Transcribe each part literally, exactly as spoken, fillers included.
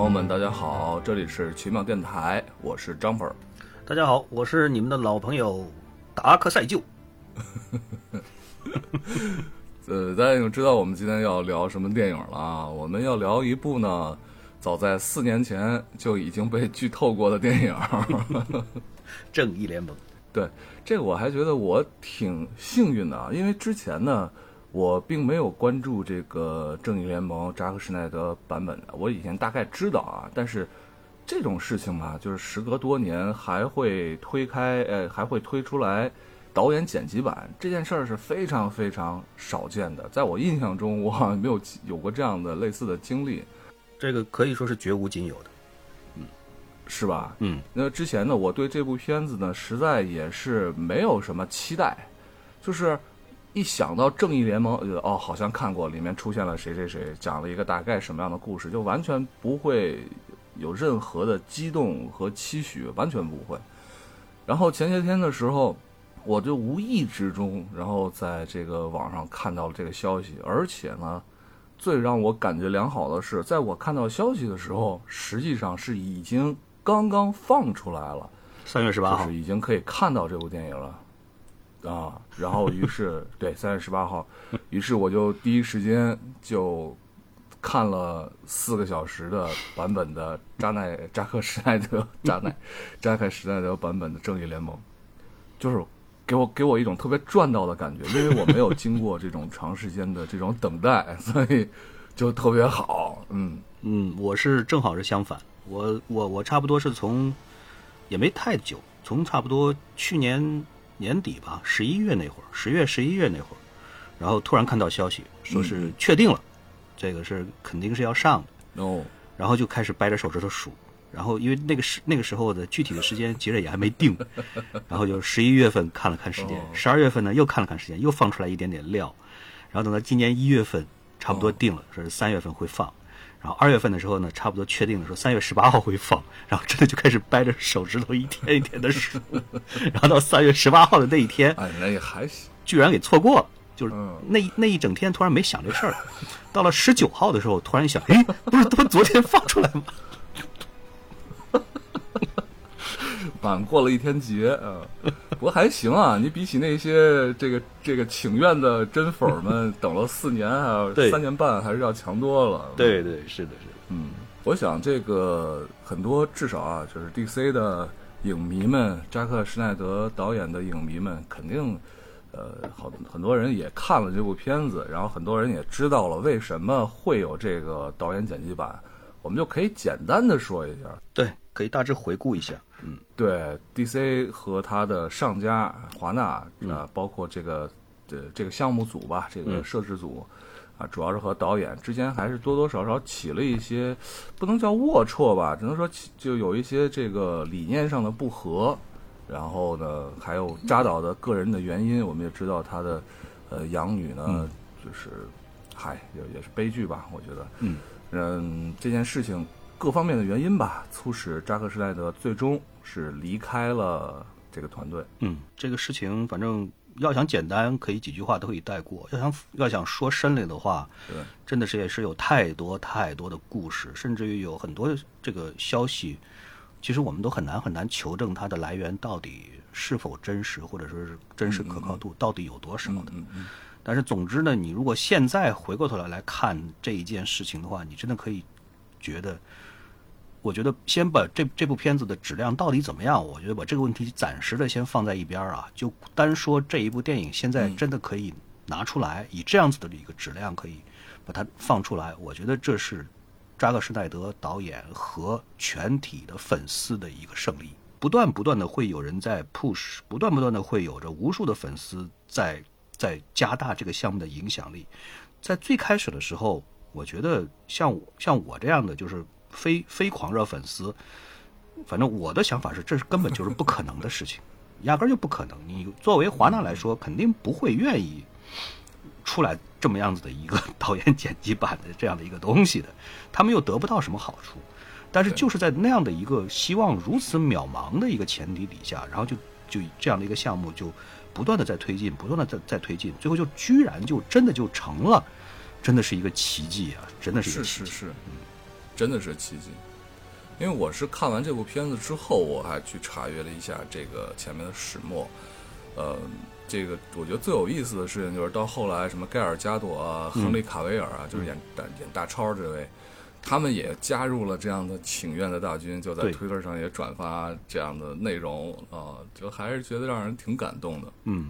友们，大家好，这里是奇妙电台，我是张粉。 大家好，我是你们的老朋友达克赛舅。 呃，大家已经知道我们今天要聊什么电影了啊？我们要聊一部呢，早在四年前就已经被剧透过的电影《 正义联盟》。 对，这个我还觉得我挺幸运的啊，因为之前呢，我并没有关注这个《正义联盟》扎克施耐德版本的，我以前大概知道啊，但是这种事情嘛，就是时隔多年还会推开，呃，还会推出来导演剪辑版，这件事儿是非常非常少见的，在我印象中，我好像没有有过这样的类似的经历。 这个可以说是绝无仅有的， 嗯，是吧？ 嗯， 那之前呢，我对这部片子呢，实在也是没有什么期待，就是一想到正义联盟，哦，好像看过，里面出现了谁谁谁，讲了一个大概什么样的故事，就完全不会有任何的激动和期许，完全不会。然后前些天的时候，我就无意之中，然后在这个网上看到了这个消息，而且呢，最让我感觉良好的是，在我看到消息的时候，实际上是已经刚刚放出来了， 三月十八号， 就是已经可以看到这部电影了。啊，然后于是对三月十八号，于是我就第一时间就看了四个小时的版本的扎奈扎克施耐德扎奈扎克施耐德版本的正义联盟，就是给我给我一种特别赚到的感觉，因为我没有经过这种长时间的这种等待，所以就特别好。嗯嗯，我是正好是相反，我我我差不多是从也没太久，从差不多去年年底吧，十一月那会儿，十月十一月那会儿，然后突然看到消息说是确定了，嗯、这个是肯定是要上的哦， 然后就开始掰着手指头数，然后因为那个时那个时候的具体的时间其实也还没定，然后就十一月份看了看时间，十二月份呢又看了看时间，又放出来一点点料，然后等到今年一月份差不多定了，说是三月份会放。然后二月份的时候呢，差不多确定了说三月十八号会放，然后真的就开始掰着手指头一天一天的数，然后到三月十八号的那一天， 哎，那也还行， 居然给错过了，就是那那一整天突然没想这事儿，到了十九号的时候突然一想，哎，不是他们昨天放出来吗？ 晚过了一天节啊，不过还行啊。你比起那些这个这个请愿的真粉们，等了四年还有三年半，还是要强多了。 对对，是的，是的。 嗯，我想这个很多至少啊，就是 D C 的影迷们，扎克施耐德导演的影迷们，肯定呃，好很多人也看了这部片子，然后很多人也知道了为什么会有这个导演剪辑版。我们就可以简单的说一下， 对，可以大致回顾一下。嗯， 对 ，D C 和他的上家华纳啊、呃，包括这个这这个项目组吧，这个摄制组、嗯、啊，主要是和导演之间还是多多少少起了一些，不能叫龌龊吧，只能说就有一些这个理念上的不合，然后呢，还有扎导的个人的原因，我们也知道他的呃养女呢，嗯、就是嗨也也是悲剧吧，我觉得， 嗯。 嗯，这件事情各方面的原因吧，促使扎克施耐德最终是离开了这个团队。 嗯，这个事情反正要想简单，可以几句话都可以带过；要想要想说深了的话， 对， 真的是也是有太多太多的故事，甚至于有很多这个消息，其实我们都很难很难求证它的来源到底是否真实，或者说是真实可靠度到底有多少的。 嗯嗯嗯但是总之呢，你如果现在回过头来来看这一件事情的话，你真的可以觉得，我觉得先把这这部片子的质量到底怎么样，我觉得把这个问题暂时的先放在一边啊，就单说这一部电影现在真的可以拿出来，嗯、以这样子的一个质量可以把它放出来，我觉得这是扎克施耐德导演和全体的粉丝的一个胜利。不断不断的会有人在 push， 不断不断的会有着无数的粉丝在。在加大这个项目的影响力。在最开始的时候，我觉得像我像我这样的就是非非狂热粉丝，反正我的想法是，这是根本就是不可能的事情，压根就不可能。你作为华纳来说，肯定不会愿意出来这么样子的一个导演剪辑版的这样的一个东西的，他们又得不到什么好处。但是就是在那样的一个希望如此渺茫的一个前提底下，然后就就这样的一个项目就不断的在推进，不断的在在推进，最后就居然就真的就成了，真的是一个奇迹啊！真的是一个奇迹， 是是是，嗯，真的是奇迹。 因为我是看完这部片子之后，我还去查阅了一下这个前面的始末。呃，这个我觉得最有意思的事情就是到后来，什么盖尔加朵啊、亨利卡维尔啊，嗯、就是演演大超这位，他们也加入了这样的请愿的大军，就在推特上也转发这样的内容啊、呃，就还是觉得让人挺感动的。 嗯。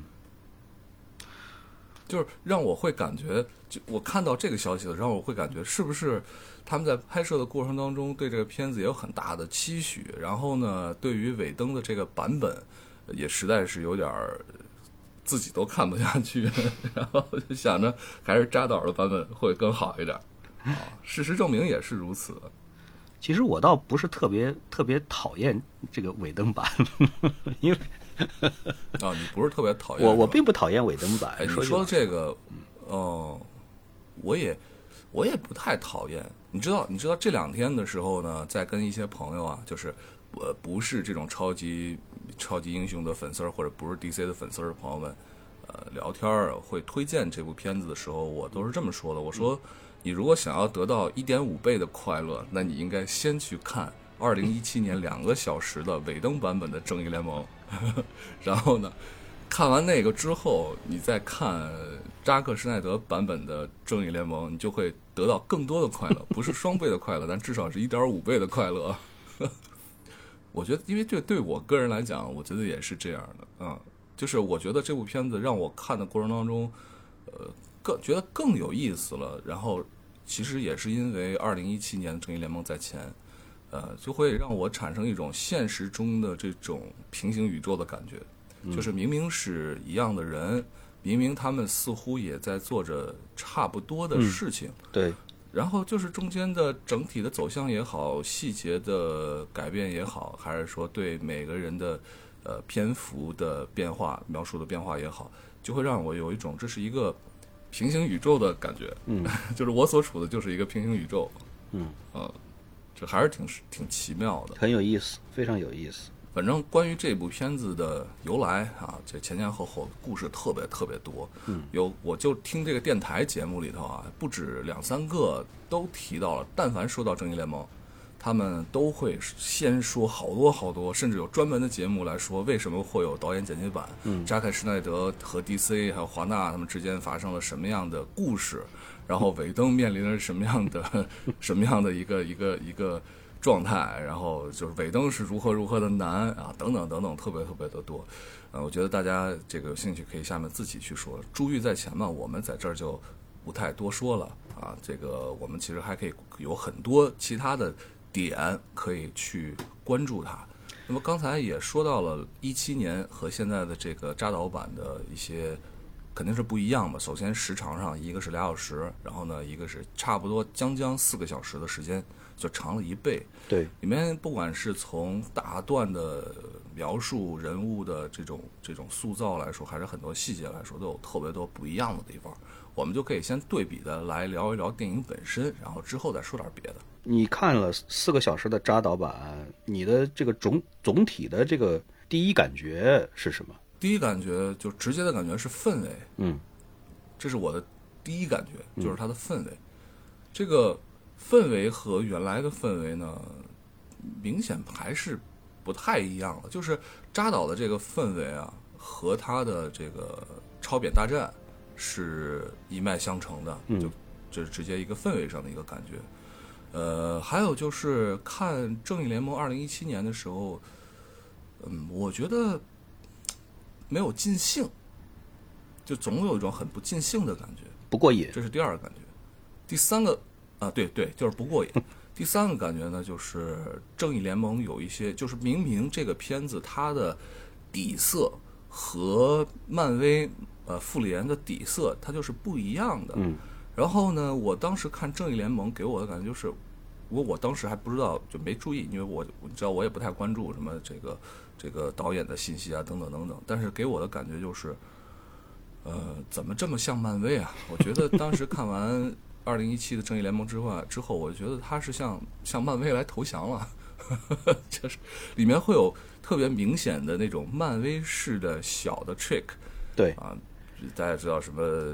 就是让我会感觉，就我看到这个消息的时候，我会感觉是不是他们在拍摄的过程当中对这个片子也有很大的期许，然后呢，对于尾灯的这个版本也实在是有点自己都看不下去，然后就想着还是扎导的版本会更好一点啊。事实证明也是如此。 其实我倒不是特别特别讨厌这个尾灯版，因为。 啊，你不是特别讨厌？ 我我并不讨厌尾灯版。 哎，你说这个，哦、呃，我也我也不太讨厌。你知道，你知道这两天的时候呢，在跟一些朋友啊，就是呃不是这种超级超级英雄的粉丝或者不是 D C 的粉丝的朋友们，呃聊天会推荐这部片子的时候，我都是这么说的。我说，你如果想要得到一点五倍的快乐，那你应该先去看二零一七年两个小时的尾灯版本的《正义联盟》。然后呢，看完那个之后，你再看扎克施耐德版本的《正义联盟》，你就会得到更多的快乐，不是双倍的快乐，但至少是一点五倍的快乐。我觉得，因为这对我个人来讲，我觉得也是这样的，嗯，就是我觉得这部片子让我看的过程当中，呃，更觉得更有意思了。然后，其实也是因为二零一七年的《正义联盟》在前。呃，就会让我产生一种现实中的这种平行宇宙的感觉，就是明明是一样的人，明明他们似乎也在做着差不多的事情， 嗯、对。 然后就是中间的整体的走向也好，细节的改变也好，还是说对每个人的呃篇幅的变化、描述的变化也好，就会让我有一种这是一个平行宇宙的感觉。 嗯， 就是我所处的就是一个平行宇宙。 嗯， 呃。这还是挺挺奇妙的， 很有意思，非常有意思。 反正关于这部片子的由来啊，这前前后后故事特别特别多。 嗯， 有我就听这个电台节目里头啊，不止两三个都提到了，但凡说到正义联盟，他们都会先说好多好多，甚至有专门的节目来说为什么会有导演剪辑版， 嗯， 扎克施耐德和 D C 还有华纳他们之间发生了什么样的故事。然后尾灯面临着什么样的什么样的一个一个一个状态，然后就是尾灯是如何如何的难啊，等等等等，特别特别的多。呃，我觉得大家这个有兴趣可以下面自己去说。珠玉在前嘛，我们在这儿就不太多说了啊。这个我们其实还可以有很多其他的点可以去关注它。那么刚才也说到了一七年和现在的这个扎导版的一些。肯定是不一样嘛。首先时长上，一个是俩小时，然后呢，一个是差不多将将四个小时的时间，就长了一倍。 对， 里面不管是从大段的描述人物的这种这种塑造来说，还是很多细节来说，都有特别多不一样的地方。我们就可以先对比的来聊一聊电影本身，然后之后再说点别的。 你看了四个小时的扎导版，你的这个总总体的这个第一感觉是什么？ 第一感觉就直接的感觉是氛围， 嗯， 这是我的第一感觉，就是它的氛围。嗯、这个氛围和原来的氛围呢，明显还是不太一样了。就是扎导的这个氛围啊，和他的这个超扁大战是一脉相承的， 嗯、 就这是直接一个氛围上的一个感觉。呃，还有就是看《正义联盟》二零一七年的时候，嗯，我觉得。没有尽兴，就总有一种很不尽兴的感觉， 不过瘾。 这是第二个感觉。第三个啊，对对，就是不过瘾。第三个感觉呢，就是正义联盟有一些，就是明明这个片子它的底色和漫威呃复联的底色它就是不一样的。 嗯。 然后呢，我当时看正义联盟给我的感觉就是，我我当时还不知道，就没注意，因为我你知道我也不太关注什么这个。这个导演的信息啊，等等等等，但是给我的感觉就是，呃，怎么这么像漫威啊？我觉得当时看完二零一七的正义联盟之外之后，我觉得他是向向漫威来投降了，就是里面会有特别明显的那种漫威式的小的 trick， 对啊，大家知道什么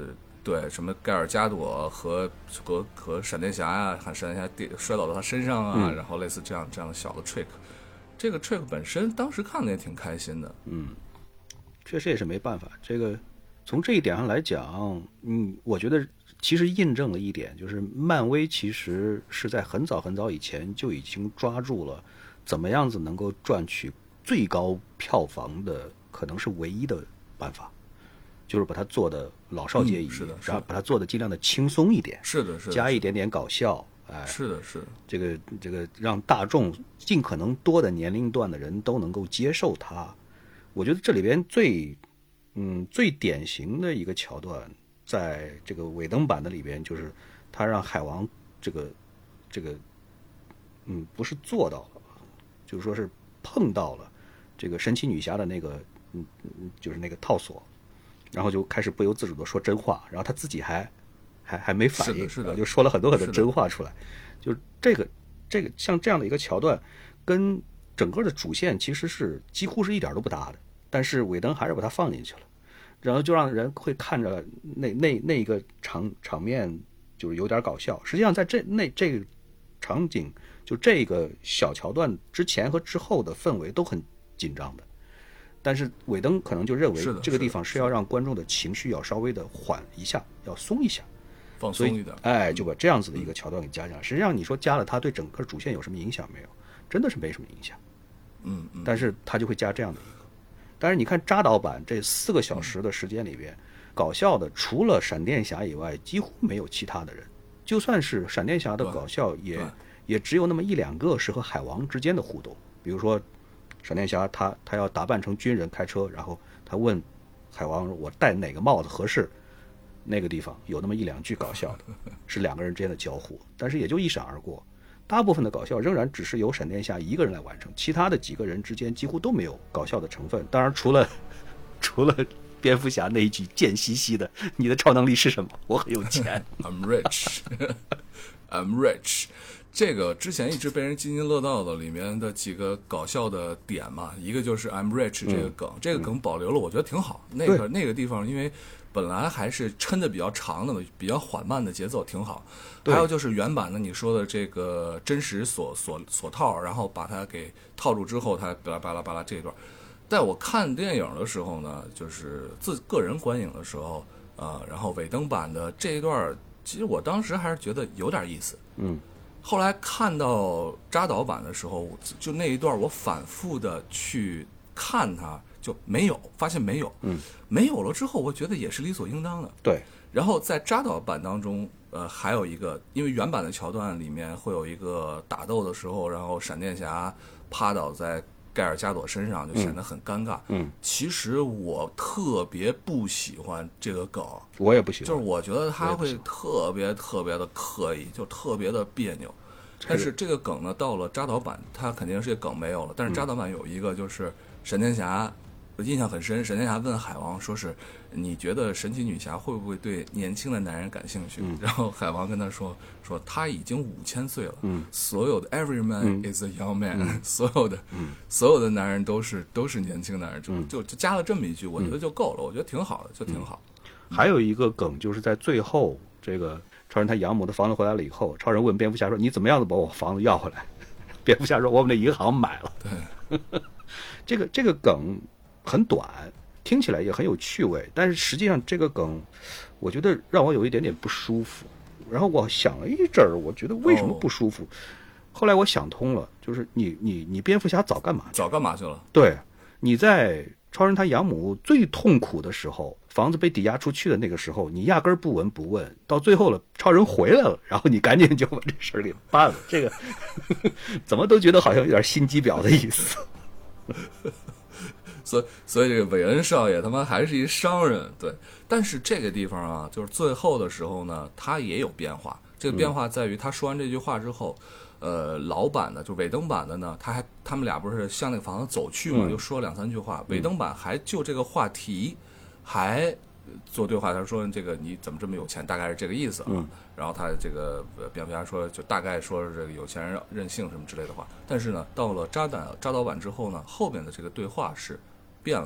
对，什么盖尔加朵和和和闪电侠呀、啊，喊闪电侠跌摔倒到他身上啊，嗯、然后类似这样这样的小的 trick， 这个 trick 本身当时看的也挺开心的。 嗯，确实也是没办法。这个从这一点上来讲，嗯，我觉得其实印证了一点，就是漫威其实是在很早很早以前就已经抓住了怎么样子能够赚取最高票房的，可能是唯一的办法。就是把它做的老少皆宜， 嗯、是的， 然后把它做的尽量的轻松一点， 是的，是的， 加一点点搞笑，哎， 是的，是的， 这个这个让大众尽可能多的年龄段的人都能够接受它。我觉得这里边最嗯最典型的一个桥段，在这个尾灯版的里边，就是他让海王这个这个嗯不是做到了，就是说是碰到了这个神奇女侠的那个嗯就是那个套索。然后就开始不由自主的说真话，然后他自己还还还没反应， 是的， 就说了很多很多真话出来。就这个这个像这样的一个桥段，跟整个的主线其实是几乎是一点都不搭的，但是尾灯还是把它放进去了，然后就让人会看着那那那个场场面就是有点搞笑。实际上在这那这个场景就这个小桥段之前和之后的氛围都很紧张的。但是尾灯可能就认为这个地方是要让观众的情绪要稍微的缓一下，要松一下， 放松一点， 哎，就把这样子的一个桥段给加进来。实际上你说加了它对整个主线有什么影响没有？真的是没什么影响。 嗯嗯。 但是它就会加这样的一个。但是你看扎导版这四个小时的时间里边，搞笑的除了闪电侠以外，几乎没有其他的人。就算是闪电侠的搞笑也，也也只有那么一两个是和海王之间的互动，比如说。闪电侠他他要打扮成军人开车，然后他问海王我戴哪个帽子合适，那个地方有那么一两句搞笑的，是两个人之间的交互，但是也就一闪而过。大部分的搞笑仍然只是由闪电侠一个人来完成，其他的几个人之间几乎都没有搞笑的成分。当然除了除了蝙蝠侠那一句贱兮兮的你的超能力是什么？我很有钱 I'm rich I'm rich，这个之前一直被人津津乐道的里面的几个搞笑的点嘛，一个就是 I'm rich 这个梗，嗯、这个梗保留了，我觉得挺好。那个那个地方，因为本来还是抻的比较长的，比较缓慢的节奏挺好。还有就是原版的你说的这个真实锁锁锁套，然后把它给套住之后，它巴拉巴拉巴拉这一段，在我看电影的时候呢，就是自个人观影的时候，呃，然后尾灯版的这一段，其实我当时还是觉得有点意思， 嗯。 后来看到扎导版的时候，就那一段我反复的去看它，就没有发现没有， 嗯， 没有了之后，我觉得也是理所应当的。 对。 然后在扎导版当中，呃，还有一个，因为原版的桥段里面会有一个打斗的时候，然后闪电侠趴倒在盖尔加朵身上，就显得很尴尬。 嗯， 其实我特别不喜欢这个梗， 我也不喜欢， 就是我觉得他会特别特别的刻意，就特别的别扭。但是这个梗呢，到了扎导版，它肯定是这个梗没有了。但是扎导版有一个就是闪电侠，我印象很深。闪电侠问海王说是你觉得神奇女侠会不会对年轻的男人感兴趣？ 嗯、 然后海王跟他说说他已经五千岁了， 嗯， 所有的 every man is a young man，、 嗯、 所有的、 嗯、 所有的男人都是都是年轻男人，就、 嗯、 就就加了这么一句，我觉得就够了，我觉得挺好的，就挺好。 嗯、还有一个梗就是在最后这个。超人他养母的房子回来了以后，超人问蝙蝠侠说：“你怎么样子把我房子要回来？”蝙蝠侠说：“我们的银行买了。” 对， 这个这个梗很短，听起来也很有趣味，但是实际上这个梗，我觉得让我有一点点不舒服。然后我想了一阵儿，我觉得为什么不舒服？哦、后来我想通了，就是你你你蝙蝠侠早干嘛去？ 早干嘛去了？ 对，你在超人他养母最痛苦的时候。房子被抵押出去的那个时候，你压根儿不闻不问，到最后了，超人回来了，然后你赶紧就把这事儿给办了。这个呵呵怎么都觉得好像有点心机婊的意思。 所以，所以这个韦恩少爷他妈还是一商人，对。但是这个地方啊，就是最后的时候呢，他也有变化。这个变化在于，他说完这句话之后，呃，老版的就尾灯版的呢，他还他们俩不是向那个房子走去嘛，又说了两三句话。尾灯版还就这个话题。还做对话，他说这个你怎么这么有钱，大概是这个意思啊。 嗯、 然后他这个蝙蝠侠说，就大概说是这个有钱人任性什么之类的话。但是呢，到了扎导扎导版之后呢，后面的这个对话是变了的，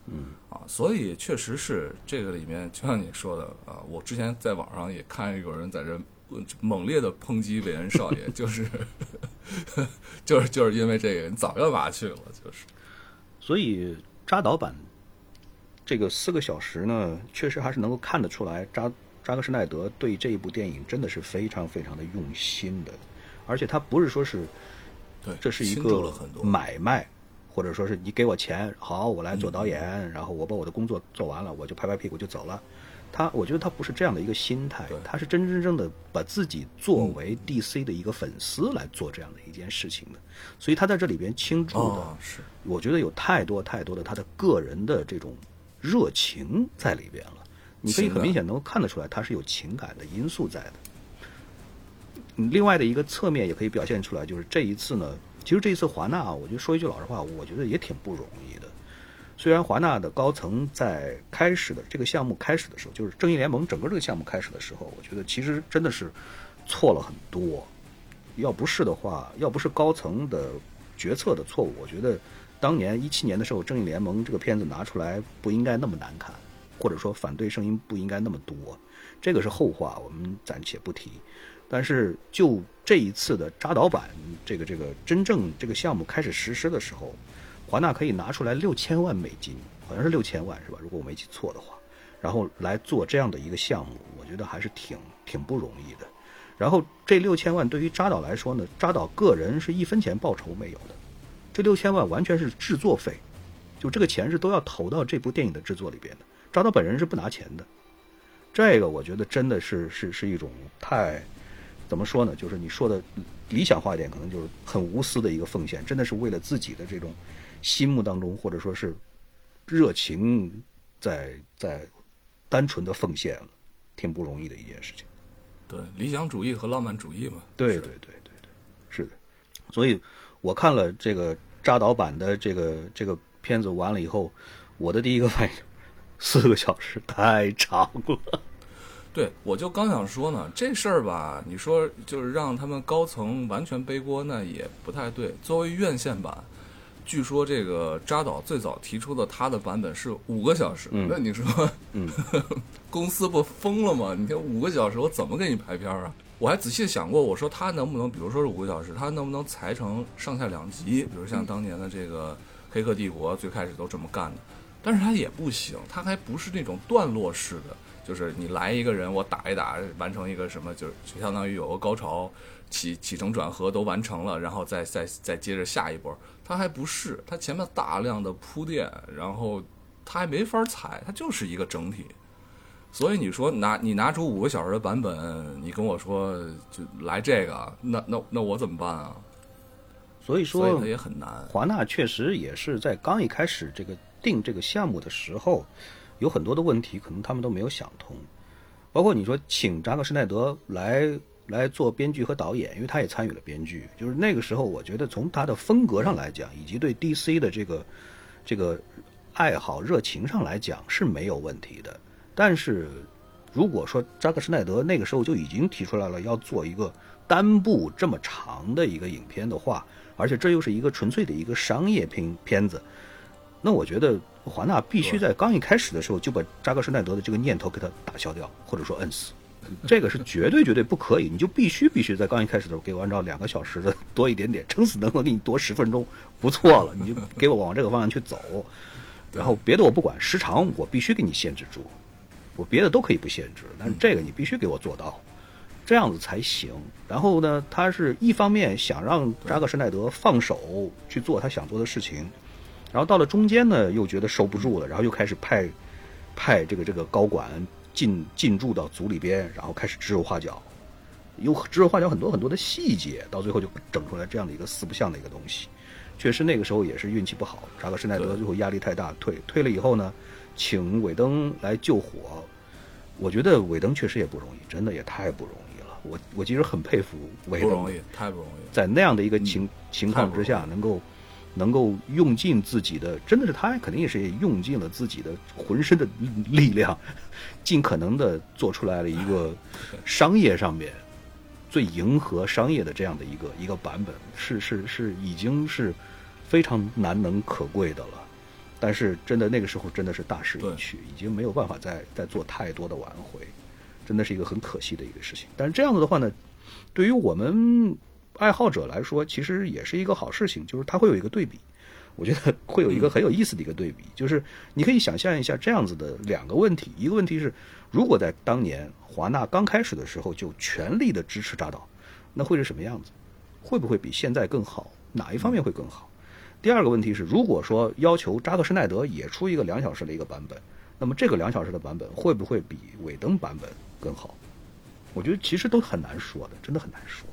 嗯啊，所以确实是这个里面，就像你说的啊，我之前在网上也看有人在这猛烈的抨击韦恩少爷，就是就是就是因为这个，你早干嘛去了？就是， 所以扎导版这个四个小时呢，确实还是能够看得出来扎。扎克施耐德对这一部电影真的是非常非常的用心的，而且他不是说是， 对， 这是一个买卖，或者说是你给我钱，好，我来做导演，嗯、然后我把我的工作做完了，我就拍拍屁股就走了。他，我觉得他不是这样的一个心态，他是真真正正的把自己作为 D C 的一个粉丝来做这样的一件事情的，所以他在这里边倾注的， 哦、是我觉得有太多太多的他的个人的这种热情在里边了。你可以很明显能够看得出来，它是有情感的因素在的。另外的一个侧面也可以表现出来，就是这一次呢，其实这一次华纳，我就说一句老实话，我觉得也挺不容易的。虽然华纳的高层在开始的这个项目开始的时候，就是正义联盟整个这个项目开始的时候，我觉得其实真的是错了很多。要不是的话，要不是高层的决策的错误，我觉得当年一七年的时候，正义联盟这个片子拿出来不应该那么难看。或者说反对声音不应该那么多，这个是后话，我们暂且不提。但是就这一次的扎导版，这个这个真正这个项目开始实施的时候，华纳可以拿出来六千万美金，好像是六千万是吧？如果我没记错的话，然后来做这样的一个项目，我觉得还是挺挺不容易的。然后这六千万对于扎导来说呢，扎导个人是一分钱报酬没有的，这六千万完全是制作费，就这个钱是都要投到这部电影的制作里边的。扎导本人是不拿钱的，这个我觉得真的是是是一种太怎么说呢？就是你说的理想化一点，可能就是很无私的一个奉献，真的是为了自己的这种心目当中或者说是热情在在单纯的奉献了，挺不容易的一件事情。 对，理想主义和浪漫主义嘛。 对对对对对，是的。所以我看了这个扎导版的这个这个片子完了以后，我的第一个反应。四个小时太长了。 对，我就刚想说呢，这事儿吧，你说就是让他们高层完全背锅，那也不太对。作为院线版，据说这个扎导最早提出的他的版本是五个小时，嗯、那你说，嗯，公司不疯了吗？你看五个小时，我怎么给你排片啊？我还仔细想过，我说他能不能，比如说是五个小时，他能不能裁成上下两集？比如像当年的这个《黑客帝国》最开始都这么干的。但是它也不行，它还不是那种段落式的，就是你来一个人，我打一打，完成一个什么，就就相当于有个高潮，起起承转合都完成了，然后再再再接着下一波。它还不是，它前面大量的铺垫，然后它还没法踩，它就是一个整体。所以你说拿你拿出五个小时的版本，你跟我说就来这个，那那那我怎么办啊？ 所以说， 所以它也很难。 华纳确实也是在刚一开始这个。定这个项目的时候，有很多的问题可能他们都没有想通，包括你说请扎克施耐德来来做编剧和导演，因为他也参与了编剧，就是那个时候我觉得从他的风格上来讲，以及对 D C 的这个这个爱好热情上来讲是没有问题的。但是如果说扎克施耐德那个时候就已经提出来了要做一个单部这么长的一个影片的话，而且这又是一个纯粹的一个商业片片子，那我觉得华纳必须在刚一开始的时候就把扎克施耐德的这个念头给他打消掉，或者说摁死，这个是绝对绝对不可以。你就必须必须在刚一开始的时候给我按照两个小时的多一点点，撑死能够给你多十分钟，不错了，你就给我往这个方向去走。然后别的我不管，时长我必须给你限制住，我别的都可以不限制，但是这个你必须给我做到，这样子才行。然后呢，他是一方面想让扎克施耐德放手去做他想做的事情。然后到了中间呢，又觉得收不住了，然后又开始派派这个这个高管进进驻到组里边，然后开始指手画脚，有指手画脚很多很多的细节，到最后就整出来这样的一个四不像的一个东西。确实那个时候也是运气不好，扎克施耐德最后压力太大退退了以后呢，请韦登来救火。我觉得韦登确实也不容易，真的也太不容易了。我我其实很佩服韦登， 不容易，太不容易了， 在那样的一个情、嗯、情况之下能够。能够用尽自己的，真的是他肯定也是用尽了自己的浑身的力量，尽可能的做出来了一个商业上面最迎合商业的这样的一个一个版本，是是是已经是非常难能可贵的了。 但是真的那个时候真的是大势已去，已经没有办法再再做太多的挽回，真的是一个很可惜的一个事情。但是这样子的话呢，对于我们爱好者来说，其实也是一个好事情，就是它会有一个对比。我觉得会有一个很有意思的一个对比，就是你可以想象一下这样子的两个问题。一个问题是，如果在当年华纳刚开始的时候就全力的支持扎导，那会是什么样子？会不会比现在更好？哪一方面会更好？第二个问题是，如果说要求扎克施耐德也出一个两小时的一个版本，那么这个两小时的版本会不会比尾灯版本更好？我觉得其实都很难说的，真的很难说。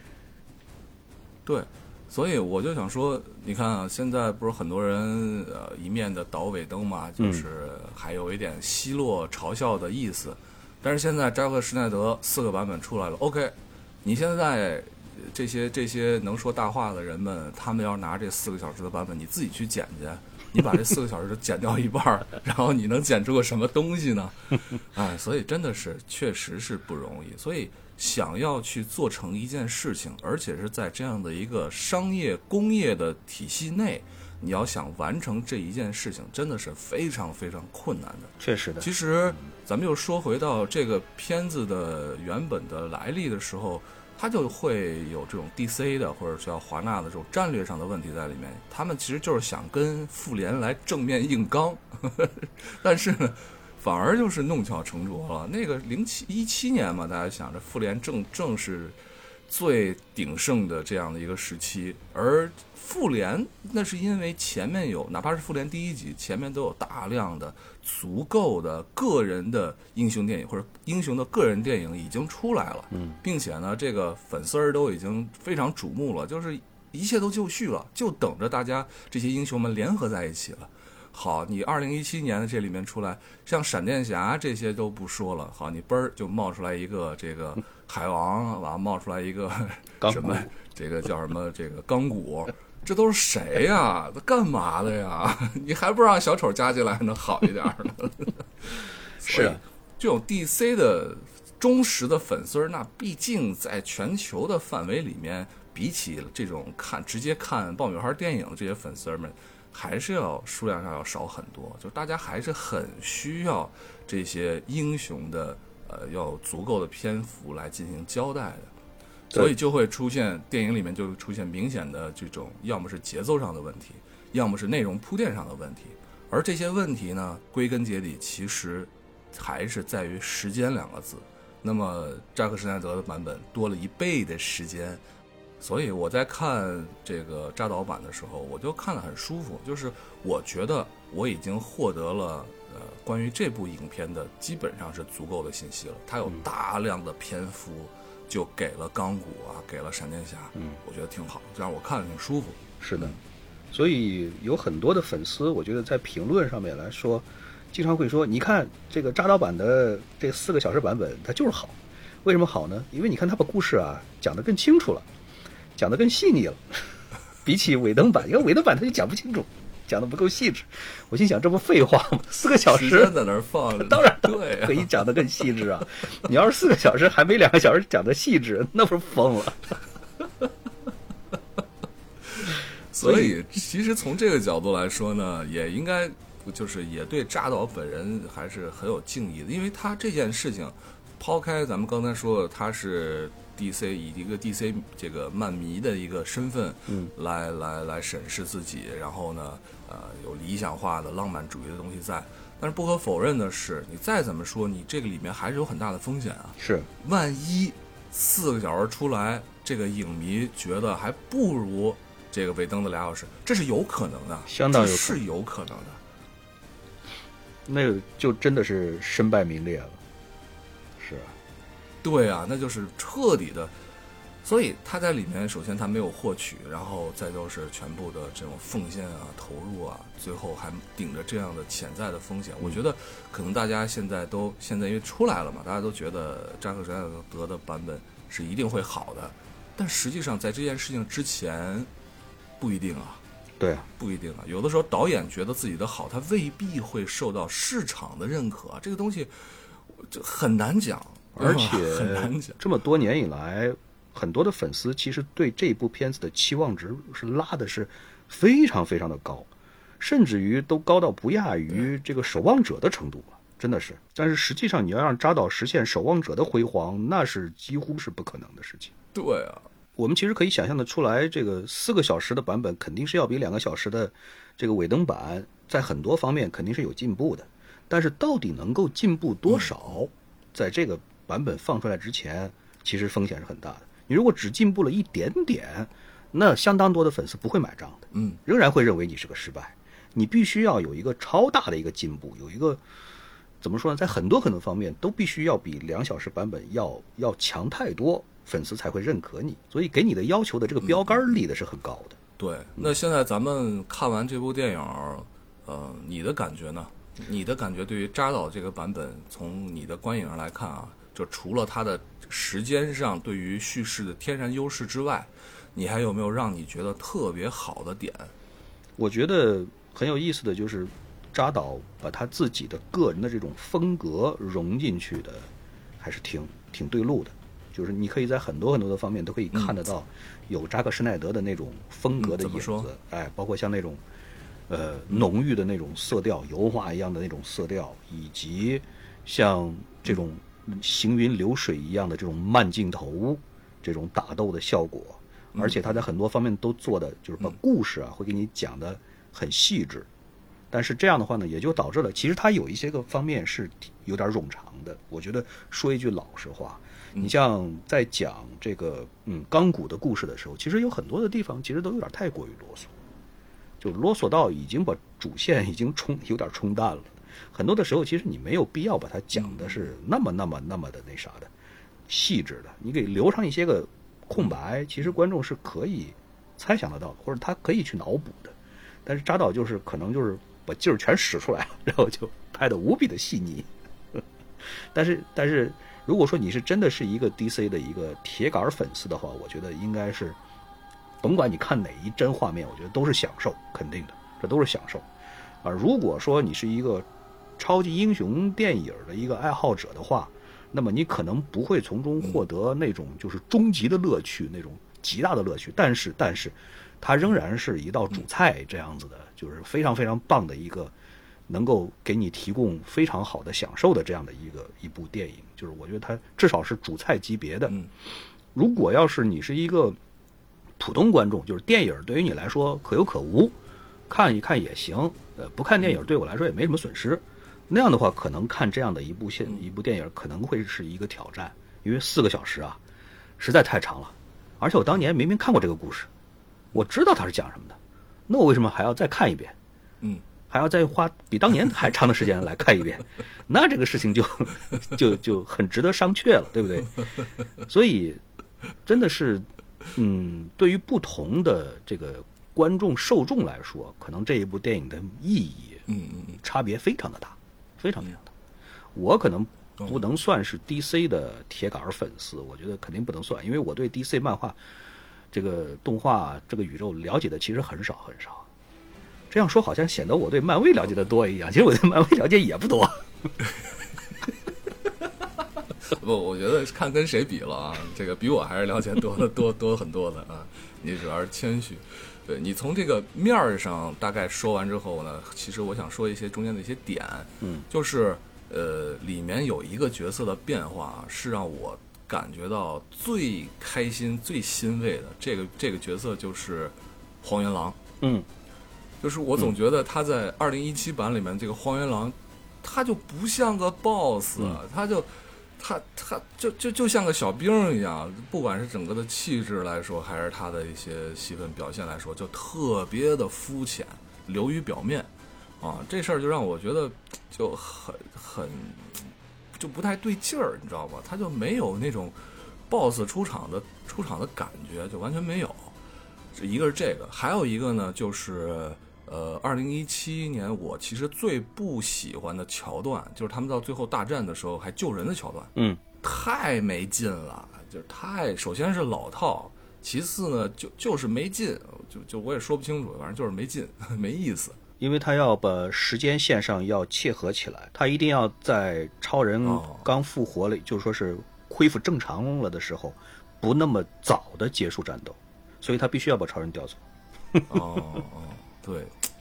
对。所以我就想说，你看啊，现在不是很多人呃一面的倒尾灯嘛，就是还有一点奚落嘲笑的意思。但是现在扎克施耐德四个版本出来了 ，OK， 你现在这些这些能说大话的人们，他们要拿这四个小时的版本，你自己去剪去，你把这四个小时剪掉一半，然后你能剪出个什么东西呢？哎，所以真的是确实是不容易。所以想要去做成一件事情，而且是在这样的一个商业工业的体系内，你要想完成这一件事情，真的是非常非常困难的。 确实的。 其实咱们又说回到这个片子的原本的来历的时候，它就会有这种 D C 的或者叫华纳的这种战略上的问题在里面。他们其实就是想跟复联来正面硬刚，呵呵，但是呢反而就是弄巧成拙了。那个零七一七年嘛，大家想着复联正正是最鼎盛的这样的一个时期，而复联那是因为前面有，哪怕是复联第一集前面都有大量的足够的个人的英雄电影或者英雄的个人电影已经出来了， 嗯， 并且呢这个粉丝儿都已经非常瞩目了，就是一切都就绪了，就等着大家这些英雄们联合在一起了。好，你二零一七年的这里面出来，像闪电侠这些都不说了。好，你嘣儿就冒出来一个这个海王，完冒出来一个什么，这个叫什么这个钢骨，这都是谁呀？这干嘛的呀？你还不让小丑加进来能好一点呢？ 是啊， 这种 D C 的忠实的粉丝，那毕竟在全球的范围里面，比起这种看直接看爆米花电影的这些粉丝们，还是要数量上要少很多，就大家还是很需要这些英雄的呃要有足够的篇幅来进行交代的，所以就会出现电影里面就会出现明显的这种要么是节奏上的问题，要么是内容铺垫上的问题，而这些问题呢，归根结底其实还是在于时间两个字。那么扎克施耐德的版本多了一倍的时间，所以我在看这个扎导版的时候，我就看得很舒服，就是我觉得我已经获得了呃关于这部影片的基本上是足够的信息了。它有大量的篇幅就给了钢骨啊，给了闪电侠，嗯，我觉得挺好，这样我看着挺舒服。 是的，所以有很多的粉丝，我觉得在评论上面来说，经常会说，你看这个扎导版的这四个小时版本，它就是好。为什么好呢？因为你看他把故事啊讲得更清楚了，讲得更细腻了，比起尾灯版，因为尾灯版他就讲不清楚，讲得不够细致。我心想，这不废话吗？四个小时时间在那儿放着， 当然对、啊， 可以讲得更细致啊。你要是四个小时还没两个小时讲得细致，那不是疯了？ 所以，其实从这个角度来说呢，也应该就是也对扎导本人还是很有敬意的，因为他这件事情，抛开咱们刚才说的，他是 D C 以一个 D C 这个漫迷的一个身份，嗯，来来来审视自己，然后呢，呃，有理想化的浪漫主义的东西在。但是不可否认的是，你再怎么说，你这个里面还是有很大的风险啊。 是， 万一四个小时出来，这个影迷觉得还不如这个尾灯的俩小时，这是有可能的， 相当有可能， 是有可能的。 那个就真的是身败名裂了。是啊， 对啊，那就是彻底的。所以他在里面，首先他没有获取，然后再就是全部的这种奉献啊、投入啊，最后还顶着这样的潜在的风险。我觉得可能大家现在都现在因为出来了嘛，大家都觉得扎克施耐德的版本是一定会好的，但实际上在这件事情之前不一定啊。 对啊， 不一定啊。有的时候导演觉得自己的好，他未必会受到市场的认可，这个东西就很难讲， 而且很难讲。 这么多年以来，很多的粉丝其实对这部片子的期望值是拉的是非常非常的高。 甚至于都高到不亚于这个守望者的程度了，真的是。但是实际上你要让扎导实现守望者的辉煌，那是几乎是不可能的事情。 对啊， 我们其实可以想象的出来，这个四个小时的版本肯定是要比两个小时的这个尾灯版在很多方面肯定是有进步的，但是到底能够进步多少，在这个版本放出来之前，其实风险是很大的。你如果只进步了一点点，那相当多的粉丝不会买账的， 嗯， 仍然会认为你是个失败。你必须要有一个超大的一个进步，有一个怎么说呢，在很多很多方面都必须要比两小时版本要要强太多，粉丝才会认可你。所以给你的要求的这个标杆立的是很高的。 对，那现在咱们看完这部电影，呃，你的感觉呢？你的感觉对于扎导这个版本，从你的观影上来看啊，就除了它的时间上对于叙事的天然优势之外，你还有没有让你觉得特别好的点？ 我觉得很有意思的就是扎导把他自己的个人的这种风格融进去的，还是挺挺对路的。就是你可以在很多很多的方面都可以看得到有扎克施耐德的那种风格的影子，嗯、哎，包括像那种呃浓郁的那种色调，油画一样的那种色调，以及像这种行云流水一样的这种慢镜头，这种打斗的效果。而且他在很多方面都做的就是把故事啊会给你讲的很细致，但是这样的话呢，也就导致了其实他有一些个方面是有点冗长的。我觉得说一句老实话，你像在讲这个嗯钢骨的故事的时候，其实有很多的地方其实都有点太过于啰嗦，就啰嗦到已经把主线已经冲有点冲淡了。很多的时候其实你没有必要把它讲的是那么那么那么的那啥的细致的，你给留上一些个空白，其实观众是可以猜想得到的，或者他可以去脑补的。但是扎导就是可能就是把劲儿全使出来了，然后就拍得无比的细腻。但是但是如果说你是真的是一个 D C 的一个铁杆粉丝的话，我觉得应该是甭管你看哪一帧画面，我觉得都是享受，肯定的，这都是享受。啊，如果说你是一个超级英雄电影的一个爱好者的话，那么你可能不会从中获得那种就是终极的乐趣，那种极大的乐趣，但是但是它仍然是一道主菜这样子的，就是非常非常棒的一个能够给你提供非常好的享受的这样的一个一部电影，就是我觉得它至少是主菜级别的。如果要是你是一个普通观众，就是电影对于你来说可有可无，看一看也行，呃，不看电影对我来说也没什么损失。那样的话，可能看这样的一部线一部电影可能会是一个挑战，因为四个小时啊，实在太长了。而且我当年明明看过这个故事，我知道它是讲什么的，那我为什么还要再看一遍？ 嗯， 还要再花比当年还长的时间来看一遍？那这个事情就就就很值得商榷了，对不对？所以真的是，嗯，对于不同的这个观众受众来说，可能这一部电影的意义， 嗯嗯嗯， 差别非常的大。非常非常大，我可能不能算是 D C 的铁杆粉丝，我觉得肯定不能算，因为我对 D C 漫画这个动画这个宇宙了解的其实很少很少。这样说好像显得我对漫威了解的多一样，其实我对漫威了解也不多。 不，我觉得看跟谁比了啊，这个比我还是了解多的多多很多的啊，你主要是谦虚。对，你从这个面儿上大概说完之后呢，其实我想说一些中间的一些点， 嗯， 就是呃，里面有一个角色的变化是让我感觉到最开心、最欣慰的。这个这个角色就是荒原狼， 嗯， 就是我总觉得他在二零一七版里面这个荒原狼，他就不像个 boss，、嗯、他就。他他就就就像个小兵一样，不管是整个的气质来说，还是他的一些戏份表现来说，就特别的肤浅，流于表面，啊，这事儿就让我觉得就很很就不太对劲儿，你知道吧？他就没有那种 boss 出场的出场的感觉，就完全没有。这一个是这个，还有一个呢，就是呃，二零一七年我其实最不喜欢的桥段，就是他们到最后大战的时候还救人的桥段， 嗯， 太没劲了，就是太，首先是老套，其次呢就就是没劲，就就我也说不清楚，反正就是没劲，没意思。 因为他要把时间线上要切合起来，他一定要在超人刚复活了，哦、就是说是恢复正常了的时候，不那么早的结束战斗，所以他必须要把超人调走。 哦哦。对，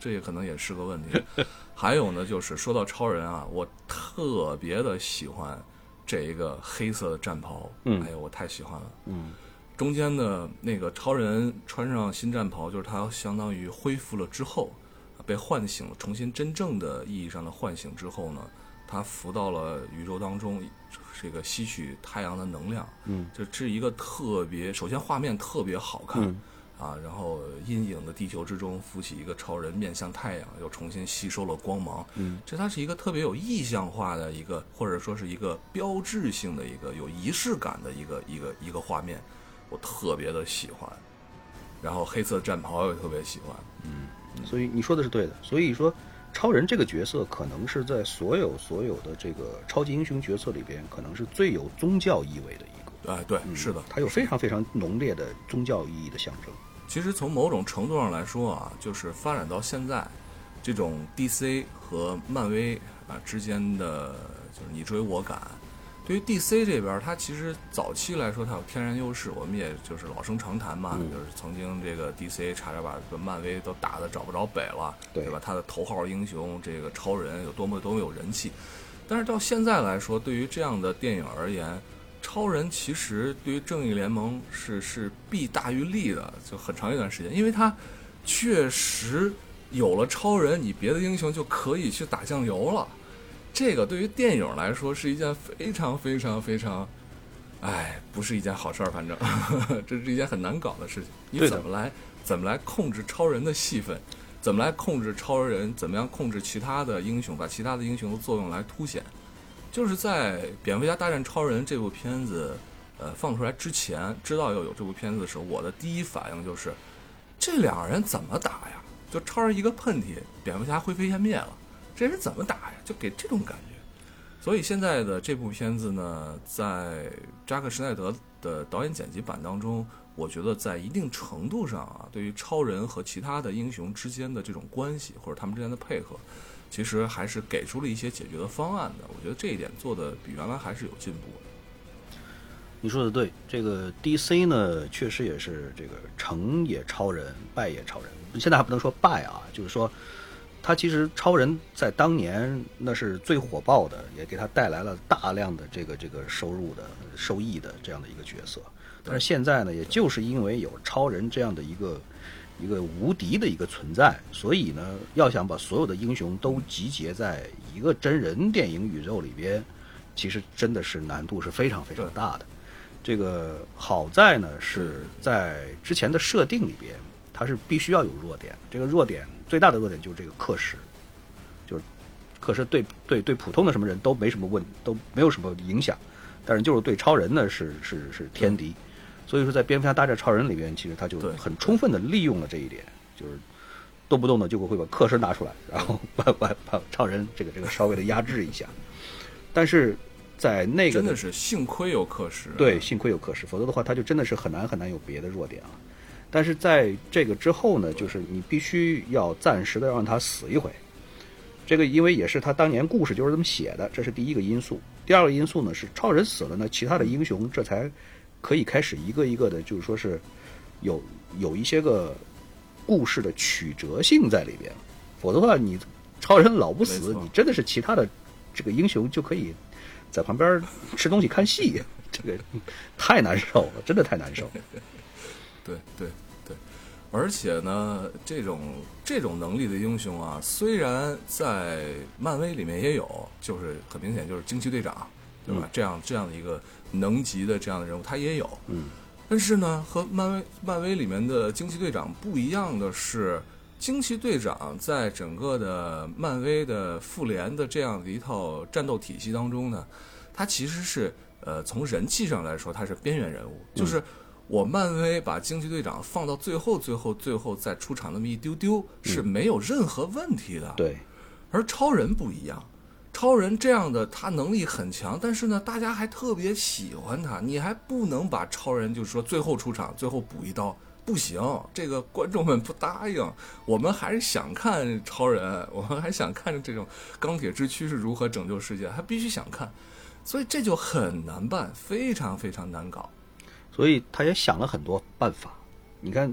这也可能也是个问题。还有呢，就是说到超人啊，我特别的喜欢这一个黑色的战袍， 嗯， 哎呦，我太喜欢了。 嗯， 中间的那个超人穿上新战袍，就是他相当于恢复了之后，被唤醒了，重新真正的意义上的唤醒之后呢，他浮到了宇宙当中，这个吸取太阳的能量。 嗯， 这是一个特别，首先画面特别好看。 嗯啊，然后阴影的地球之中浮起一个超人面向太阳，又重新吸收了光芒。 嗯， 这它是一个特别有意象化的一个，或者说是一个标志性的一个有仪式感的一个一个一个画面，我特别的喜欢。然后黑色战袍也特别喜欢。 嗯，所以你说的是对的。所以说，超人这个角色可能是在所有所有的这个超级英雄角色里边，可能是最有宗教意味的一个。 哎，对， 嗯、 是的， 它有非常非常浓烈的宗教意义的象征。 其实从某种程度上来说啊，就是发展到现在，这种 D C 和漫威啊之间的就是你追我赶。对于 D C 这边，它其实早期来说它有天然优势，我们也就是老生常谈嘛，嗯、就是曾经这个 D C 差点把这个漫威都打得找不着北了，对, 对吧？它的头号英雄这个超人有多么多么有人气，但是到现在来说，对于这样的电影而言，超人其实对于正义联盟是是弊大于利的，就很长一段时间，因为他确实有了超人，你别的英雄就可以去打酱油了。这个对于电影来说是一件非常非常非常，哎，不是一件好事儿，反正呵呵这是一件很难搞的事情。你怎么来怎么来控制超人的戏份？怎么来控制超人？怎么样控制其他的英雄？把其他的英雄的作用来凸显？就是在《蝙蝠侠大战超人》这部片子，呃，放出来之前，知道要有这部片子的时候，我的第一反应就是，这两个人怎么打呀？就超人一个喷嚏，蝙蝠侠灰飞烟灭了，这人怎么打呀？就给这种感觉。所以现在的这部片子呢，在扎克施耐德的导演剪辑版当中，我觉得在一定程度上啊，对于超人和其他的英雄之间的这种关系，或者他们之间的配合，其实还是给出了一些解决的方案的。我觉得这一点做的比原来还是有进步的。 你说的对，这个 D C 呢，确实也是这个成也超人，败也超人。现在还不能说败啊，就是说，他其实超人在当年那是最火爆的，也给他带来了大量的这个这个收入的收益的这样的一个角色。但是现在呢，也就是因为有超人这样的一个一个无敌的一个存在，所以呢，要想把所有的英雄都集结在一个真人电影宇宙里边，其实真的是难度是非常非常大的。这个好在呢，是在之前的设定里边，它是必须要有弱点。这个弱点最大的弱点就是这个克时，就是克时对对对普通的什么人都没什么问，都没有什么影响，但是就是对超人呢是是是天敌。所以说，在蝙蝠侠大战超人里边，其实他就很充分的利用了这一点，就是动不动的就会把克时拿出来，然后把把把超人这个这个稍微的压制一下。但是在那个真的是幸亏有克时， 对，幸亏有克时，否则的话他就真的是很难很难有别的弱点了。但是在这个之后呢，就是你必须要暂时的让他死一回。这个因为也是他当年故事就是这么写的，这是第一个因素。第二个因素呢是超人死了呢，其他的英雄这才可以开始一个一个的，就是说是有有一些个故事的曲折性在里边。否则的话，你超人老不死，你真的是其他的这个英雄就可以在旁边吃东西看戏，这个太难受了，真的太难受。 对对对，而且呢，这种这种能力的英雄啊，虽然在漫威里面也有，就是很明显就是惊奇队长，对吧？嗯、这样这样的一个能级的这样的人物，他也有。 嗯。 但是呢，和漫威漫威里面的惊奇队长不一样的是，惊奇队长在整个的漫威的复联的这样的一套战斗体系当中呢，他其实是呃从人气上来说，他是边缘人物， 嗯、 就是。我漫威把惊奇队长放到最后最后最后再出场那么一丢丢是没有任何问题的、 嗯、对， 而超人不一样，超人这样的他能力很强，但是呢大家还特别喜欢他，你还不能把超人就是说最后出场最后补一刀，不行，这个观众们不答应，我们还是想看超人，我们还想看这种钢铁之躯是如何拯救世界，还必须想看，所以这就很难办，非常非常难搞。 所以他也想了很多办法。你看，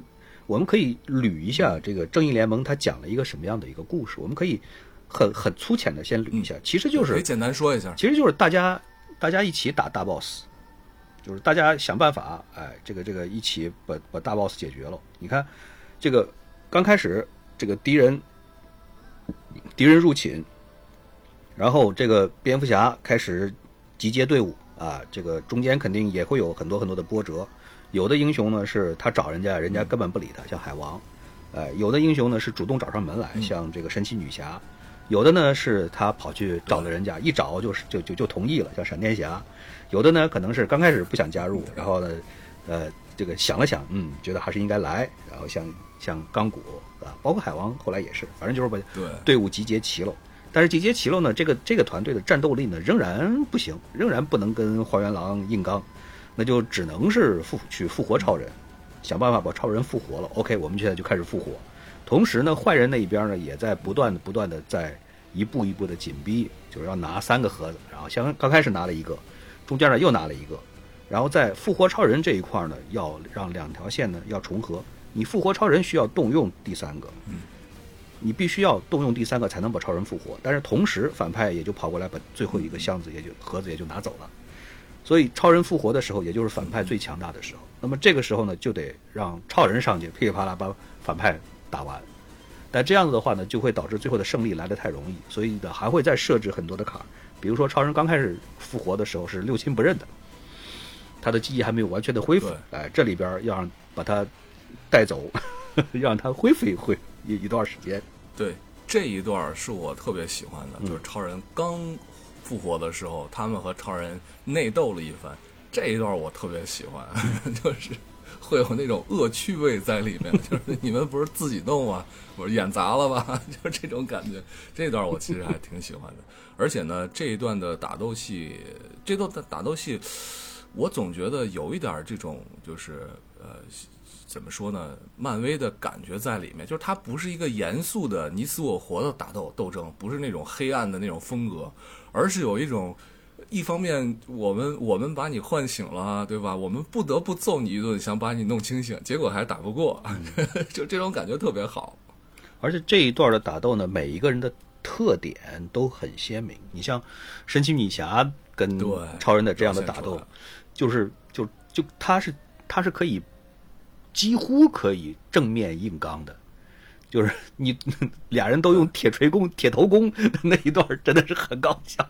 我们可以捋一下这个正义联盟它讲了一个什么样的一个故事，我们可以很很粗浅的先捋一下，其实就是可以简单说一下， 其实就是大家大家一起打大 boss， 就是大家想办法，哎，这个这个一起把把大 boss 解决了。你看，这个刚开始这个敌人敌人入侵，然后这个蝙蝠侠开始集结队伍啊，这个中间肯定也会有很多很多的波折。有的英雄呢是他找人家，人家根本不理他，像海王，呃，有的英雄呢是主动找上门来，像这个神奇女侠。有的呢是他跑去找了人家，一找就是就就就同意了，像闪电侠。有的呢可能是刚开始不想加入，然后呢，呃，这个想了想，嗯，觉得还是应该来。然后像像钢骨啊，包括海王后来也是，反正就是把队伍集结齐了。但是集结齐了呢，这个这个团队的战斗力呢仍然不行，仍然不能跟花园狼硬刚，那就只能是复去复活超人，想办法把超人复活了。OK， 我们现在就开始复活。同时呢，坏人那一边呢，也在不断的、不断的在一步一步的紧逼，就是要拿三个盒子。然后像刚开始拿了一个，中间呢又拿了一个，然后在复活超人这一块呢，要让两条线呢要重合。你复活超人需要动用第三个，你必须要动用第三个才能把超人复活。但是同时，反派也就跑过来把最后一个箱子也就盒子也就拿走了。所以超人复活的时候，也就是反派最强大的时候。那么这个时候呢，就得让超人上去噼里啪啦把反派打完，但这样子的话呢，就会导致最后的胜利来得太容易，所以呢还会再设置很多的坎儿。比如说超人刚开始复活的时候是六亲不认的，他的记忆还没有完全的恢复，哎，这里边要让把他带走，让他恢复一恢一一段时间。 对，这一段是我特别喜欢的，嗯、就是超人刚复活的时候，他们和超人内斗了一番，这一段我特别喜欢，就是会有那种恶趣味在里面，就是你们不是自己弄吗？我演砸了吧？就是这种感觉。这段我其实还挺喜欢的，而且呢，这一段的打斗戏，这段的打斗戏，我总觉得有一点这种，就是呃，怎么说呢？漫威的感觉在里面，就是它不是一个严肃的你死我活的打斗斗争，不是那种黑暗的那种风格，而是有一种。一方面我们我们把你唤醒了，对吧？我们不得不揍你一顿，想把你弄清醒，结果还打不过，就这种感觉特别好。 而且这一段的打斗呢，每一个人的特点都很鲜明。你像神奇女侠跟超人的这样的打斗，就是就就他是他是可以几乎可以正面硬刚的。就是你俩人都用铁锤攻、铁头功那一段真的是很搞笑，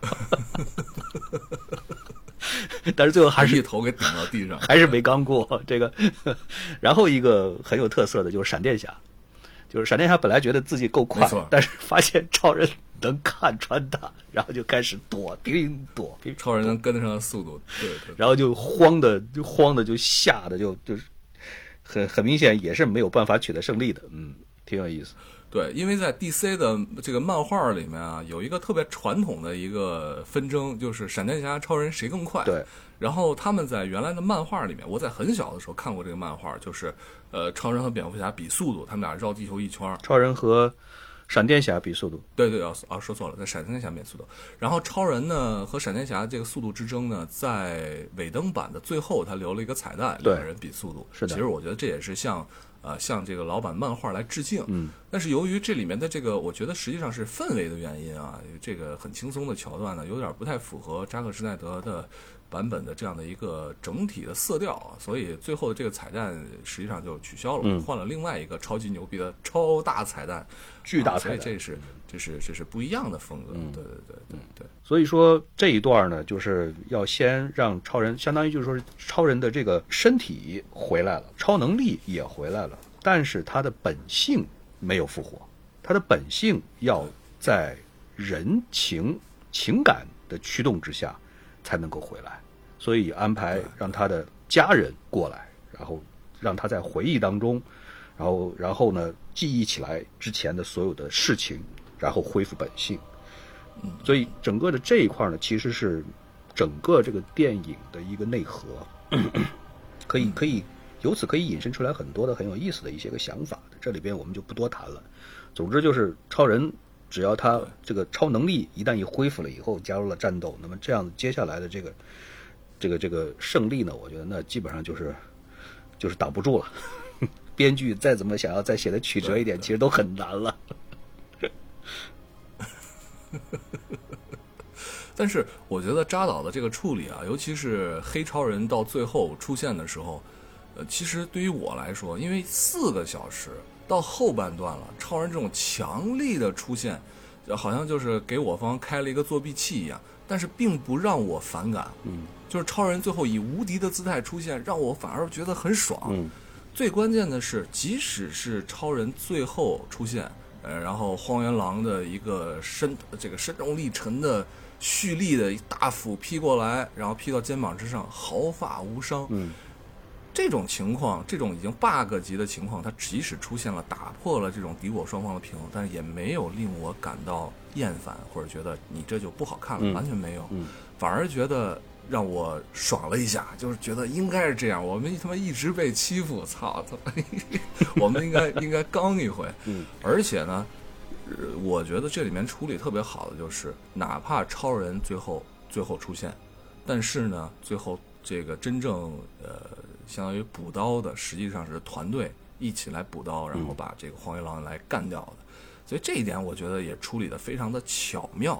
但是最后还是一头给顶到地上， 还是没刚过这个。然后一个很有特色的就是闪电侠，就是闪电侠本来觉得自己够快，但是发现超人能看穿他，然后就开始躲，叮躲， 超人能跟得上的速度，对对， 然后就慌的就慌的就吓得就就是很很明显也是没有办法取得胜利的，嗯。挺有意思， 对，因为在 D C 的这个漫画里面啊，有一个特别传统的一个纷争，就是闪电侠、超人谁更快。 对， 然后他们在原来的漫画里面，我在很小的时候看过这个漫画，就是呃，超人和蝙蝠侠比速度，他们俩绕地球一圈。 超人和闪电侠比速度， 对对，啊啊说错了，在闪电侠比速度。然后超人呢和闪电侠这个速度之争呢，在尾灯版的最后，他留了一个彩蛋，两个人比速度。 是的， 其实我觉得这也是像。呃，向这个老版漫画来致敬， 嗯， 但是由于这里面的这个，我觉得实际上是氛围的原因啊，这个很轻松的桥段呢，有点不太符合扎克施耐德的版本的这样的一个整体的色调啊，所以最后的这个彩蛋实际上就取消了， 嗯、 换了另外一个超级牛逼的超大彩蛋， 巨大彩蛋， 啊、所以这是这是这是不一样的风格， 嗯、 对对对对对。 所以说这一段呢，就是要先让超人，相当于就是说超人的这个身体回来了，超能力也回来了，但是他的本性没有复活，他的本性要在人情情感的驱动之下才能够回来，所以安排让他的家人过来，然后让他在回忆当中，然后然后呢记忆起来之前的所有的事情，然后恢复本性。所以整个的这一块呢，其实是整个这个电影的一个内核，可以可以由此可以引申出来很多的很有意思的一些个想法，这里边我们就不多谈了。总之就是超人只要他这个超能力一旦一恢复了以后，加入了战斗，那么这样接下来的这个这个这个胜利呢，我觉得那基本上就是就是挡不住了。 编剧再怎么想要再写的曲折一点，其实都很难了。 但是我觉得扎导的这个处理啊，尤其是黑超人到最后出现的时候，呃，其实对于我来说，因为四个小时到后半段了，超人这种强力的出现，好像就是给我方开了一个作弊器一样，但是并不让我反感。 嗯， 就是超人最后以无敌的姿态出现，让我反而觉得很爽。 嗯， 最关键的是，即使是超人最后出现，呃，然后荒原狼的一个身这个身重力沉的蓄力的大斧劈过来，然后劈到肩膀之上，毫发无伤。 嗯， 这种情况，这种已经 bug 级的情况，它即使出现了，打破了这种敌我双方的平衡，但是也没有令我感到厌烦，或者觉得你这就不好看了， 嗯、 完全没有， 嗯， 反而觉得让我爽了一下，就是觉得应该是这样，我们他妈一直被欺负，操他妈，我们应该应该刚一回， 嗯， 而且呢，我觉得这里面处理特别好的就是，哪怕超人最后最后出现，但是呢，最后这个真正呃。相当于补刀的实际上是团队一起来补刀，然后把这个荒原狼来干掉的，所以这一点我觉得也处理得非常的巧妙。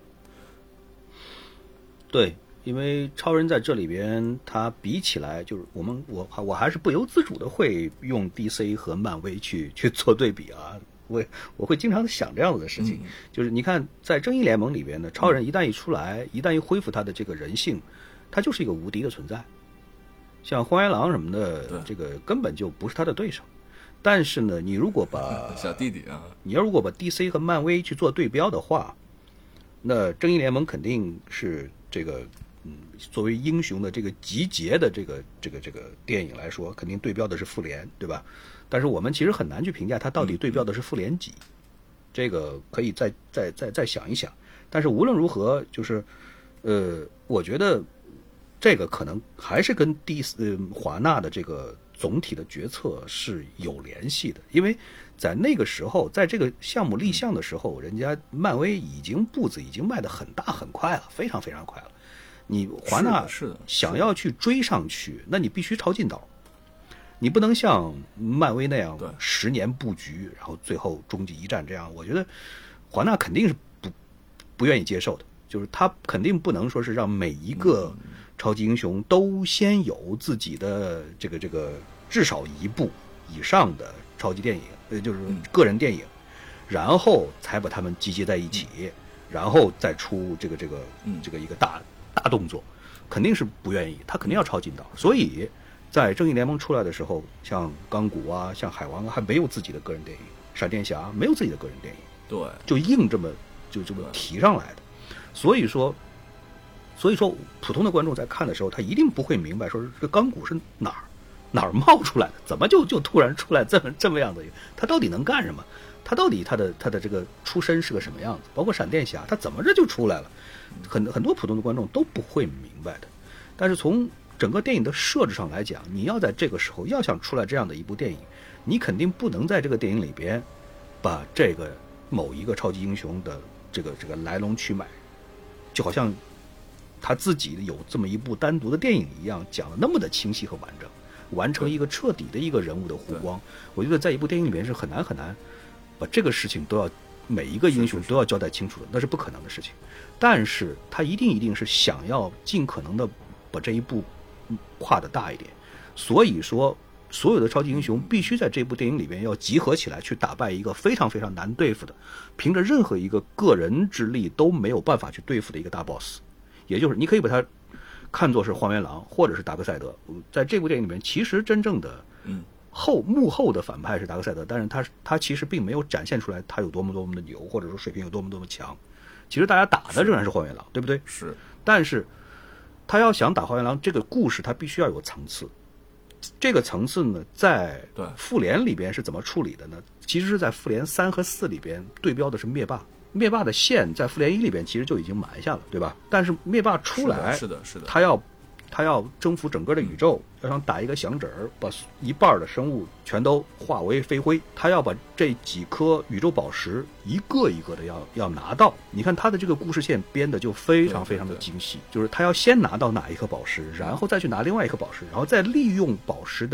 对，因为超人在这里边，他比起来就是我们我我还是不由自主的会用 D C 和漫威去去做对比啊，我我会经常想这样子的事情， 嗯、 就是你看在正义联盟里边呢，超人一旦一出来，嗯、一旦一恢复他的这个人性，他就是一个无敌的存在。像荒原狼什么的，这个根本就不是他的对手。但是呢，你如果把小弟弟啊， 你要如果把 D C 和漫威去做对标的话，那正义联盟肯定是这个，嗯，作为英雄的这个集结的这个这个这个电影来说，肯定对标的是复联，对吧？但是我们其实很难去评价它到底对标的是复联几，嗯、这个可以再再再再想一想。但是无论如何，就是呃，我觉得。这个可能还是跟第呃华纳的这个总体的决策是有联系的，因为在那个时候，在这个项目立项的时候，人家漫威已经步子已经迈得很大很快了，非常非常快了。你华纳想要去追上去，那你必须抄近道，你不能像漫威那样十年布局，然后最后终极一战这样。我觉得华纳肯定是不不愿意接受的，就是他肯定不能说是让每一个。超级英雄都先有自己的这个这个至少一部以上的超级电影，呃，就是个人电影，然后才把他们集结在一起，然后再出这个这个这个一个大大动作，肯定是不愿意，他肯定要抄近道。所以在正义联盟出来的时候，像钢骨啊，像海王啊，还没有自己的个人电影，闪电侠没有自己的个人电影， 对， 就硬这么就这么提上来的，所以说。所以说，普通的观众在看的时候，他一定不会明白说这个钢骨是哪儿哪儿冒出来的，怎么就就突然出来这么这么样的，他到底能干什么？他到底他的他的这个出身是个什么样子？包括闪电侠，他怎么着就出来了？很很多普通的观众都不会明白的。但是从整个电影的设置上来讲，你要在这个时候要想出来这样的一部电影，你肯定不能在这个电影里边把这个某一个超级英雄的这个这个来龙去脉，就好像。他自己有这么一部单独的电影一样，讲的那么的清晰和完整，完成一个彻底的一个人物的弧光。我觉得在一部电影里面是很难很难把这个事情都要每一个英雄都要交代清楚的，那是不可能的事情。但是他一定一定是想要尽可能的把这一部画的大一点，所以说所有的超级英雄必须在这部电影里边要集合起来去打败一个非常非常难对付的，凭着任何一个个人之力都没有办法去对付的一个大 boss。也就是你可以把它看作是荒原狼或者是达克赛德，在这部电影里面其实真正的后幕后的反派是达克赛德，但是他他其实并没有展现出来他有多么多么的牛，或者说水平有多么多么强，其实大家打的仍然是荒原狼，对不对？ 是。 但是他要想打荒原狼这个故事，他必须要有层次，这个层次呢在复联里边是怎么处理的呢？其实是在复联三和四里边对标的是灭霸，灭霸的线在复联一里边其实就已经埋下了，对吧？但是灭霸出来， 是的，是的， 他要他要征服整个的宇宙，要想打一个响指儿，把一半的生物全都化为飞灰，他要把这几颗宇宙宝石一个一个的要要拿到。你看他的这个故事线编的就非常非常的精细，就是他要先拿到哪一颗宝石，然后再去拿另外一颗宝石，然后再利用宝石的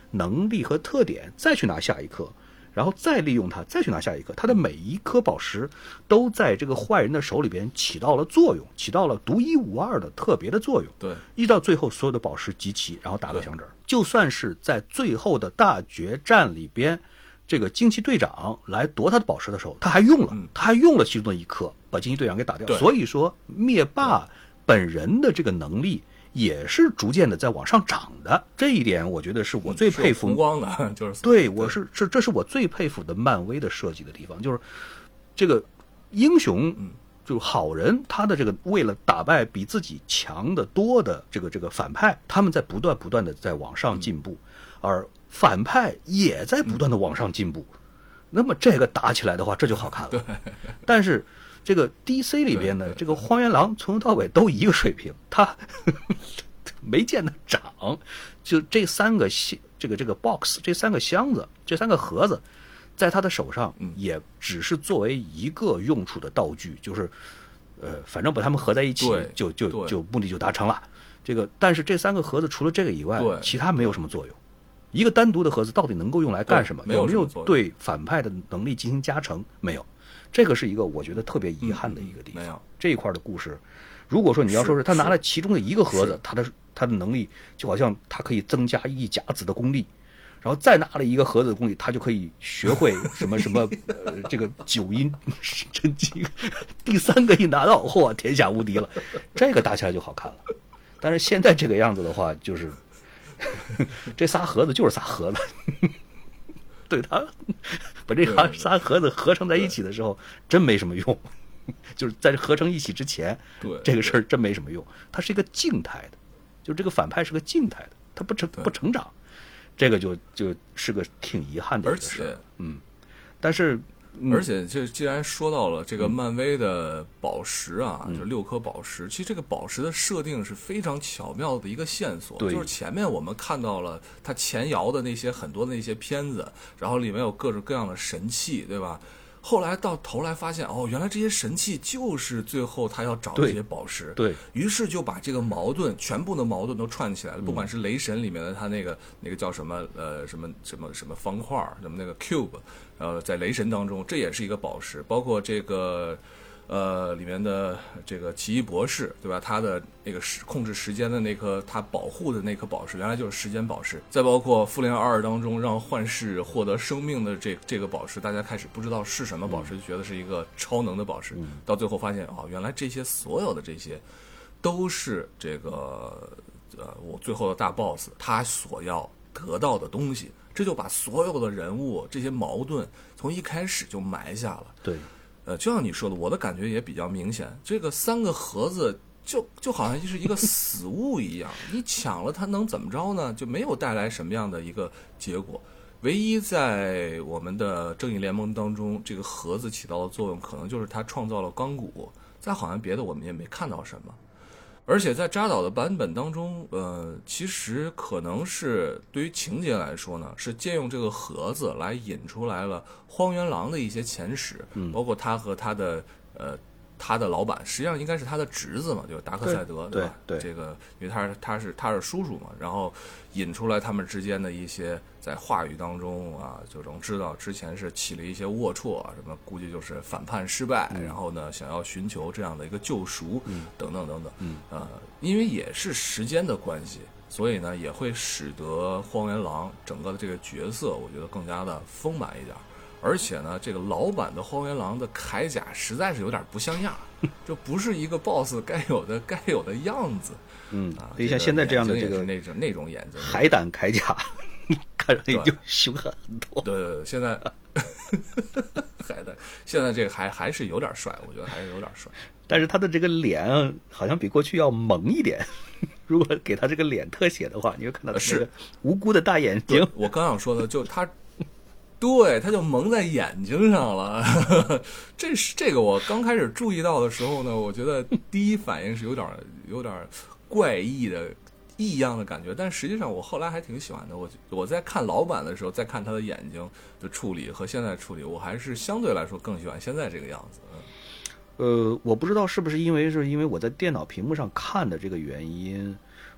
能力和特点，再去拿下一颗，然后再利用它，再去拿下一颗。它的每一颗宝石都在这个坏人的手里边起到了作用，起到了独一无二的特别的作用。 对， 一直到最后所有的宝石集齐，然后打个响指。就算是在最后的大决战里边，这个惊奇队长来夺他的宝石的时候，他还用了， 嗯、 他还用了其中的一颗，把惊奇队长给打掉。所以说，灭霸本人的这个能力也是逐渐的在往上涨的。这一点，我觉得是我最佩服。 红光的，就是对，我是这这是我最佩服的漫威的设计的地方，就是这个英雄。 嗯就是好人，他的这个为了打败比自己强得多的这个这个反派，他们在不断不断的在往上进步，而反派也在不断的往上进步。那么这个打起来的话，这就好看了。但是这个 D C 里边呢，这个荒原狼从头到尾都一个水平，他没见他长。就这三个这个这个 box， 这三个箱子，这三个盒子。在他的手上也只是作为一个用处的道具，就是呃反正把它们合在一起就就就目的就达成了。这个但是这三个盒子除了这个以外，其他没有什么作用。一个单独的盒子到底能够用来干什么？有没有对反派的能力进行加成？没有。这个是一个我觉得特别遗憾的一个地方。 没有这一块的故事，如果说你要说是他拿了其中的一个盒子，他的他的能力就好像他可以增加一甲子的功力。然后再拿了一个盒子的功力，他就可以学会什么什么呃这个九阴真经。第三个一拿到，嚯，天下无敌了，这个打起来就好看了。但是现在这个样子的话，就是这仨盒子就是仨盒子，对他把这仨仨盒子合成在一起的时候，真没什么用。就是在合成一起之前， 对这个事儿真没什么用。它是一个静态的，就这个反派是个静态的，他不成不成长。这个就就是个挺遗憾的一个事，而且，嗯，但是， 嗯、而且这既然说到了这个漫威的宝石啊，嗯、就六颗宝石，其实这个宝石的设定是非常巧妙的一个线索，就是前面我们看到了他前摇的那些很多的那些片子，然后里面有各种各样的神器，对吧？后来到头来发现，哦，原来这些神器就是最后他要找这些宝石， 对， 于是就把这个矛盾，全部的矛盾都串起来了。嗯、不管是雷神里面的他那个那个叫什么呃什么什么什么方块，什么那个 cube， 呃，在雷神当中这也是一个宝石，包括这个呃里面的这个奇异博士，对吧？他的那个时控制时间的那颗他保护的那颗宝石，原来就是时间宝石。再包括复联二当中让幻视获得生命的这这个宝石，大家开始不知道是什么宝石，就觉得是一个超能的宝石，嗯、到最后发现哦，原来这些所有的这些都是这个呃我最后的大 boss 他所要得到的东西，这就把所有的人物这些矛盾从一开始就埋下了。 对。 呃，就像你说的，我的感觉也比较明显。这个三个盒子就就好像就是一个死物一样，你抢了它能怎么着呢？就没有带来什么样的一个结果。唯一在我们的正义联盟当中，这个盒子起到的作用，可能就是它创造了钢骨。再好像别的我们也没看到什么。而且在扎导的版本当中，呃，其实可能是对于情节来说呢，是借用这个盒子来引出来了荒原狼的一些前史， 嗯、 包括他和他的呃他的老板，实际上应该是他的侄子嘛，就是达克赛德， 对, 对吧？ 对， 这个因为他是他是他是叔叔嘛，然后引出来他们之间的一些在话语当中啊，就能知道之前是起了一些龌龊啊，什么估计就是反叛失败， 嗯、 然后呢想要寻求这样的一个救赎， 嗯、 等等等等， 嗯呃，因为也是时间的关系，所以呢也会使得荒原狼整个的这个角色，我觉得更加的丰满一点。而且呢，这个老版的荒原狼的铠甲实在是有点不像样，这不是一个 boss 该有的该有的样子。 嗯啊， 所以像现在这样的这个那种那种眼睛， 海胆铠甲，看上去就凶狠很多。 对对对，现在海胆现在这个还还是有点帅，我觉得还是有点帅。 但是他的这个脸好像比过去要萌一点。如果给他这个脸特写的话，你会看到他这个无辜的大眼睛。 我刚想说的，就他。对，他就蒙在眼睛上了。这是这个我刚开始注意到的时候呢，我觉得第一反应是有点有点怪异的异样的感觉，但实际上我后来还挺喜欢的。我我在看老版的时候，再看他的眼睛的处理和现在处理，我还是相对来说更喜欢现在这个样子。 呃，我不知道是不是因为是因为我在电脑屏幕上看的这个原因。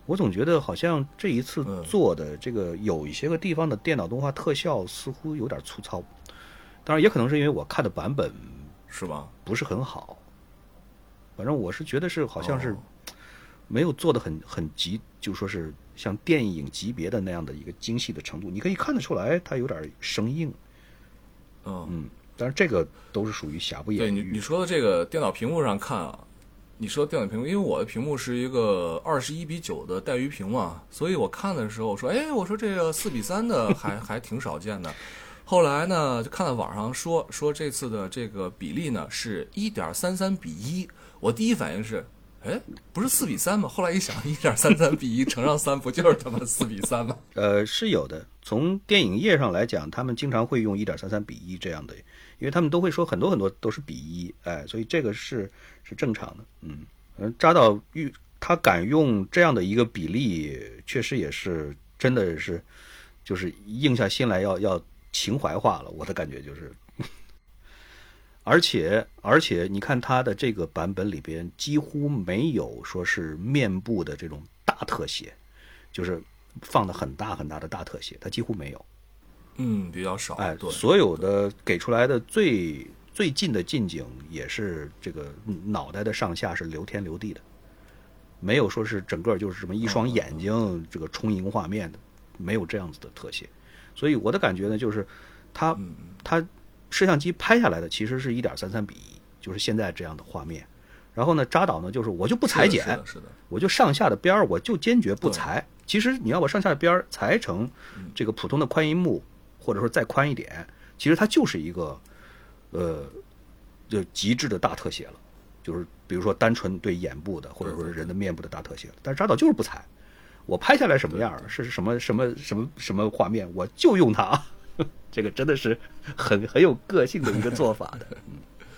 我总觉得好像这一次做的这个有一些个地方的电脑动画特效似乎有点粗糙，当然也可能是因为我看的版本是吧？ 不是很好，反正我是觉得是好像是没有做的很很极，就说是像电影级别的那样的一个精细的程度，你可以看得出来它有点生硬。 嗯嗯，但是这个都是属于瑕不掩瑜。 对你你说的这个电脑屏幕上看啊。你说电脑屏幕，因为我的屏幕是一个二十一比九的带鱼屏嘛，所以我看的时候说，哎，我说这个四比三的还还挺少见的。后来呢，就看到网上说说这次的这个比例呢是一点三三比一，我第一反应是，哎，不是四比三吗？后来一想，一点三三比一乘上三，不就是他妈四比三吗？ 呃，是有的。从电影业上来讲，他们经常会用一点三三比一这样的，因为他们都会说很多很多都是比一，哎，所以这个是是正常的。嗯，嗯，扎导玉他敢用这样的一个比例，确实也是真的是就是硬下心来要要情怀化了，我的感觉就是。而且而且你看他的这个版本里边几乎没有说是面部的这种大特写，就是放的很大很大的大特写，它几乎没有。 嗯，比较少。 哎， 对， 所有的给出来的最最近的近景也是这个脑袋的上下是流天流地的，没有说是整个就是什么一双眼睛这个充盈画面的，没有这样子的特写。所以我的感觉呢，就是他他摄像机拍下来的其实是一点三三比一，就是现在这样的画面。然后呢，扎导呢就是我就不裁剪， 是的，是的， 我就上下的边儿我就坚决不裁。其实你要把上下的边儿裁成这个普通的宽银幕，或者说再宽一点，其实它就是一个呃就极致的大特写了，就是比如说单纯对眼部的或者说人的面部的大特写了。但是扎导就是不裁，我拍下来什么样是什么什么什么什么画面，我就用它。这个真的是很很有个性的一个做法的。嗯，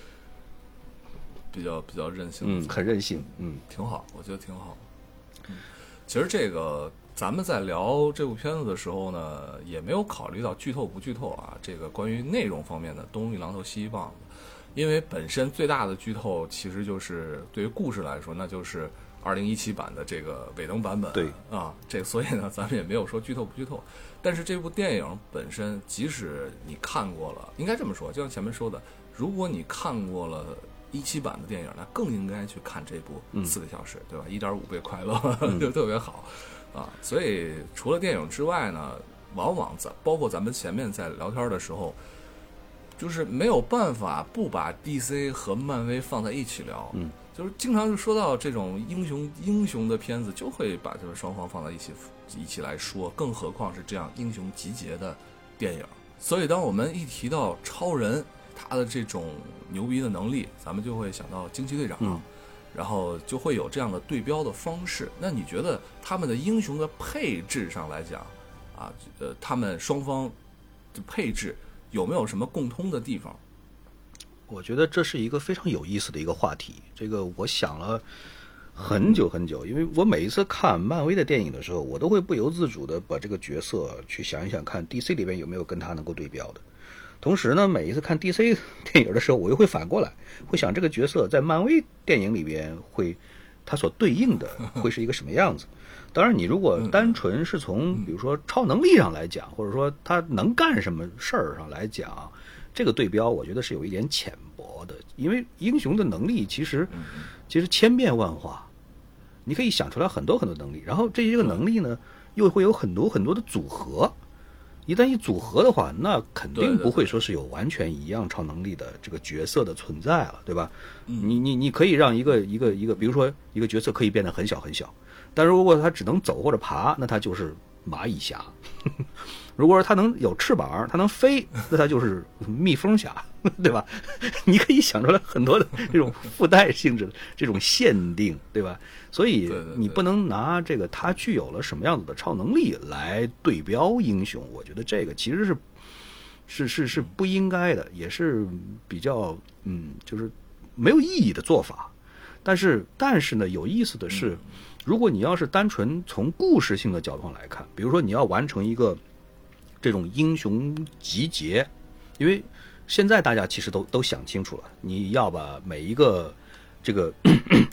比较比较任性， 嗯，很任性，嗯， 挺好，我觉得挺好。嗯，其实这个咱们在聊这部片子的时候呢，也没有考虑到剧透不剧透啊，这个关于内容方面的东一榔头西一棒子，因为本身最大的剧透其实就是对于故事来说，那就是二零一七版的这个尾灯版本， 对啊，这所以呢，咱们也没有说剧透不剧透。但是这部电影本身，即使你看过了，应该这么说，就像前面说的，如果你看过了一七版的电影，那更应该去看这部四个小时，嗯、对吧？一点五倍快乐、嗯、就特别好啊。所以除了电影之外呢，往往咱包括咱们前面在聊天的时候，就是没有办法不把 D C 和漫威放在一起聊。 嗯。 就是经常就说到这种英雄英雄的片子，就会把这个双方放在一起一起来说，更何况是这样英雄集结的电影。所以当我们一提到超人他的这种牛逼的能力，咱们就会想到惊奇队长、嗯、然后就会有这样的对标的方式。那你觉得他们的英雄的配置上来讲啊，呃，他们双方的配置有没有什么共通的地方？ 我觉得这是一个非常有意思的一个话题，这个我想了很久很久，因为我每一次看漫威的电影的时候，我都会不由自主的把这个角色去想一想，看 D C 里边有没有跟他能够对标的。同时呢，每一次看 D C 电影的时候，我又会反过来会想这个角色在漫威电影里边会他所对应的会是一个什么样子。当然你如果单纯是从比如说超能力上来讲，或者说他能干什么事儿上来讲，这个对标我觉得是有一点浅薄的，因为英雄的能力其实其实千变万化，你可以想出来很多很多能力，然后这些个能力呢又会有很多很多的组合，一旦一组合的话，那肯定不会说是有完全一样超能力的这个角色的存在了，对吧？你你你可以让一个一个一个，比如说一个角色可以变得很小很小，但如果他只能走或者爬，那他就是蚂蚁侠。如果说它能有翅膀，它能飞，那它就是蜜蜂侠，对吧？你可以想出来很多的这种附带性质的这种限定，对吧？所以你不能拿这个它具有了什么样子的超能力来对标英雄，我觉得这个其实是是是是不应该的，也是比较嗯，就是没有意义的做法。但是但是呢，有意思的是，如果你要是单纯从故事性的角度上来看，比如说你要完成一个这种英雄集结，因为现在大家其实都都想清楚了，你要把每一个这个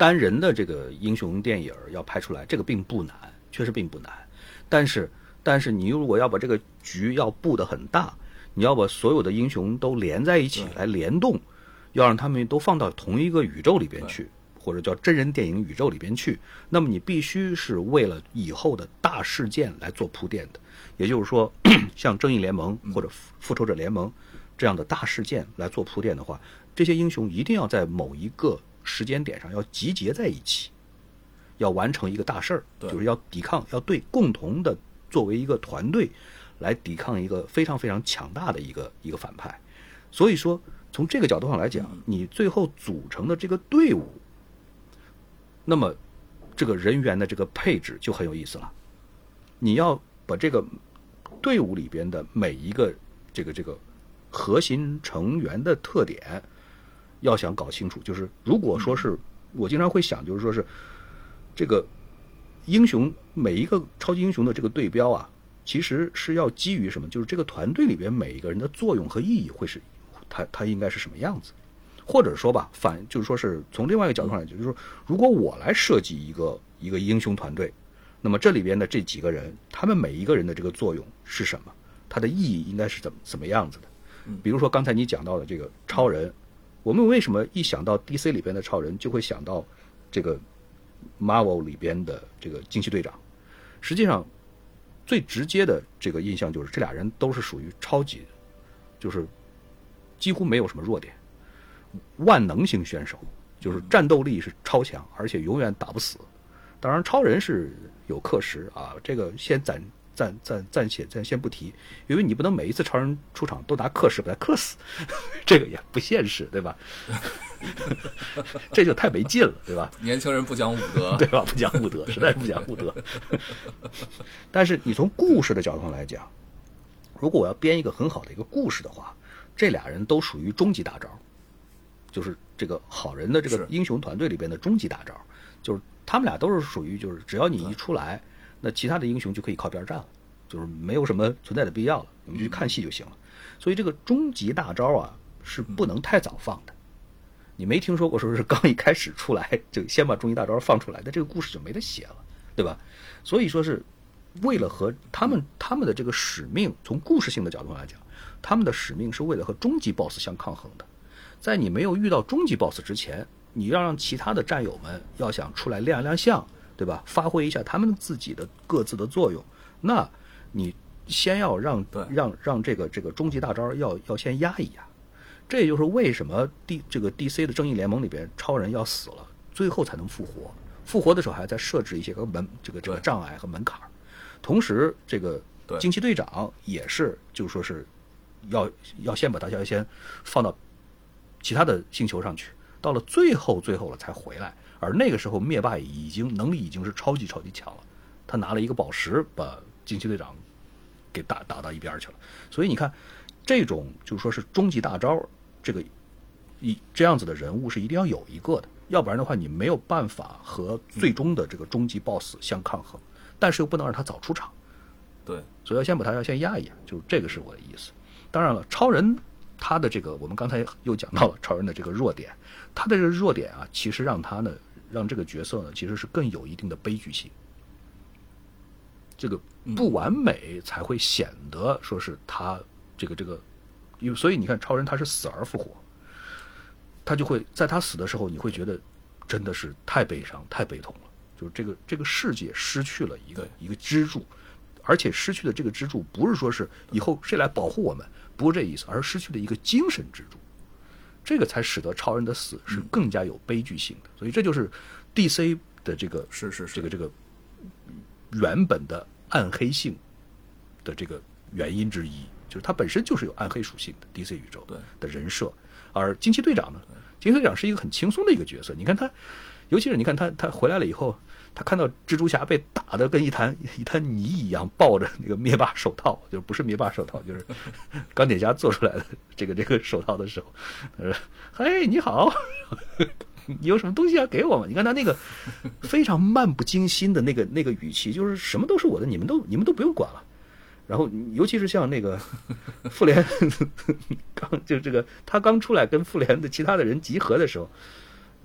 单人的这个英雄电影要拍出来，这个并不难，确实并不难。但是，但是你如果要把这个局要布得很大，你要把所有的英雄都连在一起来联动，要让他们都放到同一个宇宙里边去，或者叫真人电影宇宙里边去，那么你必须是为了以后的大事件来做铺垫的。也就是说，像正义联盟或者复仇者联盟这样的大事件来做铺垫的话，这些英雄一定要在某一个时间点上要集结在一起，要完成一个大事儿，就是要抵抗，要对共同的作为一个团队来抵抗一个非常非常强大的一个一个反派。所以说，从这个角度上来讲，你最后组成的这个队伍，那么这个人员的这个配置就很有意思了。你要把这个队伍里边的每一个这个这个核心成员的特点要想搞清楚，就是如果说是我经常会想，就是说是这个英雄每一个超级英雄的这个对标啊，其实是要基于什么？就是这个团队里边每一个人的作用和意义会是他他应该是什么样子，或者说吧，反就是说是从另外一个角度上来讲，就是说如果我来设计一个一个英雄团队，那么这里边的这几个人，他们每一个人的这个作用是什么？它的意义应该是怎么怎么样子的？比如说刚才你讲到的这个超人，我们为什么一想到 D C 里边的超人，就会想到这个 Marvel 里边的这个惊奇队长？实际上，最直接的这个印象就是这俩人都是属于超级，就是几乎没有什么弱点，万能型选手，就是战斗力是超强，而且永远打不死。当然，超人是有克时啊，这个先暂暂暂暂且暂先不提，因为你不能每一次超人出场都拿克时把他克死，这个也不现实，对吧？这就太没劲了，对吧？ 年轻人不讲武德， 对吧？不讲武德，实在是不讲武德。但是你从故事的角度上来讲，如果我要编一个很好的一个故事的话，这俩人都属于终极大招，就是这个好人的这个英雄团队里边的终极大招，就是他们俩都是属于就是只要你一出来，那其他的英雄就可以靠边站了，就是没有什么存在的必要了，你们就去看戏就行了。所以这个终极大招啊是不能太早放的。你没听说过说是刚一开始出来就先把终极大招放出来，那这个故事就没得写了，对吧？所以说是为了和他们他们的这个使命，从故事性的角度来讲，他们的使命是为了和终极 boss 相抗衡的。在你没有遇到终极 boss 之前，你要让其他的战友们要想出来亮亮相，对吧？发挥一下他们自己的各自的作用，那你先要让让让这个这个终极大招要要先压一压。这也就是为什么 D 这个 D C 的正义联盟里边超人要死了，最后才能复活。复活的时候还在设置一些个门这个这个障碍和门槛。同时，这个惊奇队长也是，就是说是要要先把他要先放到其他的星球上去，到了最后最后了才回来。而那个时候灭霸已经能力已经是超级超级强了，他拿了一个宝石把惊奇队长给打打到一边去了。所以你看，这种就是说是终极大招。这个一这样子的人物是一定要有一个的，要不然的话你没有办法和最终的这个终极 boss 相抗衡，但是又不能让他早出场。 对， 所以要先把他要先压一压，就是这个是我的意思。当然了，超人他的这个我们刚才又讲到了超人的这个弱点，他的这个弱点啊，其实让他呢让这个角色呢其实是更有一定的悲剧性。这个不完美才会显得说是他这个这个。因为所以你看，超人他是死而复活，他就会在他死的时候，你会觉得真的是太悲伤、太悲痛了。就是这个这个世界失去了一个一个支柱，而且失去的这个支柱不是说是以后谁来保护我们，不是这意思，而是失去了一个精神支柱。这个才使得超人的死是更加有悲剧性的。所以这就是 D C 的这个是是是这个这个原本的暗黑性的这个原因之一。就是它本身就是有暗黑属性的 D C 宇宙的人设，而惊奇队长呢，惊奇队长是一个很轻松的一个角色。你看他，尤其是你看他，他回来了以后，他看到蜘蛛侠被打得跟一滩一滩泥一样，抱着那个灭霸手套，就是不是灭霸手套，就是钢铁侠做出来的这个这个手套的时候，他说：“嘿，你好，你有什么东西要给我吗？”你看他那个非常漫不经心的那个那个语气，就是什么都是我的，你们都你们都不用管了。然后，尤其是像那个复联刚就这个他刚出来跟复联的其他的人集合的时候，哦，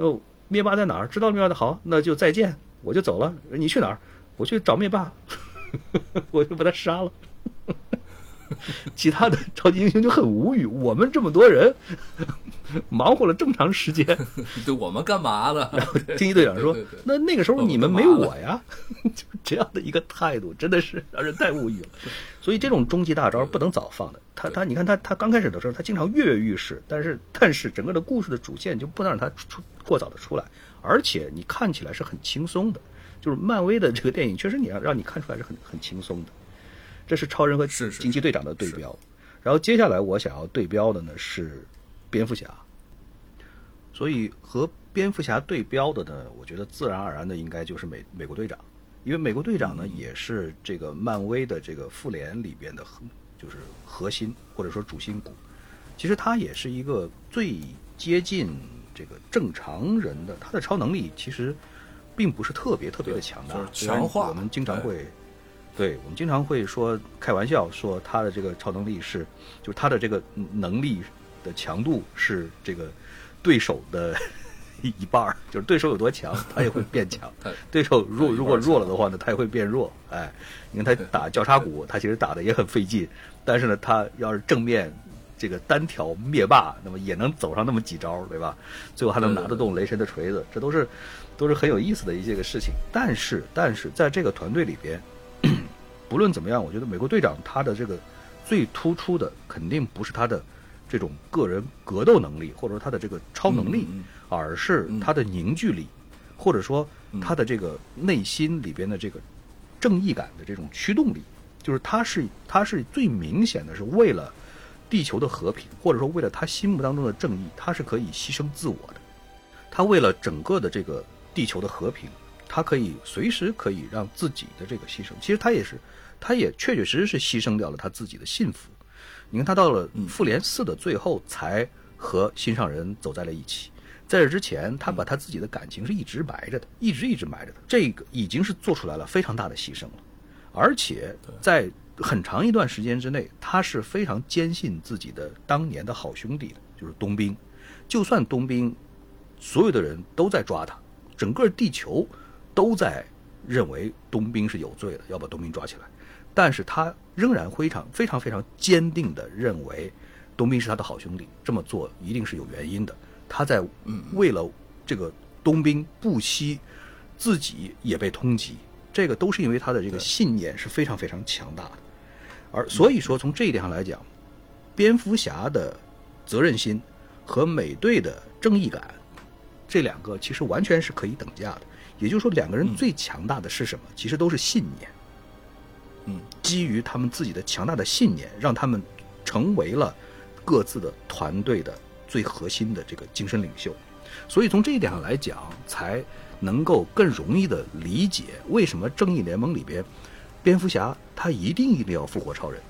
灭霸在哪儿？知道灭霸的好，那就再见，我就走了。你去哪儿？我去找灭霸，我就把他杀了。其他的超级英雄就很无语，我们这么多人忙活了这么长时间， 对我们干嘛呢？ 然后惊奇队长说：“ 对对对那那个时候你们没我呀。”就是这样的一个态度，真的是让人太无语了。所以这种终极大招不能早放的。他他，你看他他刚开始的时候，他经常跃跃欲试，但是但是整个的故事的主线就不能让他出过早的出来，而且你看起来是很轻松的。就是漫威的这个电影，确实你要让你看出来是很很轻松的。这是超人和惊奇队长的对标，是是是，然后接下来我想要对标的呢是蝙蝠侠，所以和蝙蝠侠对标的呢，我觉得自然而然的应该就是美美国队长，因为美国队长呢、嗯、也是这个漫威的这个复联里边的就是核心或者说主心骨，其实他也是一个最接近这个正常人的，他的超能力其实并不是特别特别的强大， 就是强化， 我们经常会。对，我们经常会说开玩笑说他的这个超能力是，就是他的这个能力的强度是这个对手的一半，就是对手有多强，他也会变强；对手弱如果弱了的话呢，他也会变弱。哎，你看他打交叉骨，他其实打的也很费劲，但是呢，他要是正面这个单挑灭霸，那么也能走上那么几招，对吧？最后还能拿得动雷神的锤子，这都是都是很有意思的一些个事情。但是，但是在这个团队里边。不论怎么样，我觉得美国队长他的这个最突出的肯定不是他的这种个人格斗能力，或者说他的这个超能力， 嗯嗯、 而是他的凝聚力，嗯、或者说他的这个内心里边的这个正义感的这种驱动力。就是他是他是最明显的是为了地球的和平，或者说为了他心目当中的正义，他是可以牺牲自我的。他为了整个的这个地球的和平。他可以随时可以让自己的这个牺牲，其实他也是，他也确确实实是牺牲掉了他自己的幸福。你看他到了复联四的最后才和心上人走在了一起，在这之前他把他自己的感情是一直埋着的，一直一直埋着的，这个已经是做出来了非常大的牺牲了。而且在很长一段时间之内，他是非常坚信自己的当年的好兄弟的，就是冬兵。就算冬兵所有的人都在抓他，整个地球都在认为冬兵是有罪的，要把冬兵抓起来，但是他仍然非常非常非常坚定地认为冬兵是他的好兄弟，这么做一定是有原因的。他在为了这个冬兵不惜自己也被通缉，这个都是因为他的这个信念是非常非常强大的。而所以说从这一点上来讲，蝙蝠侠的责任心和美队的正义感，这两个其实完全是可以等价的。也就是说，两个人最强大的是什么？其实都是信念。嗯，基于他们自己的强大的信念，让他们成为了各自的团队的最核心的这个精神领袖。所以从这一点上来讲，才能够更容易的理解为什么正义联盟里边，蝙蝠侠他一定一定要复活超人，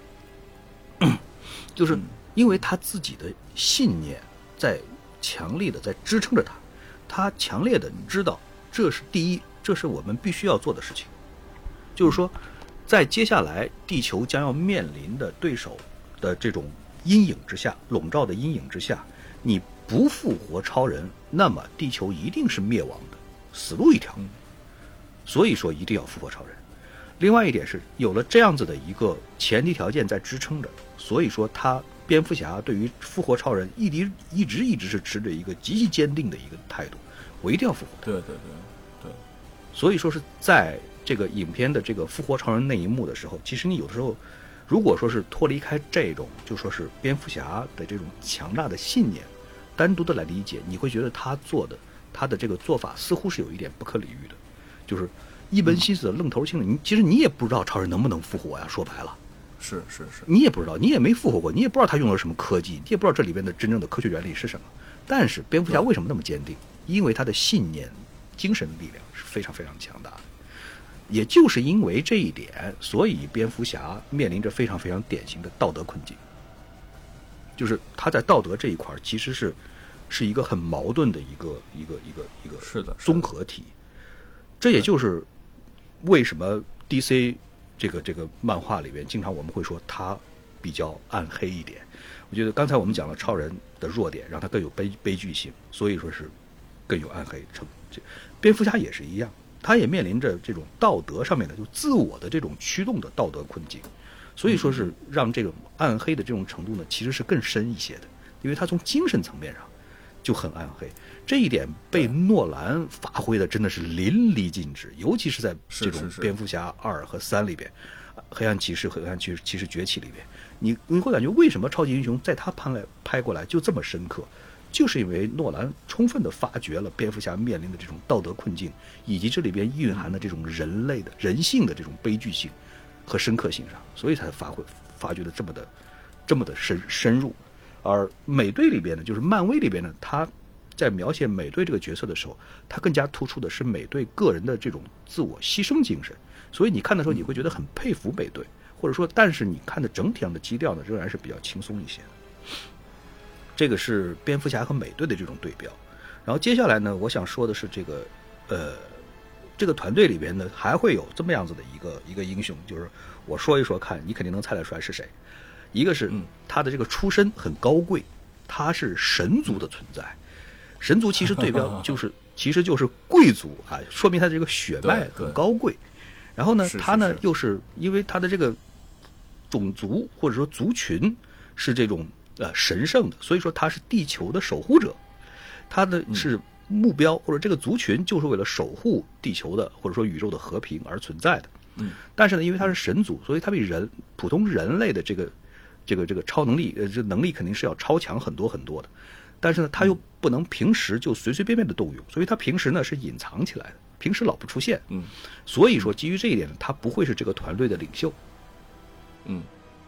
就是因为他自己的信念在强力的在支撑着他，他强烈的知道。这是第一，这是我们必须要做的事情。就是说，在接下来地球将要面临的对手的这种阴影之下，笼罩的阴影之下，你不复活超人，那么地球一定是灭亡的，死路一条。所以说，一定要复活超人。另外一点是，有了这样子的一个前提条件在支撑着，所以说他蝙蝠侠对于复活超人一直一直一直是持着一个极其坚定的一个态度。我一定要复活他。 对对对对， 所以说是在这个影片的这个复活超人那一幕的时候，其实你有的时候，如果说是脱离开这种，就说是蝙蝠侠的这种强大的信念，单独的来理解，你会觉得他做的他的这个做法似乎是有一点不可理喻的，就是一门心思的愣头青的。你其实你也不知道超人能不能复活呀，说白了。 是是是， 你也不知道，你也没复活过，你也不知道他用了什么科技，你也不知道这里边的真正的科学原理是什么。但是蝙蝠侠为什么那么坚定？因为他的信念、精神力量是非常非常强大的。也就是因为这一点，所以蝙蝠侠面临着非常非常典型的道德困境，就是他在道德这一块其实是是一个很矛盾的一个一个一个一个是的综合体。这也就是为什么 D C 这个这个漫画里边经常我们会说他比较暗黑一点。我觉得刚才我们讲了超人的弱点，让他更有悲悲剧性，所以说是更有暗黑。成这蝙蝠侠也是一样，他也面临着这种道德上面的就自我的这种驱动的道德困境，所以说是让这种暗黑的这种程度呢，其实是更深一些的，因为他从精神层面上就很暗黑，这一点被诺兰发挥的真的是淋漓尽致，尤其是在这种蝙蝠侠二和三里边，黑暗骑士和黑暗骑士骑士崛起里边，你你会感觉为什么超级英雄在他拍来拍过来就这么深刻，就是因为诺兰充分的发掘了蝙蝠侠面临的这种道德困境，以及这里边蕴含的这种人类的人性的这种悲剧性和深刻性上，所以才发挥发掘的这么的这么的深深入。而美队里边呢，就是漫威里边呢，他在描写美队这个角色的时候，他更加突出的是美队个人的这种自我牺牲精神，所以你看的时候你会觉得很佩服美队，或者说但是你看的整体上的基调呢，仍然是比较轻松一些的。这个是蝙蝠侠和美队的这种对标。然后接下来呢，我想说的是这个呃这个团队里边呢，还会有这么样子的一个一个英雄，就是我说一说看你肯定能猜得出来是谁。一个是他的这个出身很高贵，他是神族的存在。神族其实对标就是其实就是贵族啊，说明他的这个血脉很高贵。然后呢，他呢又是因为他的这个种族或者说族群是这种呃神圣的，所以说他是地球的守护者。他的是目标或者这个族群就是为了守护地球的或者说宇宙的和平而存在的。 嗯， 但是呢，因为他是神族，所以他比人普通人类的这个这个这个超能力，呃，这能力肯定是要超强很多很多的。但是呢，他又不能平时就随随便便的动用，所以他平时呢是隐藏起来的，平时老不出现。 嗯， 所以说基于这一点呢，他不会是这个团队的领袖。 嗯，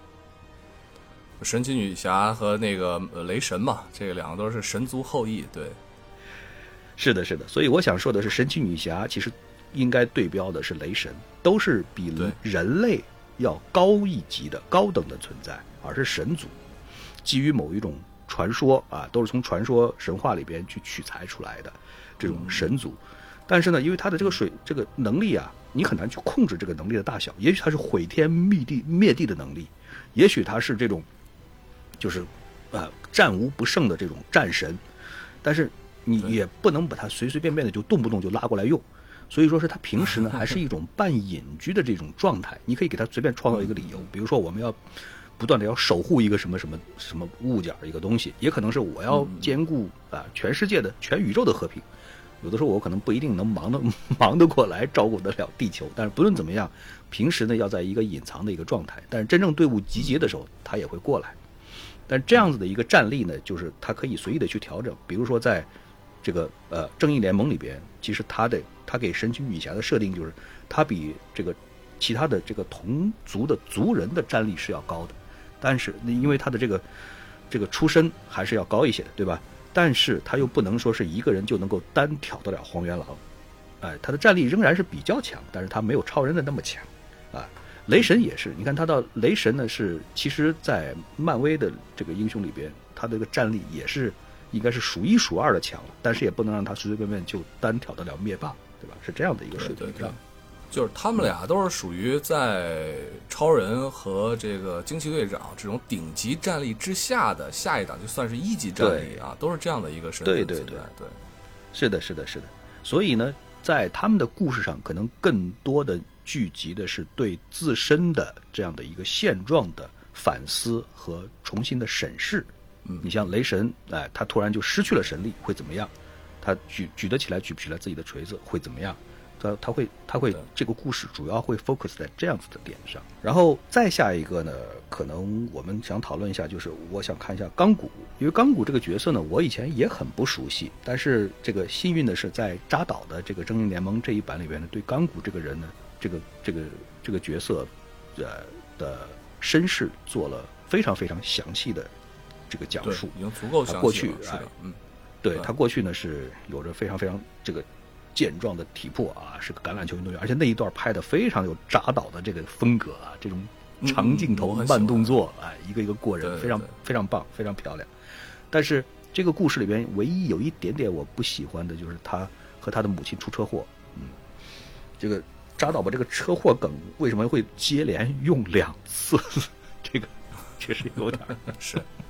神奇女侠和那个雷神嘛，这个两个都是神族后裔。对， 是的，是的。所以我想说的是，神奇女侠其实应该对标的是雷神，都是比人类要高一级的高等的存在，而是神族，基于某一种传说啊，都是从传说神话里边去取材出来的这种神族。但是呢，因为他的这个水这个能力啊，你很难去控制这个能力的大小。也许他是毁天灭地灭地的能力，也许他是这种就是啊战无不胜的这种战神，但是你也不能把他随随便便的就动不动就拉过来用。所以说是他平时呢还是一种半隐居的这种状态，你可以给他随便创造一个理由，比如说我们要不断的要守护一个什么什么什么物件一个东西，也可能是我要兼顾啊全世界的全宇宙的和平。有的时候我可能不一定能忙得忙得过来照顾得了地球，但是不论怎么样，平时呢要在一个隐藏的一个状态，但是真正队伍集结的时候他也会过来。但这样子的一个战力呢，就是他可以随意的去调整，比如说在这个呃正义联盟里边，其实他的他给神奇女侠的设定就是他比这个其他的这个同族的族人的战力是要高的，但是因为他的这个这个出身还是要高一些的，对吧？但是他又不能说是一个人就能够单挑得了荒原狼，哎，他的战力仍然是比较强，但是他没有超人的那么强啊。雷神也是，你看他到雷神呢是其实在漫威的这个英雄里边，他的这个战力也是应该是数一数二的强了，但是也不能让他随随便便就单挑得了灭霸，对吧？是这样的一个水平上。 就是他们俩都是属于在超人和这个惊奇队长这种顶级战力之下的下一档，就算是一级战力啊，都是这样的一个身份。 对对对对， 是的，是的，是的。所以呢，在他们的故事上，可能更多的聚集的是对自身的这样的一个现状的反思和重新的审视。 嗯， 你像雷神，哎，他突然就失去了神力，会怎么样？他举举得起来，举不起来自己的锤子，会怎么样？他他会他会这个故事主要会 focus 在这样子的点上。然后再下一个呢，可能我们想讨论一下，就是我想看一下钢骨，因为钢骨这个角色呢，我以前也很不熟悉，但是这个幸运的是，在扎导的这个正义联盟这一版里边呢，对钢骨这个人呢，这个这个这个角色，呃的身世做了非常非常详细的这个讲述， 已经足够详细了。 过去是的，嗯， 对他过去呢是有着非常非常这个健壮的体魄啊，是个橄榄球运动员，而且那一段拍的非常有扎导的这个风格啊，这种长镜头、 嗯、 慢动作，哎，一个一个过人， 对对对， 非常非常棒，非常漂亮。但是这个故事里边唯一有一点点我不喜欢的就是他和他的母亲出车祸。嗯，这个扎导把这个车祸梗为什么会接连用两次？这个确实有点是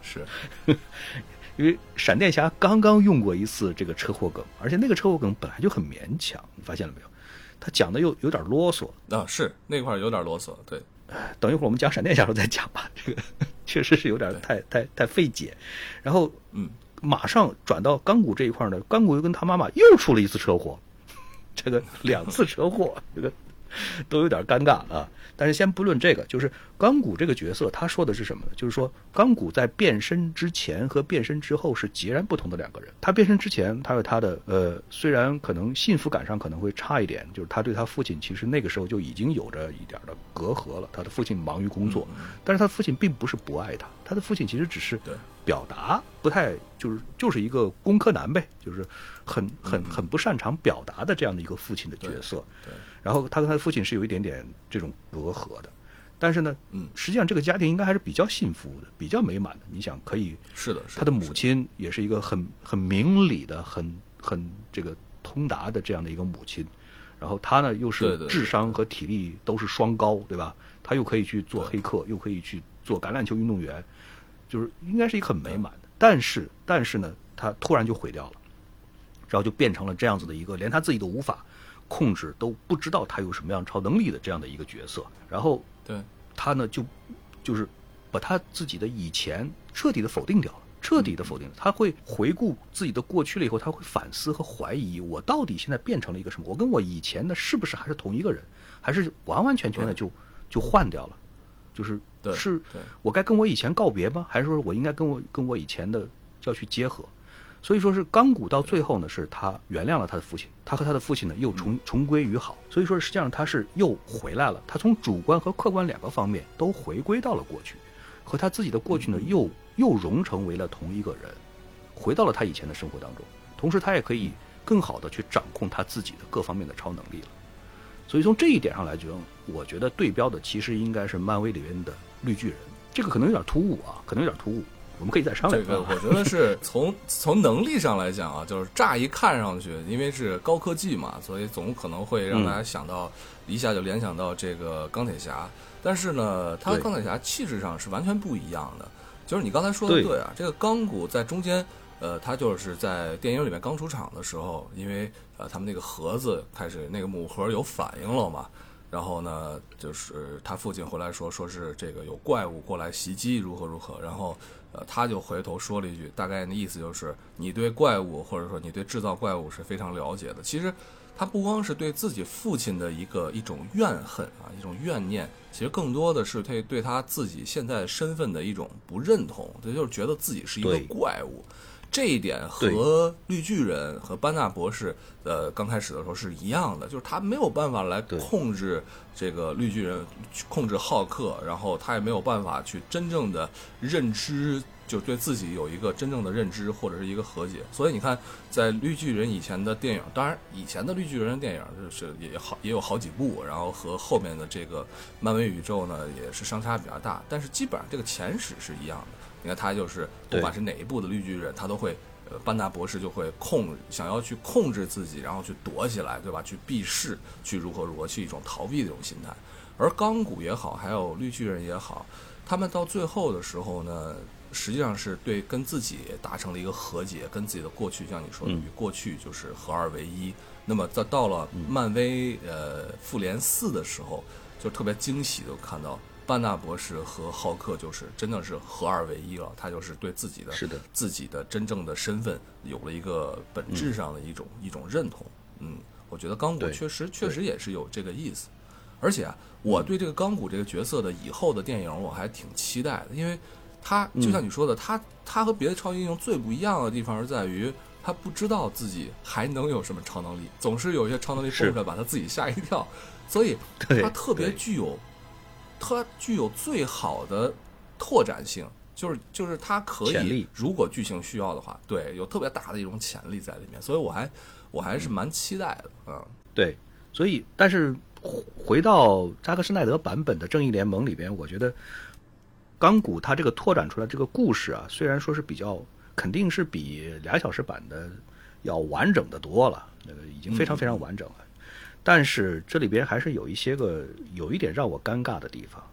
是， 因为闪电侠刚刚用过一次这个车祸梗，而且那个车祸梗本来就很勉强，你发现了没有？他讲的又有点啰嗦啊，是那块有点啰嗦，对。 等一会儿我们讲闪电侠时候再讲吧，这个确实是有点太太太费解。然后， 嗯， 马上转到钢骨这一块呢，钢骨又跟他妈妈又出了一次车祸，这个两次车祸，这个都有点尴尬啊。但是先不论这个，就是钢骨这个角色，他说的是什么呢？就是说钢骨在变身之前和变身之后是截然不同的两个人。他变身之前，他有他的呃，虽然可能幸福感上可能会差一点，就是他对他父亲其实那个时候就已经有着一点的隔阂了。他的父亲忙于工作，但是他父亲并不是不爱他，他的父亲其实只是表达不太，就是就是一个工科男呗，就是很很很不擅长表达的这样的一个父亲的角色。 对。对然后他跟他的父亲是有一点点这种隔阂的，但是呢， 嗯， 实际上这个家庭应该还是比较幸福的，比较美满的。你想，可以是的， 他的母亲也是一个很很明理的、很很这个通达的这样的一个母亲，然后他呢又是智商和体力都是双高，对吧？他又可以去做黑客，又可以去做橄榄球运动员，就是应该是一个很美满的。但是，但是呢，他突然就毁掉了，然后就变成了这样子的一个连他自己都无法控制，都不知道他有什么样超能力的这样的一个角色。然后对他呢就就是把他自己的以前彻底的否定掉了，彻底的否定了。他会回顾自己的过去了以后，他会反思和怀疑，我到底现在变成了一个什么？我跟我以前的是不是还是同一个人，还是完完全全的就就换掉了？就是是我该跟我以前告别吗？还是说我应该跟我跟我以前的要去结合？所以说是钢骨到最后呢，是他原谅了他的父亲，他和他的父亲呢又重重归于好。所以说实际上他是又回来了，他从主观和客观两个方面都回归到了过去，和他自己的过去呢又又融成为了同一个人，回到了他以前的生活当中。同时他也可以更好的去掌控他自己的各方面的超能力了。所以从这一点上来讲，我觉得对标的其实应该是漫威里面的绿巨人。这个可能有点突兀啊，可能有点突兀。我们可以再商量。 这个我觉得是从从能力上来讲啊，就是乍一看上去，因为是高科技嘛，所以总可能会让大家想到、嗯、一下就联想到这个钢铁侠。但是呢，他和钢铁侠气质上是完全不一样的。就是你刚才说的对啊，这个钢骨在中间，呃，他就是在电影里面刚出场的时候，因为呃他们那个盒子开始那个母盒有反应了嘛。然后呢，就是他父亲回来说，说是这个有怪物过来袭击，如何如何。然后，呃，他就回头说了一句，大概的意思就是，你对怪物或者说你对制造怪物是非常了解的。其实，他不光是对自己父亲的一个一种怨恨啊，一种怨念，其实更多的是对对他自己现在身份的一种不认同，这就是觉得自己是一个怪物。这一点和绿巨人和班纳博士呃刚开始的时候是一样的，就是他没有办法来控制这个绿巨人，控制浩克，然后他也没有办法去真正的认知，就对自己有一个真正的认知或者是一个和解。所以你看，在绿巨人以前的电影，当然以前的绿巨人的电影就是也好也有好几部，然后和后面的这个漫威宇宙呢也是相差比较大，但是基本上这个前史是一样的。你看他就是不管是哪一部的绿巨人，他都会呃班纳博士就会控想要去控制自己，然后去躲起来，对吧？去避世，去如何如何，去一种逃避的这种心态。而钢骨也好，还有绿巨人也好，他们到最后的时候呢，实际上是对跟自己达成了一个和解，跟自己的过去，像你说的，与过去就是合二为一。那么在到了漫威呃复联四的时候，就特别惊喜的看到。班纳博士和浩克就是真的是合二为一了，他就是对自己的是的自己的真正的身份有了一个本质上的一种、嗯、一种认同。嗯，我觉得钢骨确实确实也是有这个意思。而且啊，我对这个钢骨这个角色的以后的电影我还挺期待的，因为他就像你说的，嗯、他他和别的超级英雄最不一样的地方是在于他不知道自己还能有什么超能力，总是有一些超能力蹦出来把他自己吓一跳，所以他特别具有。它具有最好的拓展性，就是就是它可以，如果剧情需要的话，对，有特别大的一种潜力在里面，所以我还我还是蛮期待的，嗯， 对，所以但是回到扎克施耐德版本的正义联盟里边，我觉得钢骨它这个拓展出来这个故事啊，虽然说是比较肯定是比俩小时版的要完整的多了，那个已经非常非常完整了。嗯，但是这里边还是有一些个有一点让我尴尬的地方，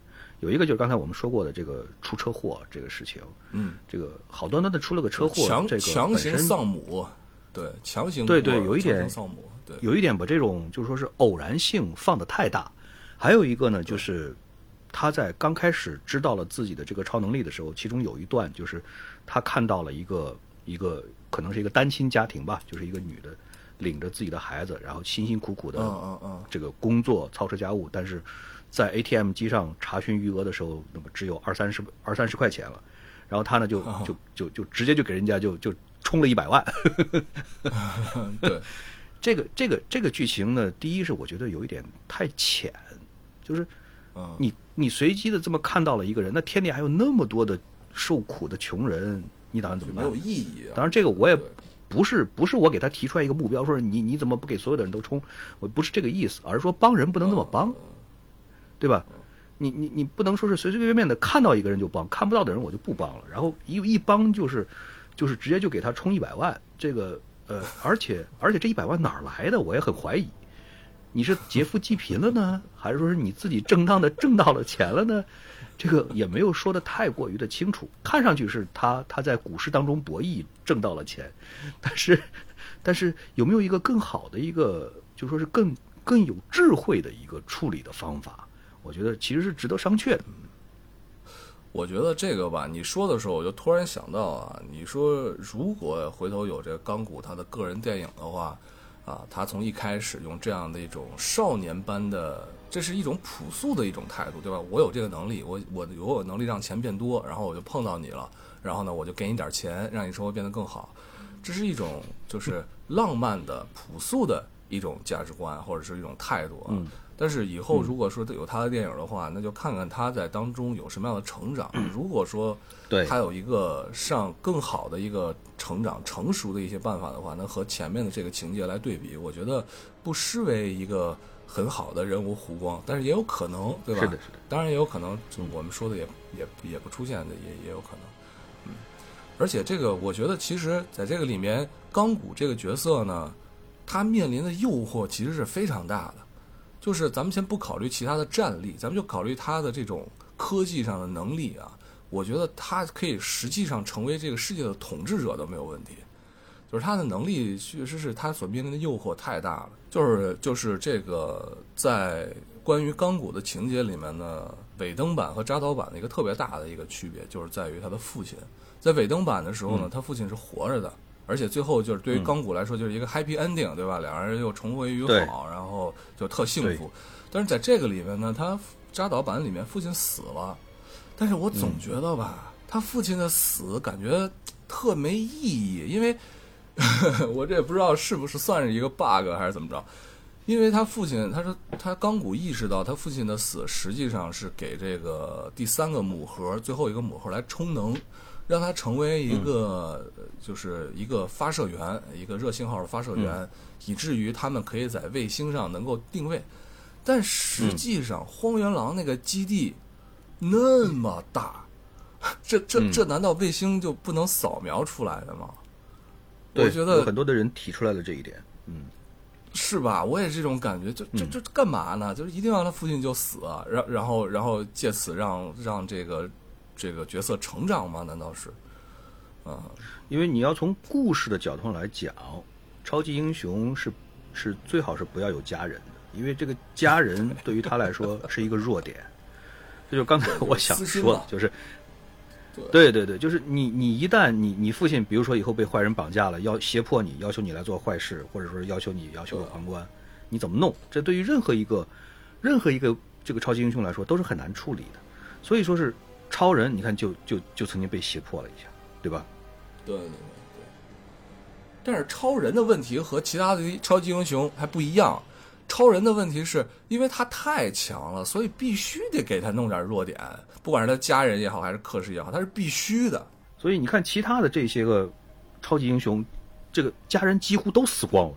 有一个就是刚才我们说过的这个出车祸这个事情， 嗯， 这个好端端的出了个车祸， 强这个强行本身丧母，对，强行对对，有一点强行丧母，对， 有一点把这种就是说是偶然性放得太大，还有一个呢，就是他在刚开始知道了自己的这个超能力的时候，其中有一段就是他看到了一个一个可能是一个单亲家庭吧，就是一个女的领着自己的孩子，然后辛辛苦苦的嗯嗯嗯这个工作操持家务，但是在 A T M 机上查询余额的时候，那么只有二三十二三十块钱了，然后他呢就就就就直接就给人家就就充了一百万。 对， 这个这个这个剧情呢，第一是我觉得有一点太浅，就是你你随机的这么看到了一个人，那天底还有那么多的受苦的穷人，你打算怎么办？ 没有意义啊。 当然，这个我也不是不是我给他提出来一个目标，说你你怎么不给所有的人都充？我不是这个意思，而是说帮人不能这么帮。对吧？你你你不能说是随随便便的看到一个人就帮，看不到的人我就不帮了。然后一一帮就是就是直接就给他充一百万，这个呃，而且而且这一百万哪儿来的？我也很怀疑。你是劫富济贫了呢，还是说是你自己正当的挣到了钱了呢？这个也没有说的太过于的清楚。看上去是他他在股市当中博弈挣到了钱，但是但是有没有一个更好的一个，就说是更更有智慧的一个处理的方法？我觉得其实是值得商榷的。 我觉得这个吧，你说的时候我就突然想到啊，你说如果回头有这个钢骨他的个人电影的话，啊，他从一开始用这样的一种少年般的，这是一种朴素的一种态度，对吧？我有这个能力，我我我有能力让钱变多，然后我就碰到你了，然后呢，我就给你点钱，让你生活变得更好。这是一种就是浪漫的、朴素的一种价值观或者是一种态度啊。 嗯但是以后如果说有他的电影的话，那就看看他在当中有什么样的成长。如果说他有一个上更好的一个成长、成熟的一些办法的话，那和前面的这个情节来对比，我觉得不失为一个很好的人物弧光。但是也有可能，对吧？ 是的，是的。 当然也有可能，就我们说的也也也不出现的，也也有可能。嗯，而且这个我觉得，其实在这个里面，钢骨这个角色呢，他面临的诱惑其实是非常大的。就是咱们先不考虑其他的战力，咱们就考虑他的这种科技上的能力啊，我觉得他可以实际上成为这个世界的统治者都没有问题。就是他的能力确实是他所面临的诱惑太大了。就是就是这个在关于钢骨的情节里面呢，尾灯版和扎导版的一个特别大的一个区别，就是在于他的父亲。在尾灯版的时候呢，他父亲是活着的。而且最后就是对于钢骨来说就是一个 happy ending， 对吧？两人又重归于好，然后就特幸福。但是在这个里面呢，他扎导版里面父亲死了，但是我总觉得吧，嗯、他父亲的死感觉特没意义，因为我这也不知道是不是算是一个 bug 还是怎么着。因为他父亲，他说他钢骨意识到他父亲的死实际上是给这个第三个母核最后一个母核来充能。让它成为一个，嗯、就是一个发射源，一个热信号的发射源，嗯、以至于他们可以在卫星上能够定位。但实际上，嗯、荒原狼那个基地那么大，这这这难道卫星就不能扫描出来的吗？ 对， 我觉得有很多的人提出来了这一点，嗯， 是吧？我也是这种感觉，就这这干嘛呢？就是一定让他父亲就死啊，然然后然后借此让让这个。这个角色成长吗？难道是？啊， 因为你要从故事的角度来讲，超级英雄是是最好是不要有家人的，因为这个家人对于他来说是一个弱点。这就刚才我想说的，就是对对对，就是你你一旦你你父亲，比如说以后被坏人绑架了，要胁迫你，要求你来做坏事，或者说要求你要求皇冠，你怎么弄？这对于任何一个任何一个这个超级英雄来说都是很难处理的。所以说是。超人，你看就就就曾经被胁迫了一下，对吧？ 对对对对。但是超人的问题和其他的超级英雄还不一样。超人的问题是因为他太强了，所以必须得给他弄点弱点，不管是他家人也好，还是克氏也好，他是必须的。 所以你看其他的这些个超级英雄，这个家人几乎都死光了，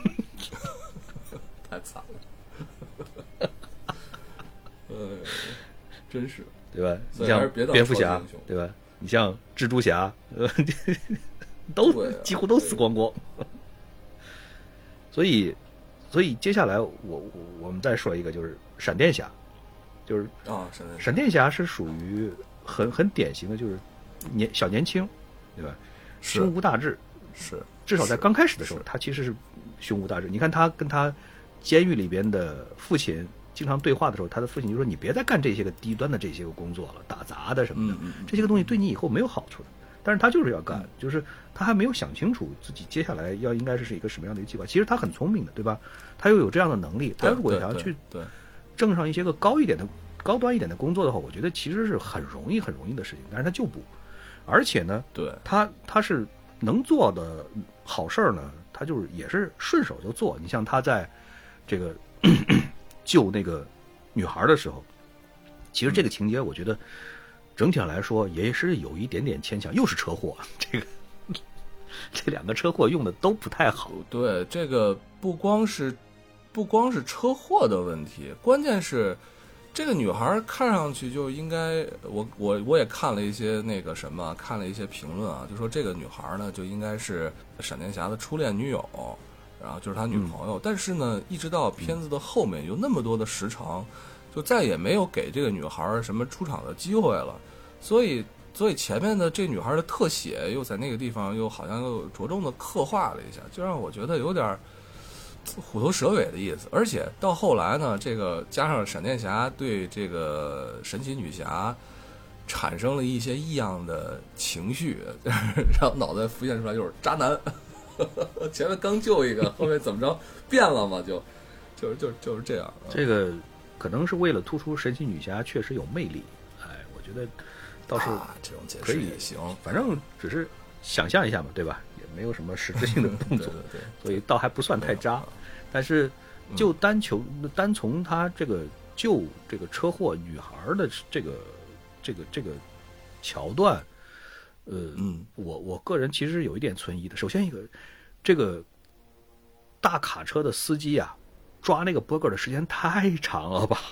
太惨了。呃，真是。 对吧？你像蝙蝠侠，对吧？你像蜘蛛侠，呃，都几乎都死光光。所以，所以接下来我我我们再说一个，就是闪电侠， 就是啊，闪电闪电侠是属于很很典型的，就是年小年轻，对吧？胸无大志， 是至少在刚开始的时候，他其实是胸无大志。你看他跟他监狱里边的父亲经常对话的时候，他的父亲就说：“你别再干这些个低端的这些个工作了，打杂的什么的， 嗯嗯、 这些个东西对你以后没有好处的。”但是他就是要干，嗯、就是他还没有想清楚自己接下来要应该是一个什么样的一个计划。其实他很聪明的，对吧？他又有这样的能力，他如果想要去挣上一些个高一点的、高端一点的工作的话，我觉得其实是很容易、很容易的事情。但是他就不，而且呢， 对他他是能做的好事儿呢，他就是也是顺手就做。你像他在这个救那个女孩的时候，其实这个情节我觉得。整体上来说也是有一点点牵强，又是车祸，这个这两个车祸用的都不太好。 对，这个不光是不光是车祸的问题，关键是这个女孩看上去就应该，我我我也看了一些那个什么，看了一些评论啊，就说这个女孩呢就应该是闪电侠的初恋女友，然后就是他女朋友，嗯、但是呢，一直到片子的后面有那么多的时长。就再也没有给这个女孩什么出场的机会了，所以，所以前面的这女孩的特写又在那个地方又好像又着重的刻画了一下，就让我觉得有点虎头蛇尾的意思。而且到后来呢，这个加上闪电侠对这个神奇女侠产生了一些异样的情绪，然后脑袋浮现出来就是渣男，前面刚救一个，后面怎么着变了嘛，就就是就就是这样。 这个。可能是为了突出神奇女侠确实有魅力，哎，我觉得倒是这种解释也行， 反正只是想象一下嘛，对吧？也没有什么实质性的动作， 对对对， 所以倒还不算太渣。但是就单求、嗯、单从他这个救这个车祸女孩的这个这个这个桥段，呃， 嗯， 我我个人其实有一点存疑的。首先一个，这个大卡车的司机啊。抓那个波哥的时间太长了吧？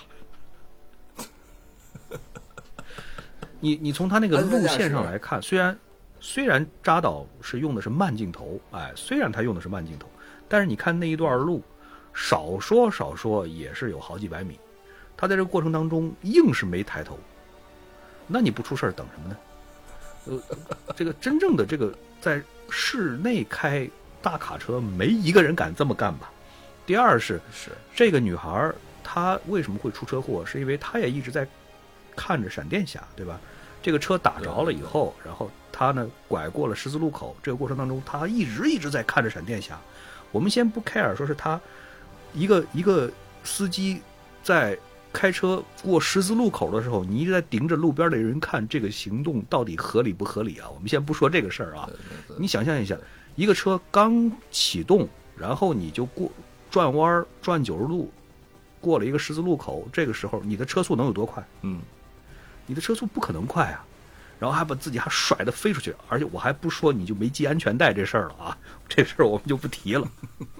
你你从他那个路线上来看，虽然虽然扎导是用的是慢镜头，哎，虽然他用的是慢镜头，但是你看那一段路，少说少说也是有好几百米，他在这个过程当中硬是没抬头，那你不出事等什么呢？呃，这个真正的这个在室内开大卡车，没一个人敢这么干吧？第二是是这个女孩她为什么会出车祸，是因为她也一直在看着闪电侠，对吧？这个车打着了以后，然后她呢拐过了十字路口，这个过程当中她一直一直在看着闪电侠。我们先不 care 说是她一个一个司机在开车过十字路口的时候，你一直在盯着路边的人看，这个行动到底合理不合理啊？我们先不说这个事儿啊，你想象一下，一个车刚启动，然后你就过转弯转九十度，过了一个十字路口，这个时候你的车速能有多快？ 嗯， 你的车速不可能快啊，然后还把自己还甩得飞出去，而且我还不说你就没系安全带这事儿了啊，这事儿我们就不提了。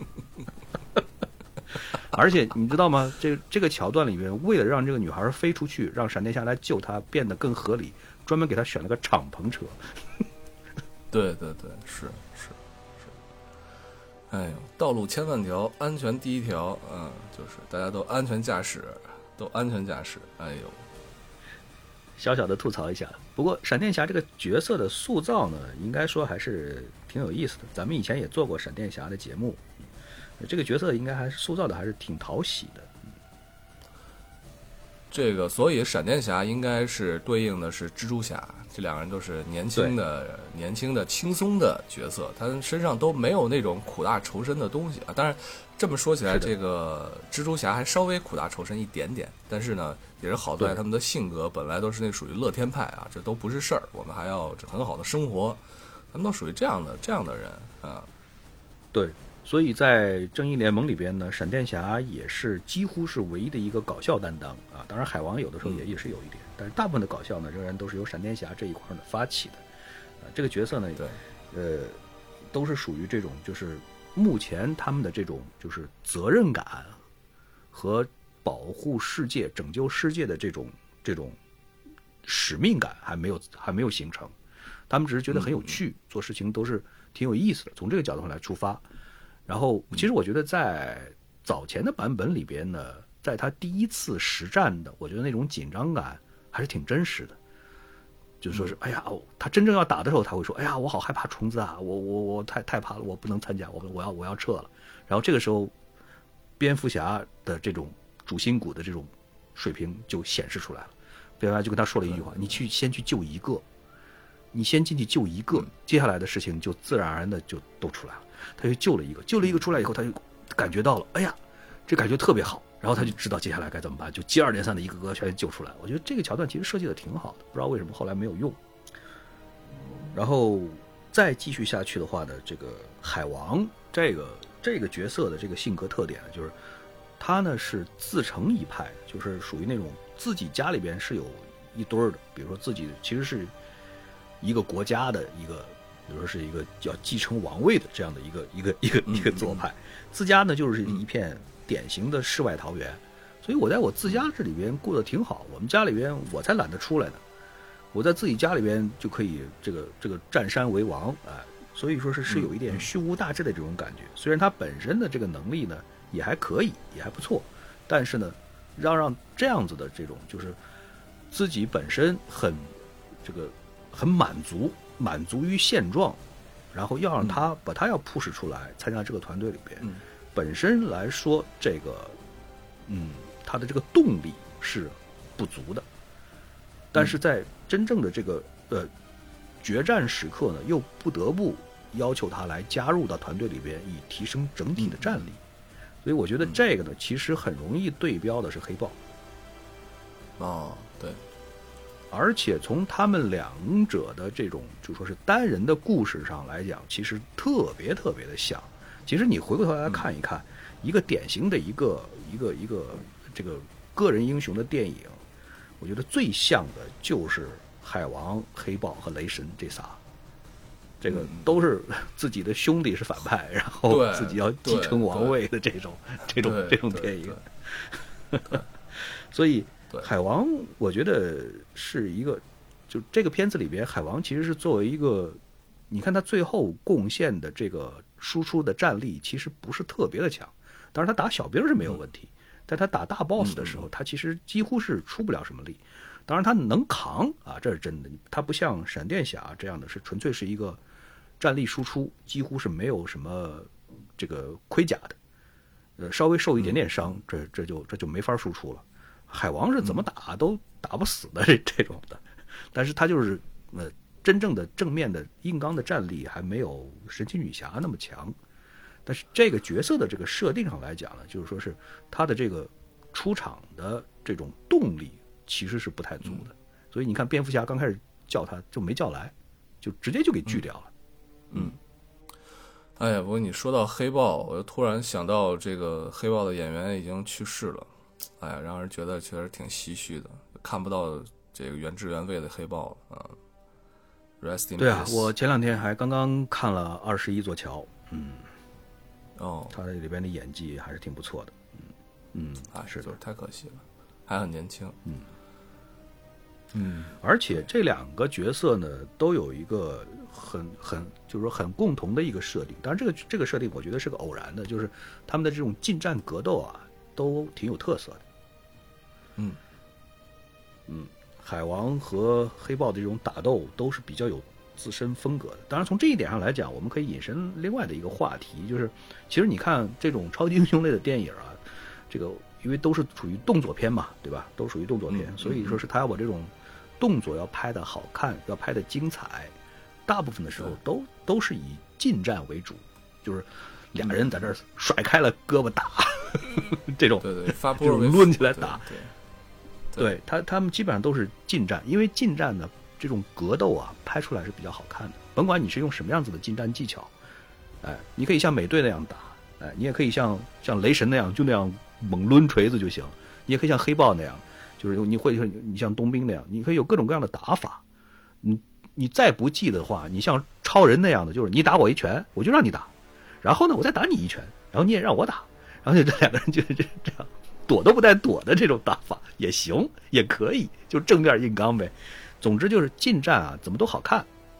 而且你知道吗？这这个桥段里面，为了让这个女孩飞出去，让闪电侠来救她变得更合理，专门给她选了个敞篷车。 对对对，是是是。哎呦，道路千万条，安全第一条，嗯，就是大家都安全驾驶，都安全驾驶。哎呦， 小小的吐槽一下。不过闪电侠这个角色的塑造呢，应该说还是挺有意思的。咱们以前也做过闪电侠的节目。这个角色应该还是塑造的还是挺讨喜的， 这个所以闪电侠应该是对应的是蜘蛛侠，这两个人都是年轻的、年轻的、轻松的角色，他身上都没有那种苦大仇深的东西啊。当然，这么说起来，这个蜘蛛侠还稍微苦大仇深一点点，但是呢，也是好在他们的性格本来都是那属于乐天派啊，这都不是事儿，我们还要很好的生活，他们都属于这样的这样的人啊。 对。所以在正义联盟里边呢，闪电侠也是几乎是唯一的一个搞笑担当啊。当然海王有的时候也也是有一点，但是大部分的搞笑呢，仍然都是由闪电侠这一块呢发起的。啊，这个角色呢， 对， 呃，都是属于这种，就是目前他们的这种就是责任感和保护世界、拯救世界的这种这种使命感还没有还没有形成。他们只是觉得很有趣，嗯、做事情都是挺有意思的，从这个角度上来出发。然后，其实我觉得在早前的版本里边呢， 在他第一次实战的，我觉得那种紧张感还是挺真实的。就说是，哎呀，他真正要打的时候，他会说，哎呀，我好害怕虫子啊，我我我太太怕了，我不能参加，我我要我要撤了。然后这个时候，蝙蝠侠的这种主心骨的这种水平就显示出来了。蝙蝠侠就跟他说了一句话：“你去先去救一个，你先进去救一个，接下来的事情就自然而然的就都出来了。”他就救了一个，救了一个出来以后，他就感觉到了，哎呀，这感觉特别好。然后他就知道接下来该怎么办，就接二连三的一个个全救出来。我觉得这个桥段其实设计的挺好的，不知道为什么后来没有用。然后再继续下去的话呢，这个海王这个这个角色的这个性格特点，就是他呢是自成一派，就是属于那种自己家里边是有一堆儿的，比如说自己其实是一个国家的一个，比如说是一个要继承王位的这样的一个一个一个一个做派，自家呢就是一片典型的世外桃源，所以我在我自家这里边过得挺好。我们家里边我才懒得出来呢，我在自己家里边就可以这个这个占山为王，哎，所以说是是有一点胸无大志的这种感觉。虽然他本身的这个能力呢也还可以，也还不错，但是呢，让让这样子的这种就是自己本身很这个很满足，满足于现状，然后要让他把他要 push 出来参加这个团队里边。嗯，本身来说，这个，嗯，他的这个动力是不足的，但是在真正的这个呃决战时刻呢，又不得不要求他来加入到团队里边，以提升整体的战力。所以我觉得这个呢，其实很容易对标的是黑豹。 哦，对。 而且从他们两者的这种就说是单人的故事上来讲，其实特别特别的像。其实你回过头来看一看，嗯、一个典型的一个一个一个这个个人英雄的电影，我觉得最像的就是海王、黑豹和雷神这仨。这个都是自己的兄弟是反派，然后自己要继承王位的这种这种这种电影。所以海王我觉得是一个，就这个片子里边，海王其实是作为一个，你看他最后贡献的这个输出的战力其实不是特别的强，当然他打小兵是没有问题，但他打大 boss 的时候，他其实几乎是出不了什么力。当然他能扛啊，这是真的，他不像闪电侠这样的是纯粹是一个战力输出，几乎是没有什么这个盔甲的，呃，稍微受一点点伤，这这就这就没法输出了。海王是怎么打都打不死的这这种的，但是他就是呃真正的正面的硬刚的战力还没有神奇女侠那么强。但是这个角色的这个设定上来讲呢，就是说是他的这个出场的这种动力其实是不太足的，所以你看蝙蝠侠刚开始叫他就没叫来，就直接就给拒掉了。 嗯，哎呀，不过你说到黑豹，我就突然想到这个黑豹的演员已经去世了，哎呀，让人觉得确实挺唏嘘的，看不到这个原汁原味的黑豹了啊。Rest in peace。 对啊，我前两天还刚刚看了《二十一座桥》，嗯， 哦， 他在里边的演技还是挺不错的，嗯嗯， 啊，是就是太可惜了，还很年轻， 嗯。 嗯， 而且这两个角色呢，都有一个很很就是说很共同的一个设定。当然，这个这个设定我觉得是个偶然的，就是他们的这种近战格斗啊，都挺有特色的。 嗯嗯，海王和黑豹的这种打斗都是比较有自身风格的。当然，从这一点上来讲，我们可以引申另外的一个话题，就是其实你看这种超级英雄类的电影啊，这个因为都是属于动作片嘛，对吧？都属于动作片， 嗯、 所以说是他要把这种动作要拍的好看，要拍的精彩，大部分的时候都都是以近战为主，就是俩人在这儿甩开了胳膊打，这种对对发这种抡起来打， 对， 对, 对他他们基本上都是近战，因为近战呢这种格斗啊拍出来是比较好看的，甭管你是用什么样子的近战技巧，哎，你可以像美队那样打，哎，你也可以像像雷神那样就那样猛抡锤子就行，你也可以像黑豹那样。就是你会你像冬兵那样，你可以有各种各样的打法。你你再不济的话，你像超人那样的，就是你打我一拳，我就让你打，然后呢，我再打你一拳，然后你也让我打，然后就这两个人就这这样躲都不带躲的这种打法也行，也可以，就正面硬刚呗。总之就是近战啊，怎么都好看。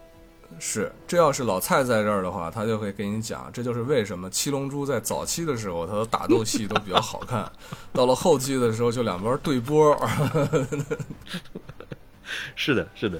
是，这要是老蔡在这儿的话，他就会跟你讲，这就是为什么七龙珠在早期的时候，他的打斗戏都比较好看，到了后期的时候就两边对波。 是的，是的。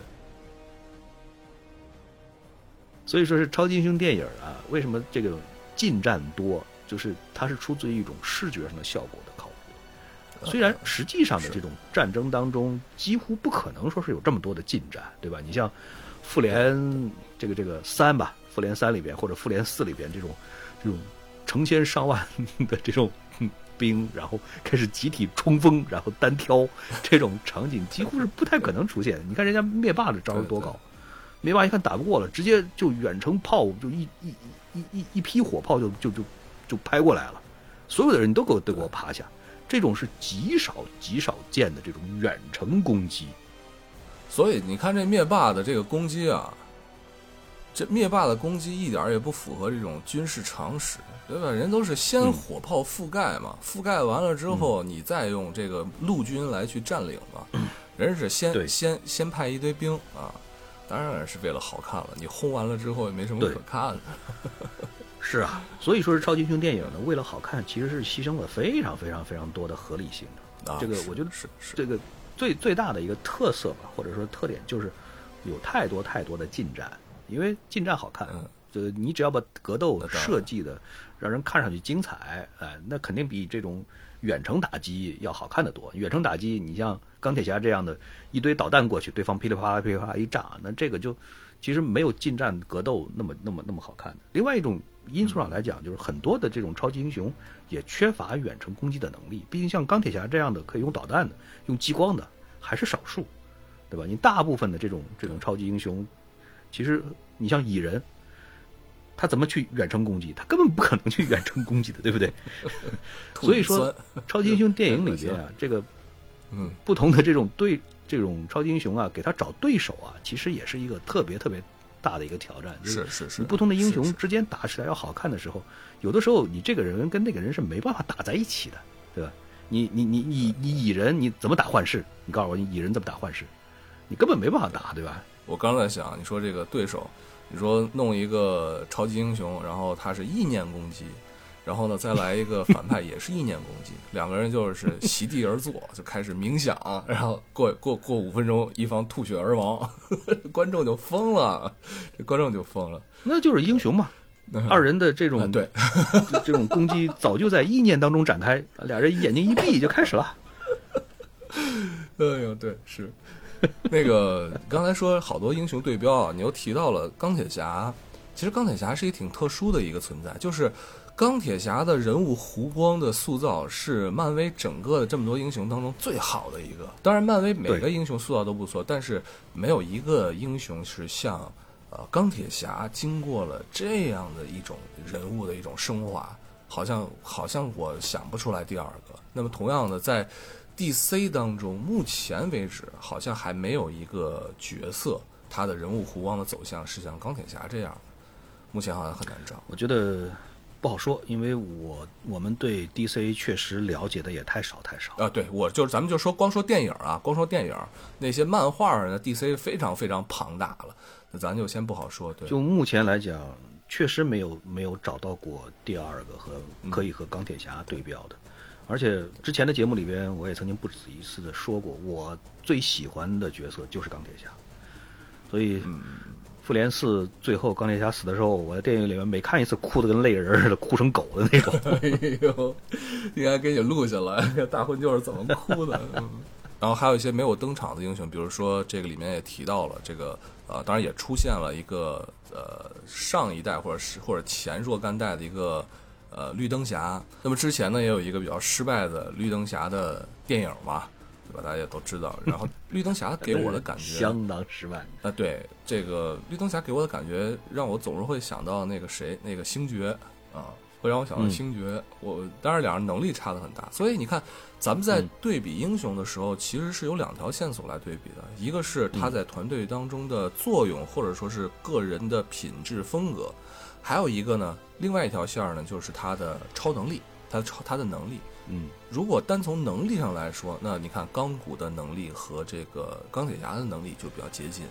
所以说是超级英雄电影啊，为什么这个近战多，就是它是出自于一种视觉上的效果的考虑。虽然实际上的这种战争当中几乎不可能说是有这么多的近战，对吧？你像复联这个这个三吧，复联三里边或者复联四里边这种这种成千上万的这种兵，然后开始集体冲锋，然后单挑，这种场景几乎是不太可能出现。你看人家灭霸的招儿多高，灭霸一看打不过了，直接就远程炮就一一一一一批火炮就就就就拍过来了，所有的人都给我都给我趴下。这种是极少极少见的这种远程攻击。 所以你看这灭霸的这个攻击啊，这灭霸的攻击一点也不符合这种军事常识，对吧？人都是先火炮覆盖嘛，嗯、覆盖完了之后，你再用这个陆军来去占领嘛。嗯、人是先先先派一堆兵啊，当然是为了好看了。你轰完了之后也没什么可看的。 是啊，所以说是超级英雄电影呢，为了好看，其实是牺牲了非常非常非常多的合理性的。啊、这个我觉得是是这个最最大的一个特色吧，或者说特点就是有太多太多的近战，因为近战好看。嗯，就你只要把格斗设计的让人看上去精彩，哎，那肯定比这种远程打击要好看得多。远程打击，你像钢铁侠这样的一堆导弹过去，对方噼里啪啦噼里啪啦一炸，那这个就其实没有近战格斗那么那么那么好看的。另外一种因素上来讲，就是很多的这种超级英雄也缺乏远程攻击的能力，毕竟像钢铁侠这样的可以用导弹的、用激光的还是少数，对吧？你大部分的这种这种超级英雄，其实你像蚁人，他怎么去远程攻击？他根本不可能去远程攻击的，对不对？所以说，超级英雄电影里边啊，这个嗯不同的这种对这种超级英雄啊，给他找对手啊，其实也是一个特别特别大的一个挑战。 是是是， 你不同的英雄之间打起来要好看的时候，有的时候你这个人跟那个人是没办法打在一起的，对吧？你你你你你蚁人你怎么打幻视？你告诉我，你蚁人怎么打幻视？你根本没办法打，对吧？ 我刚才想，你说这个对手，你说弄一个超级英雄，然后他是意念攻击，然后呢再来一个反派也是意念攻击，两个人就是席地而坐，就开始冥想，然后过过过五分钟，一方吐血而亡，观众就疯了，这观众就疯了， 那就是英雄嘛。二人的这种、 啊、对这种攻击早就在意念当中展开，俩人眼睛一闭就开始了。 哎呦，对，是那个刚才说好多英雄对标啊，你又提到了钢铁侠。其实钢铁侠是一个挺特殊的一个存在，就是钢铁侠的人物弧光的塑造是漫威整个的这么多英雄当中最好的一个。当然，漫威每个英雄塑造都不错，但是没有一个英雄是像。呃，钢铁侠经过了这样的一种人物的一种升华，好像好像我想不出来第二个。那么同样的，在 D C 当中，目前为止好像还没有一个角色，他的人物弧光的走向是像钢铁侠这样的，目前好像很难找。 我觉得不好说，因为我我们对 D C 确实了解的也太少太少啊。对，我就咱们就说光说电影啊，光说电影那些漫画呢 ，D C 非常非常庞大了。那咱就先不好说，对。 就目前来讲，确实没有没有找到过第二个和可以和钢铁侠对标的。嗯、而且之前的节目里边，我也曾经不止一次的说过，我最喜欢的角色就是钢铁侠。所以，嗯、复联四最后钢铁侠死的时候，我在电影里面每看一次，哭得跟泪人似的，哭成狗的那种。 哎呦，应该给你录下来，大混就是怎么哭的。嗯然后还有一些没有登场的英雄，比如说这个里面也提到了这个呃，当然也出现了一个呃上一代或者是或者前若干代的一个呃绿灯侠。那么之前呢也有一个比较失败的绿灯侠的电影嘛，对吧？大家也都知道。然后绿灯侠给我的感觉相当失败。 啊，对，这个绿灯侠给我的感觉让我总是会想到那个谁，那个星爵啊。会让我想到星爵，嗯、我当然两人能力差得很大，所以你看，咱们在对比英雄的时候，嗯、其实是有两条线索来对比的，一个是他在团队当中的作用，嗯、或者说是个人的品质风格，还有一个呢，另外一条线呢，就是他的超能力，他的超他的能力。嗯，如果单从能力上来说，那你看钢骨的能力和这个钢铁侠的能力就比较接近。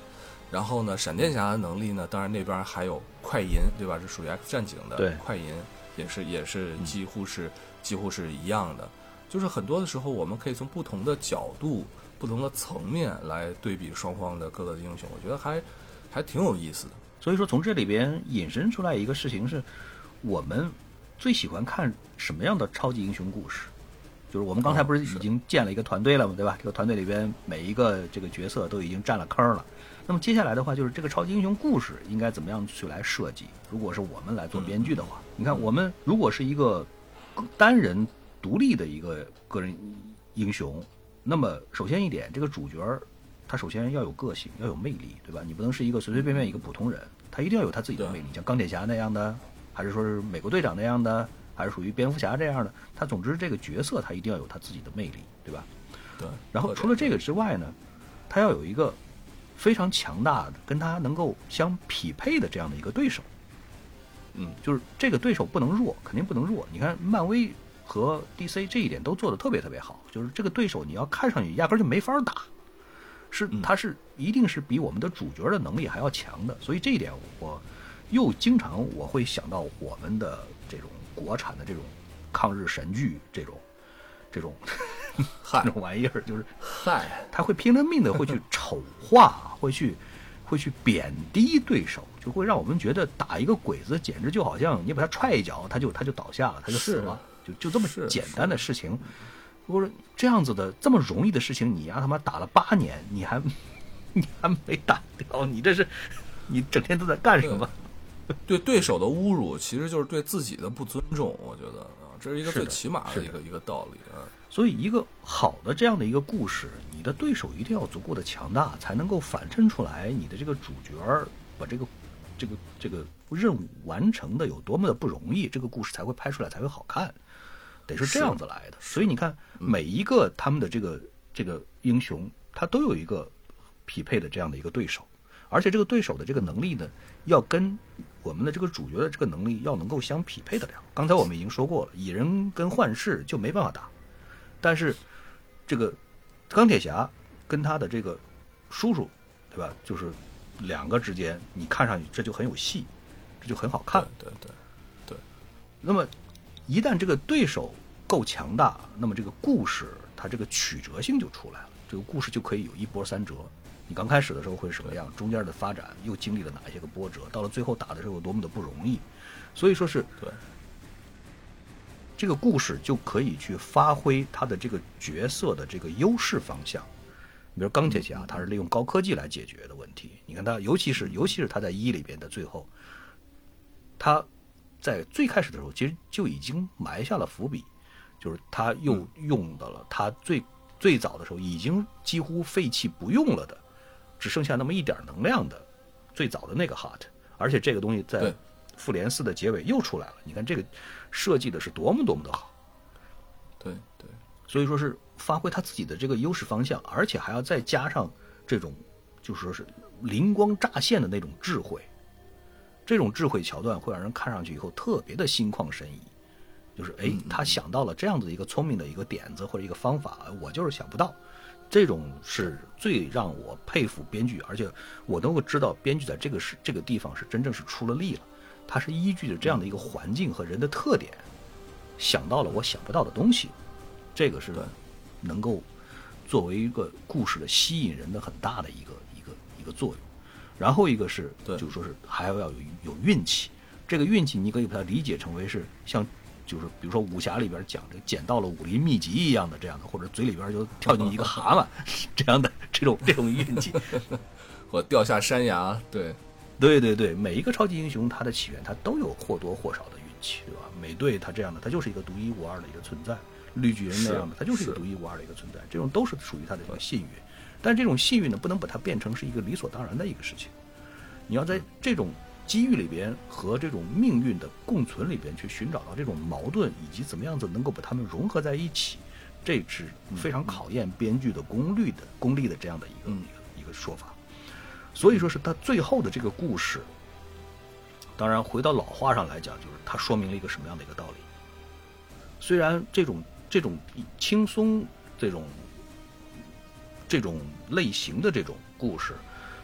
然后呢，闪电侠的能力呢，当然那边还有快银，对吧？是属于 X 战警的快银，也是也是几乎是、嗯、几乎是一样的。就是很多的时候，我们可以从不同的角度、不同的层面来对比双方的各个的英雄，我觉得还还挺有意思的。 所以说，从这里边引申出来一个事情是，我们最喜欢看什么样的超级英雄故事？就是我们刚才不是已经建了一个团队了嘛，对吧？这个团队里边每一个这个角色都已经占了坑了。那么接下来的话，就是这个超级英雄故事应该怎么样去来设计？如果是我们来做编剧的话，嗯、你看，我们如果是一个单人独立的一个个人英雄，那么首先一点，这个主角他首先要有个性，要有魅力，对吧？你不能是一个随随便便一个普通人，他一定要有他自己的魅力，像钢铁侠那样的，还是说是美国队长那样的，还是属于蝙蝠侠这样的，他总之这个角色他一定要有他自己的魅力，对吧？ 对。 然后除了这个之外呢，他要有一个非常强大的跟他能够相匹配的这样的一个对手。嗯，就是这个对手不能弱，肯定不能弱。你看漫威和 D C 这一点都做得特别特别好，就是这个对手你要看上去压根就没法打，是他是一定是比我们的主角的能力还要强的。所以这一点我又经常我会想到我们的这种国产的这种抗日神剧，这种这种这种玩意儿，就是嗨， 他会拼了命的会去丑化，会去会去贬低对手，就会让我们觉得打一个鬼子简直就好像你把他踹一脚，他就他就倒下了，他就死了，就就这么简单的事情。如果这样子的这么容易的事情，你让他妈打了八年，你还你还没打掉，你这是你整天都在干什么？ 对对手的侮辱，其实就是对自己的不尊重。我觉得啊，这是一个最起码的一个一个道理啊。 所以，一个好的这样的一个故事，你的对手一定要足够的强大，才能够反衬出来你的这个主角把这个这个这个任务完成的有多么的不容易，这个故事才会拍出来才会好看，得是这样子来的。所以你看，每一个他们的这个这个英雄，他都有一个匹配的这样的一个对手，而且这个对手的这个能力呢，要跟我们的这个主角的这个能力要能够相匹配得了。刚才我们已经说过了，蚁人跟幻视就没办法打。但是，这个钢铁侠跟他的这个叔叔，对吧？就是两个之间，你看上去这就很有戏，这就很好看。 对对 对, 对。 那么，一旦这个对手够强大，那么这个故事它这个曲折性就出来了，这个故事就可以有一波三折。你刚开始的时候会是什么样？中间的发展又经历了哪些个波折？到了最后打的时候有多么的不容易？所以说是对。 这个故事就可以去发挥他的这个角色的这个优势方向。比如钢铁侠，他是利用高科技来解决的问题。你看他，尤其是尤其是他在一里边的最后，他在最开始的时候其实就已经埋下了伏笔，就是他又用到了他最最早的时候已经几乎废弃不用了的，只剩下那么一点能量的最早的那个 Heart， 而且这个东西在复联四的结尾又出来了。你看这个设计的是多么多么的好。 对对， 所以说是发挥他自己的这个优势方向，而且还要再加上这种就是说是灵光乍现的那种智慧，这种智慧桥段会让人看上去以后特别的心旷神怡，就是哎，他想到了这样子一个聪明的一个点子或者一个方法，我就是想不到。这种是最让我佩服编剧，而且我能够知道编剧在这个是这个地方是真正是出了力了，他是依据着这样的一个环境和人的特点，想到了我想不到的东西，这个是能够作为一个故事的吸引人的很大的一个一个一个作用。然后一个是就是说是还要有有运气，这个运气你可以把它理解成为是像就是比如说武侠里边讲这捡到了武林秘籍一样的这样的，或者嘴里边就跳进一个蛤蟆这样的这种这种运气， 或掉下山崖。对对对对，每一个超级英雄他的起源他都有或多或少的运气，对吧？美队他这样的他就是一个独一无二的一个存在，绿巨人那样的他就是一个独一无二的一个存在，这种都是属于他的这个幸运。但这种幸运呢，不能把它变成是一个理所当然的一个事情，你要在这种机遇里边和这种命运的共存里边去寻找到这种矛盾，以及怎么样子能够把它们融合在一起，这是非常考验编剧的功力的功力的这样的一个、嗯、一个一个说法。所以说是他最后的这个故事，当然回到老话上来讲，就是它说明了一个什么样的一个道理。虽然这种这种轻松这种这种类型的这种故事，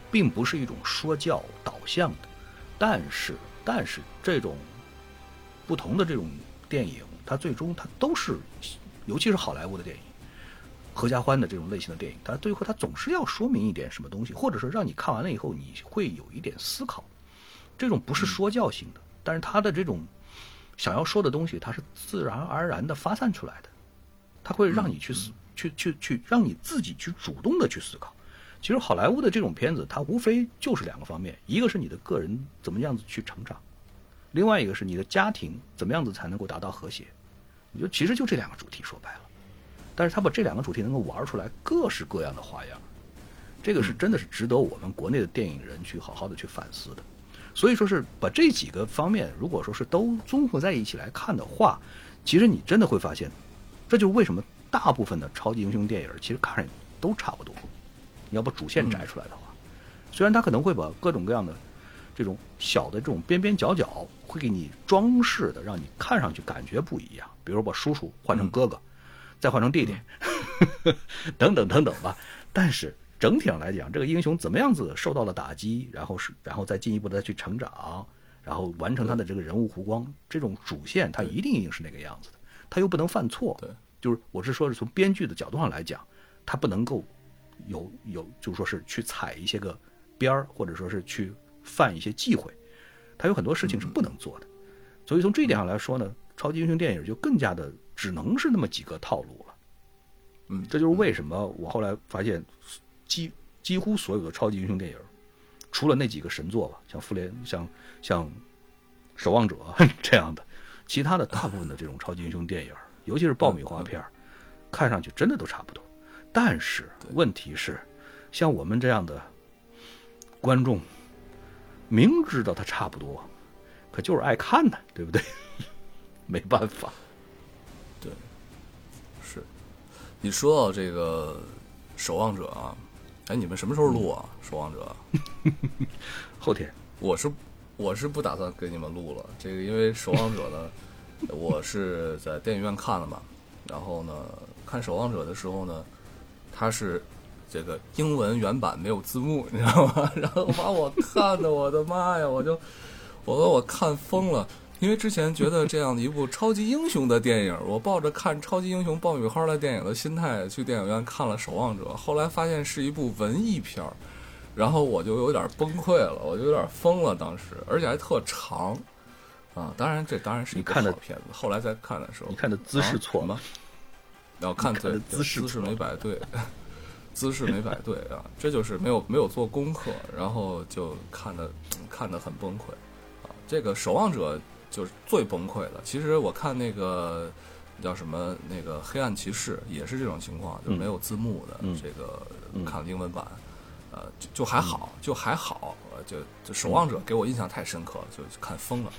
并不是一种说教导向的，但是但是这种不同的这种电影，它最终它都是，尤其是好莱坞的电影，合家欢的这种类型的电影，它最后它总是要说明一点什么东西，或者说让你看完了以后你会有一点思考。这种不是说教性的，但是它的这种想要说的东西，它是自然而然的发散出来的，它会让你去思、嗯、去去去让你自己去主动的去思考。其实好莱坞的这种片子，它无非就是两个方面，一个是你的个人怎么样子去成长，另外一个是你的家庭怎么样子才能够达到和谐。我觉得其实就这两个主题说白了，但是他把这两个主题能够玩出来各式各样的花样，这个是真的是值得我们国内的电影人去好好的去反思的。所以说是把这几个方面如果说是都综合在一起来看的话，其实你真的会发现，这就是为什么大部分的超级英雄电影其实看着都差不多。你要把主线摘出来的话、嗯、虽然他可能会把各种各样的这种小的这种边边角角会给你装饰的，让你看上去感觉不一样，比如把叔叔换成哥哥、嗯、再换成弟弟、嗯、等等等等吧。但是整体上来讲，这个英雄怎么样子受到了打击，然后是然后再进一步的再去成长，然后完成他的这个人物弧光，这种主线他一定一定是那个样子的，他又不能犯错。 对， 就是我是说是从编剧的角度上来讲，他不能够有有就是说是去踩一些个边儿，或者说是去犯一些忌讳，他有很多事情是不能做的、嗯、所以从这一点上来说呢，超级英雄电影就更加的只能是那么几个套路了。 嗯， 这就是为什么我后来发现几几乎所有的超级英雄电影，除了那几个神作吧，像复联像像守望者这样的，其他的大部分的这种超级英雄电影，尤其是爆米花片，看上去真的都差不多。但是问题是，像我们这样的观众，明知道它差不多，可就是爱看呢，对不对？没办法。 对，是。你说到这个守望者啊，哎，你们什么时候录啊？嗯、守望者？ 后天。 我是我是不打算给你们录了，这个因为守望者呢，我是在电影院看了嘛，然后呢，看守望者的时候呢。它是这个英文原版没有字幕，你知道吗？然后把我看的，我的妈呀！我就我把我看疯了，因为之前觉得这样的一部超级英雄的电影，我抱着看超级英雄爆米花的电影的心态去电影院看了《守望者》，后来发现是一部文艺片，然后我就有点崩溃了，我就有点疯了，当时，而且还特长啊！当然，这当然是一个好片子。后来再看的时候， 你看的姿势错吗？ 然后看对姿势姿势没摆对，姿势没摆对啊，这就是没有没有做功课，然后就看的看得很崩溃啊。这个守望者就是最崩溃的。其实我看那个叫什么那个黑暗骑士也是这种情况，就没有字幕的、嗯、这个看英文版，呃就就还好就还好，就就守望者给我印象太深刻了，就看疯了。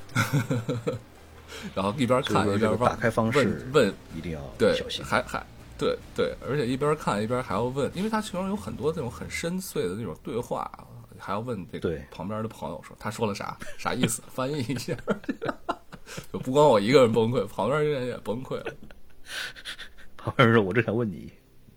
然后一边看一边问， 打开方式问一定要小心， 还还对对，而且一边看一边还要问，因为它其中有很多这种很深邃的那种对话，还要问这个旁边的朋友说他说了啥啥意思，翻译一下。就不光我一个人崩溃，旁边人也崩溃了。 旁边人说：“我正想问你。”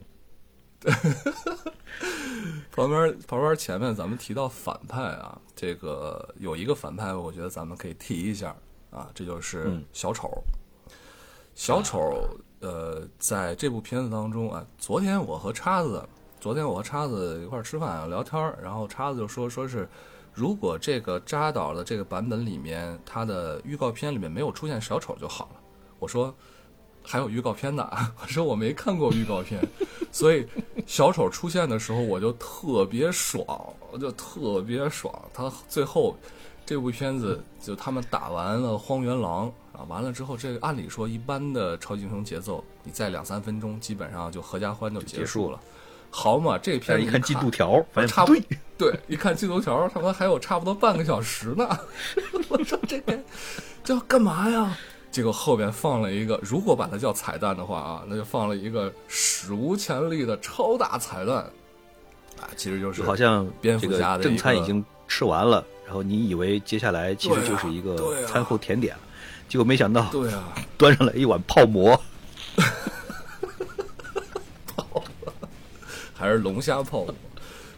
旁边旁边前面咱们提到反派啊，这个有一个反派，我觉得咱们可以提一下。啊，这就是小丑。嗯、小丑，呃，在这部片子当中啊，昨天我和叉子，昨天我和叉子一块吃饭聊天，然后叉子就说，说是如果这个扎导的这个版本里面，他的预告片里面没有出现小丑就好了。我说还有预告片呢，我说我没看过预告片，所以小丑出现的时候我就特别爽，我就特别爽。他最后。这部片子就他们打完了荒原狼啊，完了之后，这个按理说一般的超级英雄节奏，你在两三分钟基本上就合家欢就结束了。好嘛，这片一看进度条，反正差不多对，一看进度条，他们还有差不多半个小时呢。我说这边这要干嘛呀？结果后边放了一个，如果把它叫彩蛋的话啊，那就放了一个史无前例的超大彩蛋啊，其实就是好像蝙蝠侠的正餐已经吃完了。然后你以为接下来其实就是一个餐后甜点了，啊啊、结果没想到， 对啊， 端上来一碗泡馍， 泡还是龙虾泡馍，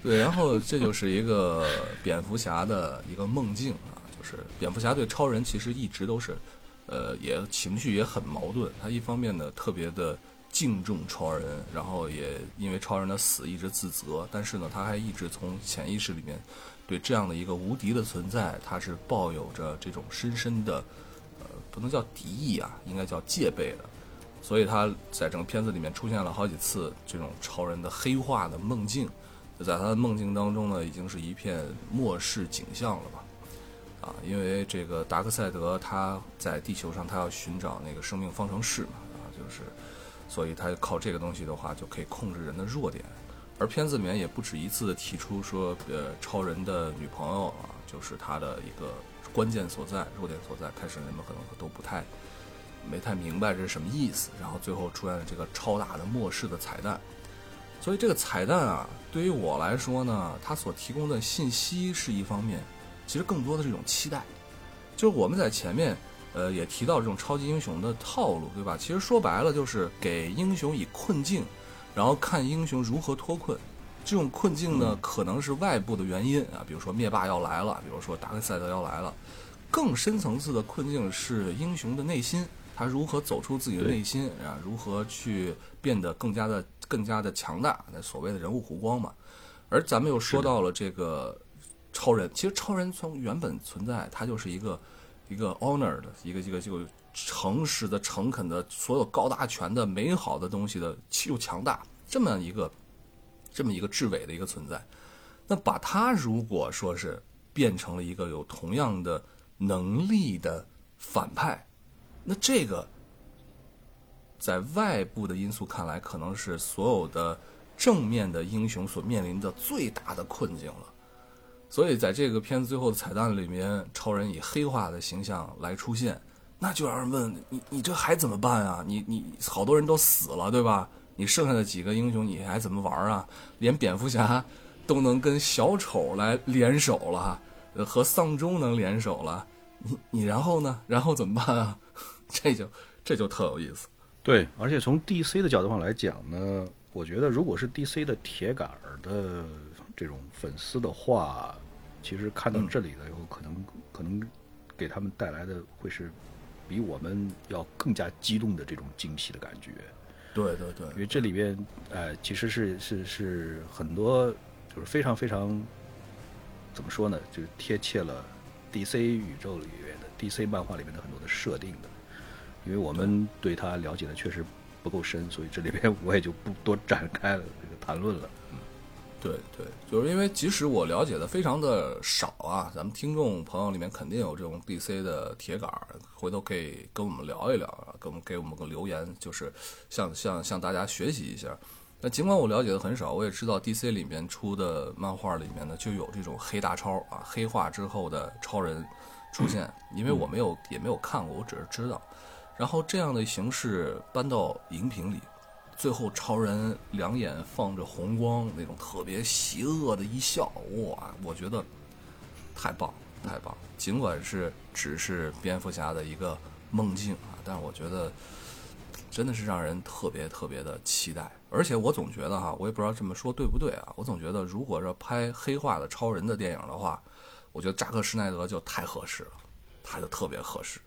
对，然后这就是一个蝙蝠侠的一个梦境啊，就是蝙蝠侠对超人其实一直都是，呃，也情绪也很矛盾。他一方面呢特别的敬重超人，然后也因为超人的死一直自责，但是呢他还一直从潜意识里面对这样的一个无敌的存在，他是抱有着这种深深的，呃，不能叫敌意啊，应该叫戒备的。所以他在整个片子里面出现了好几次这种超人的黑化的梦境。在他的梦境当中呢，已经是一片末世景象了吧？啊，因为这个达克赛德他在地球上，他要寻找那个生命方程式嘛，啊，就是，所以他靠这个东西的话，就可以控制人的弱点。而片子里面也不止一次的提出说，呃，超人的女朋友啊，就是他的一个关键所在、弱点所在。开始人们可能都不太没太明白这是什么意思，然后最后出现了这个超大的末世的彩蛋。所以这个彩蛋啊，对于我来说呢，它所提供的信息是一方面，其实更多的是一种期待。就是我们在前面，呃，也提到这种超级英雄的套路，对吧？其实说白了就是给英雄以困境，然后看英雄如何脱困。这种困境呢，可能是外部的原因啊，比如说灭霸要来了，比如说达克赛德要来了。更深层次的困境是英雄的内心，他如何走出自己的内心啊？如何去变得更加的。更加的强大，那所谓的人物弧光嘛。而咱们又说到了这个超人，其实超人从原本存在，他就是一个一个 honor 的一个一个这个诚实的、诚恳的，所有高大全的、美好的东西的又强大，这么一个这么一个至伟的一个存在。那把他如果说是变成了一个有同样的能力的反派，那这个。在外部的因素看来，可能是所有的正面的英雄所面临的最大的困境了。所以在这个片子最后的彩蛋里面，超人以黑化的形象来出现，那就让人问你：你这还怎么办啊？你你好多人都死了，对吧？你剩下的几个英雄你还怎么玩啊？连蝙蝠侠都能跟小丑来联手了，和丧钟能联手了，你你然后呢？然后怎么办啊？这就这就特有意思。 对，而且从 D C 的角度上来讲呢，我觉得如果是 D C 的铁杆的这种粉丝的话，其实看到这里了以后，可能可能给他们带来的会是比我们要更加激动的这种惊喜的感觉。 对对对， 因为这里边呃其实是是是很多就是非常非常怎么说呢，就是贴切了 D C 宇宙里面的 D C 漫画里面的很多的设定的。因为我们对他了解的确实不够深，所以这里边我也就不多展开了这个谈论了。嗯， 对对，就是因为即使我了解的非常的少啊，咱们听众朋友里面肯定有这种 D C 的铁杆，回头可以跟我们聊一聊啊，给我们给我们个留言，就是向向向大家学习一下。那尽管我了解的很少，我也知道 D C 里面出的漫画里面呢就有这种黑大超啊，黑化之后的超人出现，因为我没有也没有看过，我只是知道。然后这样的形式搬到荧屏里，最后超人两眼放着红光，那种特别邪恶的一笑，哇，我觉得太棒太棒。尽管是只是蝙蝠侠的一个梦境啊，但是我觉得真的是让人特别特别的期待。而且我总觉得哈，我也不知道这么说对不对啊，我总觉得如果是拍黑化的超人的电影的话，我觉得扎克施奈德就太合适了，他就特别合适。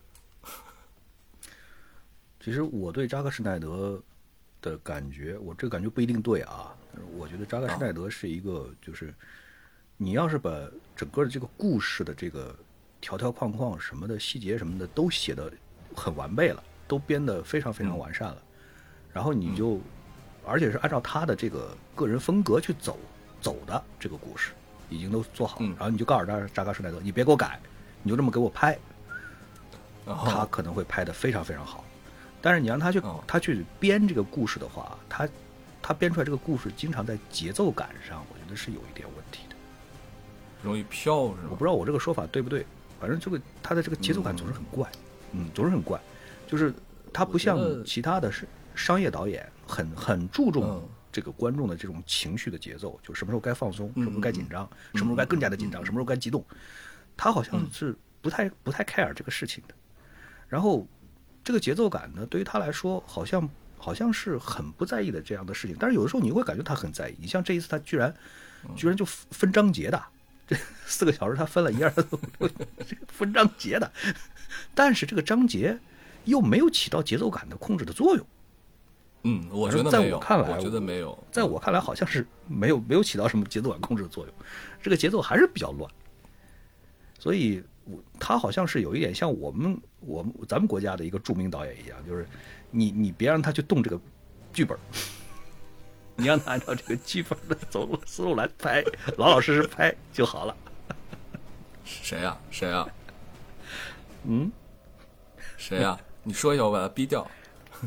其实我对扎克施奈德的感觉，我这个感觉不一定对啊。我觉得扎克施奈德是一个，就是你要是把整个的这个故事的这个条条框框什么的细节什么的都写得很完备了，都编得非常非常完善了，然后你就，而且是按照他的这个个人风格去走走的这个故事，已经都做好了，然后你就告诉扎扎克施奈德，你别给我改，你就这么给我拍，他可能会拍得非常非常好。但是你让他去、哦、他去编这个故事的话，他他编出来这个故事经常在节奏感上，我觉得是有一点问题的， 容易飘是吗？ 我不知道我这个说法对不对，反正这个他的这个节奏感总是很怪，嗯，嗯总是很怪，就是他不像其他的是商业导演很很注重这个观众的这种情绪的节奏，就什么时候该放松，什么时候该紧张，什么时候该更加的紧张，什么时候该激动，他好像是不太不太 care 这个事情的，然后。这个节奏感呢，对于他来说，好像好像是很不在意的这样的事情。但是有的时候你会感觉他很在意。你像这一次，他居然居然就分章节的，这四个小时他分了一二三四五六，这个分章节的，但是这个章节又没有起到节奏感的控制的作用。 嗯，我觉得在没有， 我看来， 我觉得没有， 在我看来好像是没有没有起到什么节奏感控制的作用，这个节奏还是比较乱。所以，我他好像是有一点像我们我们咱们国家的一个著名导演一样，就是你你别让他去动这个剧本，你让他按照这个剧本的走路思路来拍，老老实实拍就好了。 谁呀、啊？谁呀、啊？ 嗯， 谁呀、啊？你说一下，我把他逼掉。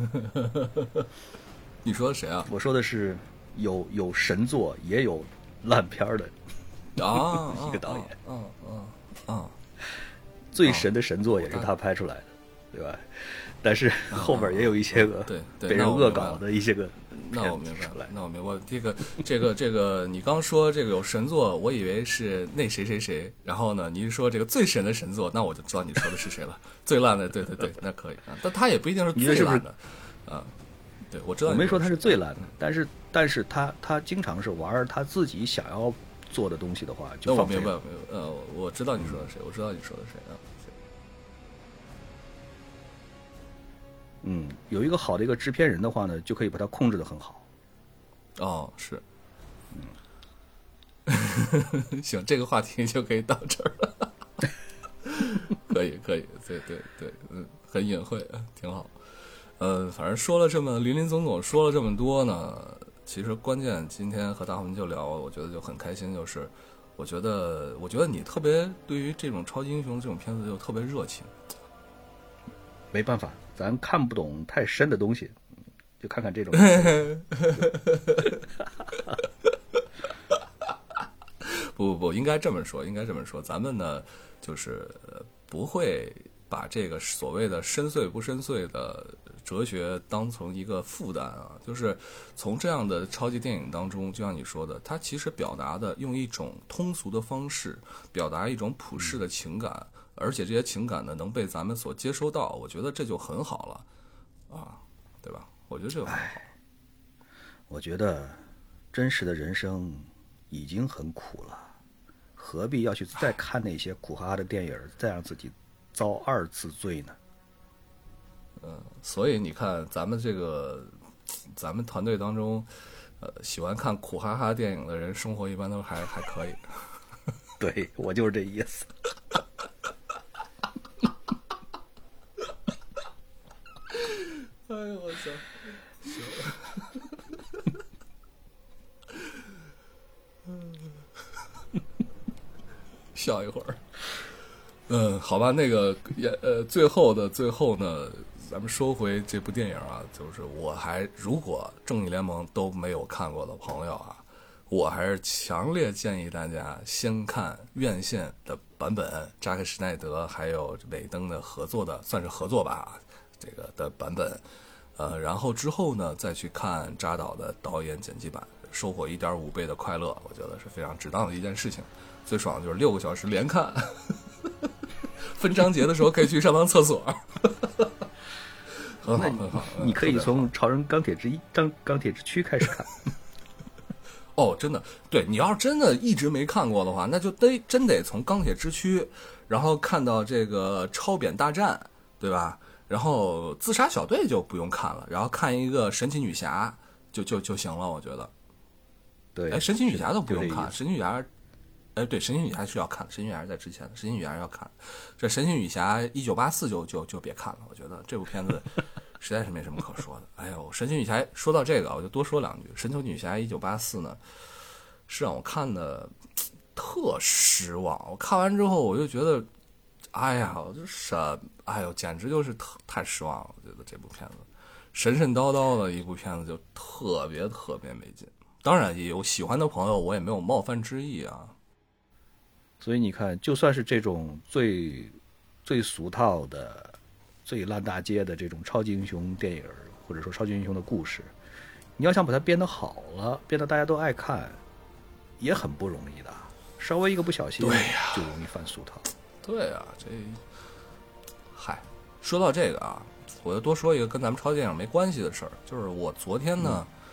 你说谁啊？ 我说的是有有神作也有烂片的啊， 一个导演。 嗯嗯嗯， 最神的神作也是他拍出来的，对吧？但是后边也有一些个对被人恶搞的一些个。 那我明白了，那我明白了。这个这个这个，你刚说这个有神作，我以为是那谁谁谁。然后呢，你一说这个最神的神作，那我就知道你说的是谁了。最烂的，对对对，那可以啊。但他也不一定是最烂的，啊。对，我知道。 我没说他是最烂的，但是但是他他经常是玩他自己想要做的东西的话，就那我明白，明白。呃，我知道你说的谁，我知道你说的谁啊。 嗯，有一个好的一个制片人的话呢，就可以把它控制得很好。 哦，是，嗯，行，这个话题就可以到这儿了。可以，可以，对对对，嗯，很隐晦，挺好。呃，反正说了这么林林总总，说了这么多呢，其实关键今天和大红就聊，我觉得就很开心，就是我觉得，我觉得你特别对于这种超级英雄这种片子就特别热情。 没办法，咱看不懂太深的东西，就看看这种。 不不不，应该这么说，应该这么说。咱们呢，就是不会把这个所谓的深邃不深邃的哲学当成一个负担啊。就是从这样的超级电影当中，就像你说的，它其实表达的用一种通俗的方式，表达一种普世的情感。嗯，而且这些情感呢，能被咱们所接收到，我觉得这就很好了，啊，对吧？我觉得这个很好。 我觉得真实的人生已经很苦了，何必要去再看那些苦哈哈的电影，再让自己遭二次罪呢？ 嗯，所以你看，咱们这个咱们团队当中，呃，喜欢看苦哈哈电影的人，生活一般都还还可以。 对，我就是这意思。 哎呦我操！笑一会儿。嗯，好吧，那个也呃，最后的最后呢，咱们说回这部电影啊，就是我还如果正义联盟都没有看过的朋友啊，我还是强烈建议大家先看院线的版本，扎克施耐德还有尾灯的合作的，算是合作吧，这个的版本。呃，然后之后呢，再去看扎导的导演剪辑版，收获一点五倍的快乐，我觉得是非常值当的一件事情。最爽的就是六个小时连看，分章节的时候可以去上趟厕所，很好很好。 你可以从《超人钢铁之一》钢钢铁之躯开始看。 哦，真的，对，你要是真的一直没看过的话，那就得真得从钢铁之躯，然后看到这个超扁大战，对吧？然后自杀小队就不用看了，然后看一个神奇女侠就就就行了，我觉得。 对， 哎，神奇女侠都不用看，神奇女侠，哎，对，神奇女侠是要看，神奇女侠是在之前的，神奇女侠要看。这神奇女侠一九八四就就就别看了，我觉得这部片子实在是没什么可说的。哎呦，神奇女侠说到这个，我就多说两句。神奇女侠一九八四呢，是让我看的特失望。我看完之后，我就觉得。哎呀，我就是哎呦，简直就是特太失望了！我觉得这部片子神神叨叨的一部片子，就特别特别没劲。当然，也有喜欢的朋友，我也没有冒犯之意啊。 所以你看，就算是这种最最俗套的、最烂大街的这种超级英雄电影，或者说超级英雄的故事，你要想把它编得好了，编得大家都爱看，也很不容易的。稍微一个不小心， 对呀， 就容易犯俗套。 对啊，这，嗨，说到这个啊，我就多说一个跟咱们超级电影没关系的事儿，就是我昨天呢，嗯、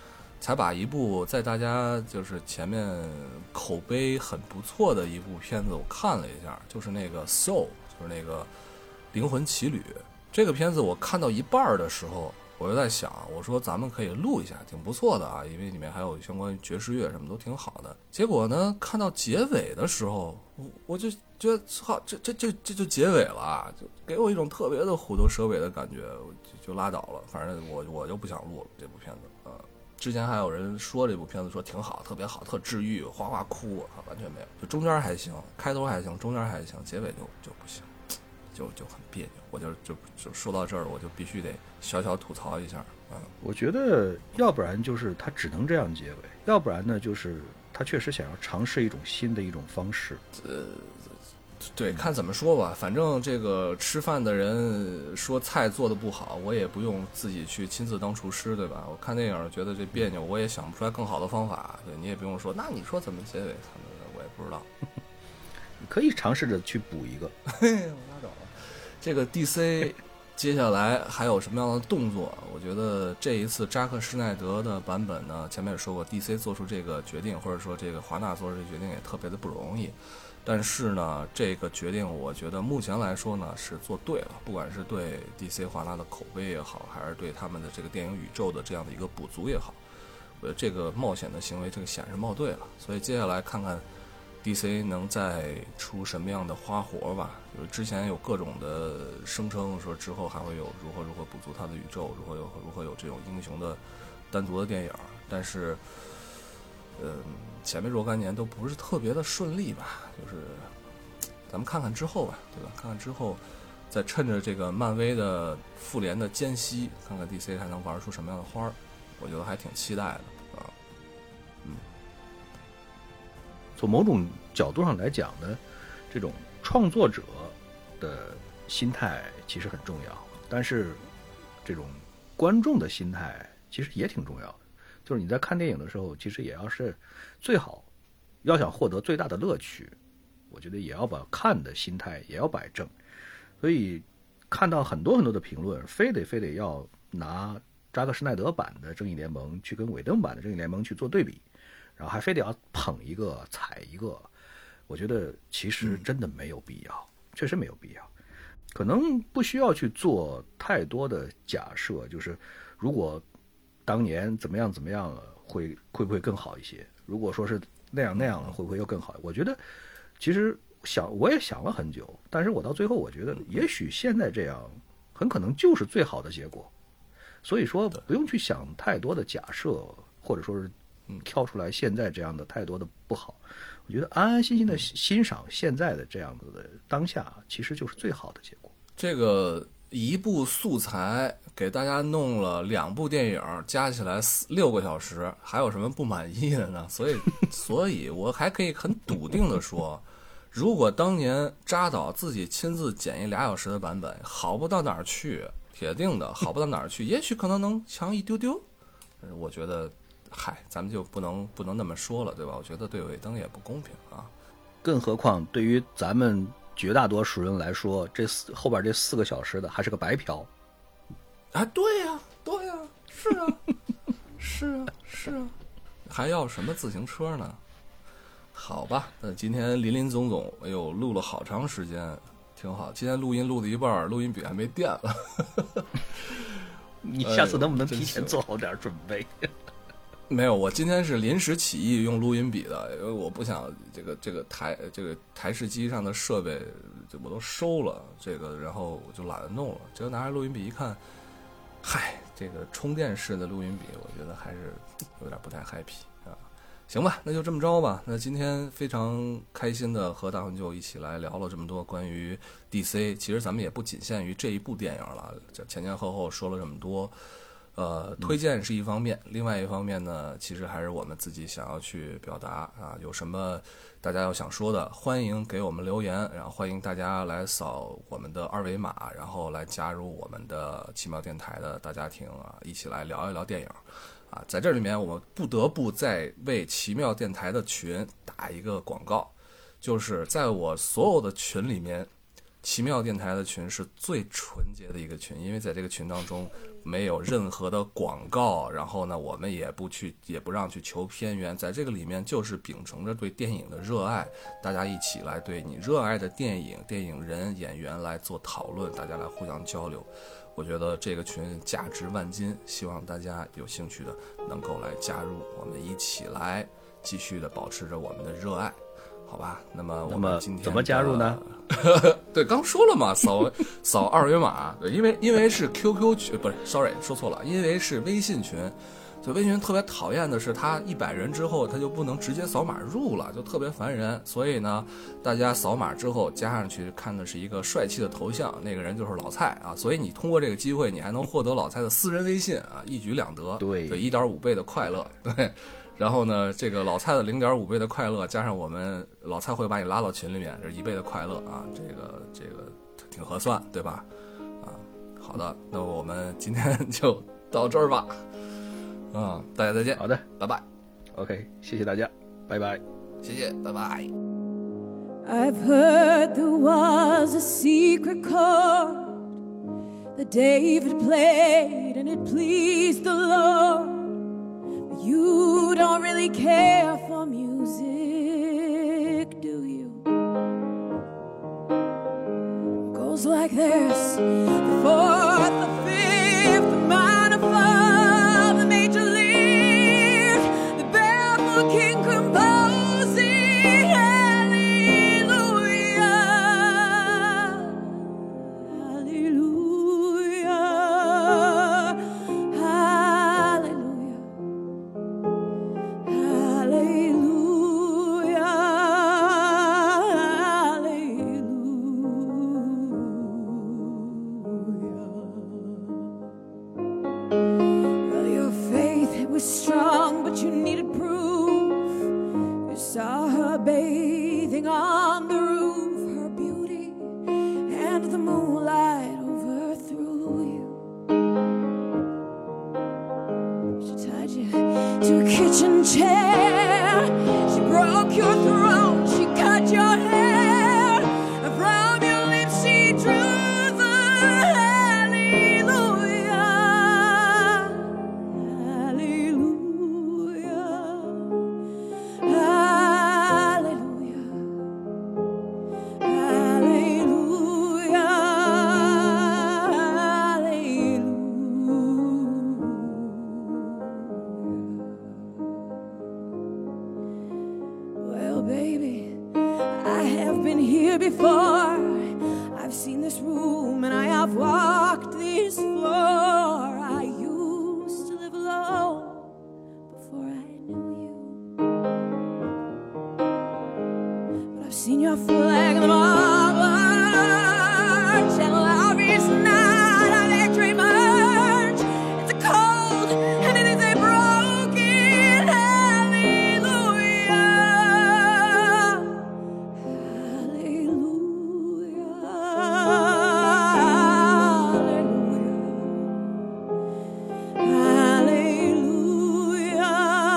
才把一部在大家就是前面口碑很不错的一部片子我看了一下，就是那个 Soul， 就是那个灵魂奇旅。这个片子我看到一半的时候，我就在想，我说咱们可以录一下，挺不错的啊，因为里面还有相关爵士乐什么都挺好的。结果呢，看到结尾的时候，我我就觉得操，这这这这就结尾了，就给我一种特别的虎头蛇尾的感觉，我就就拉倒了。反正我我就不想录了这部片子啊。之前还有人说这部片子说挺好，特别好，特治愈，哗哗哭啊，完全没有。就中间还行，开头还行，中间还行，结尾就就不行。就就很别扭，我就就就说到这儿，我就必须得小小吐槽一下啊。 我觉得要不然就是他只能这样结尾，要不然呢就是他确实想要尝试一种新的一种方式。 呃，对，看怎么说吧，反正这个吃饭的人说菜做的不好，我也不用自己去亲自当厨师，对吧？我看电影觉得这别扭，我也想不出来更好的方法。对，你也不用说，那你说怎么结尾？我也不知道。 你可以尝试着去补一个。 嘿，我拉倒了。这个 D C 接下来还有什么样的动作？我觉得这一次扎克施耐德的版本呢，前面也说过 ，D C 做出这个决定，或者说这个华纳做出这个决定也特别的不容易。但是呢，这个决定我觉得目前来说呢是做对了，不管是对 D C 华纳的口碑也好，还是对他们的这个电影宇宙的这样的一个补足也好，我觉得这个冒险的行为，这个险是冒对了。所以接下来看看D C 能再出什么样的花活吧？就是之前有各种的声称说之后还会有如何如何补足它的宇宙，如何有如何有这种英雄的单独的电影，但是，嗯、呃，前面若干年都不是特别的顺利吧？就是咱们看看之后吧，对吧？看看之后，再趁着这个漫威的复联的间隙，看看 D C 还能玩出什么样的花儿，我觉得还挺期待的。 从某种角度上来讲呢，这种创作者的心态其实很重要，但是这种观众的心态其实也挺重要的。就是你在看电影的时候，其实也要是最好要想获得最大的乐趣，我觉得也要把看的心态也要摆正。所以看到很多很多的评论，非得非得要拿扎克施耐德版的正义联盟去跟韦登版的正义联盟去做对比，然后还非得要捧一个踩一个，我觉得其实真的没有必要，嗯、确实没有必要。可能不需要去做太多的假设，就是如果当年怎么样怎么样了，会会不会更好一些？如果说是那样那样了，会不会又更好？我觉得其实想我也想了很久，但是我到最后我觉得，也许现在这样很可能就是最好的结果。所以说不用去想太多的假设，或者说是挑出来现在这样的太多的不好。我觉得安安心心的欣赏现在的这样子的当下，其实就是最好的结果。 这个一部素材给大家弄了两部电影，加起来四六个小时，还有什么不满意的呢？所以，所以我还可以很笃定的说，如果当年扎导自己亲自剪一俩小时的版本，好不到哪儿去，铁定的好不到哪儿去，也许可能能强一丢丢。但是我觉得，嗨，咱们就不能不能那么说了，对吧？我觉得对尾灯也不公平啊。 更何况对于咱们绝大多数人来说，这四后边这四个小时的还是个白嫖。 啊，对呀、啊，对呀、啊，是啊，是啊，是啊，还要什么自行车呢？好吧，那今天林林总总，哎呦，录了好长时间，挺好。今天录音录了一半，录音笔还没电了。 你下次能不能提前做好点准备？ 没有，我今天是临时起意用录音笔的，因为我不想这个这个台这个台式机上的设备我都收了，这个然后我就懒得弄了。结果拿着录音笔一看，嗨，这个充电式的录音笔，我觉得还是有点不太 happy 啊。行吧，那就这么着吧。那今天非常开心的和大魂舅一起来聊了这么多关于 D C， 其实咱们也不仅限于这一部电影了，前前后后说了这么多。呃，推荐是一方面，嗯、另外一方面呢，其实还是我们自己想要去表达啊，有什么大家要想说的，欢迎给我们留言，然后欢迎大家来扫我们的二维码，然后来加入我们的奇妙电台的大家庭啊，一起来聊一聊电影啊。在这里面，我们不得不再为奇妙电台的群打一个广告，就是在我所有的群里面， 奇妙电台的群是最纯洁的一个群，因为在这个群当中没有任何的广告，然后呢，我们也不去，也不让去求片源，在这个里面就是秉承着对电影的热爱，大家一起来对你热爱的电影、电影人、演员来做讨论，大家来互相交流。我觉得这个群价值万金，希望大家有兴趣的能够来加入，我们一起来继续的保持着我们的热爱。好吧，那么我们今天怎么加入呢？ 对，刚说了嘛，扫扫二维码。对，因为因为是 Q Q 群，不是 ，sorry， 说错了，因为是微信群。所以微信群特别讨厌的是，他一百人之后，他就不能直接扫码入了，就特别烦人。所以呢，大家扫码之后加上去，看的是一个帅气的头像，那个人就是老蔡啊。所以你通过这个机会，你还能获得老蔡的私人微信啊，一举两得。 对， 对，一点五倍的快乐。对。然后呢，这个老蔡的零点五倍的快乐，加上我们老蔡会把你拉到群里面，这是一倍的快乐啊，这个这个挺合算，对吧？啊，好的，那我们今天就到这儿吧。啊，大家再见。 好的， 拜拜。 OK， 谢谢大家，拜拜。 谢谢，拜拜。 I've heard there was a secret chord that David played and it pleased the Lord. You don't really care for music, do you? It goes like this: the fourth, the fifth, the minor fall, the major lift, the barefoot king composing, hallelujah, hallelujah, hallelujah. Hallelujah, hallelujah. Well, your faith, it was strong, but you needed proof. You saw her bathing on the roof, her beauty and the moonlight overthrew you. She tied you to a kitchen chair, she broke your throat, she cut your hair, and from your lips she drew the hallelujah, hallelujah, hallelujah, hallelujah, hallelujah. Well, baby, I have been here before. I've seen this room and I have walked this floor. I used to live alone before I knew you. But I've seen your flag in the march, and love is not a victory march. It's a cold and it is a broken hallelujah, hallelujah, hallelujah,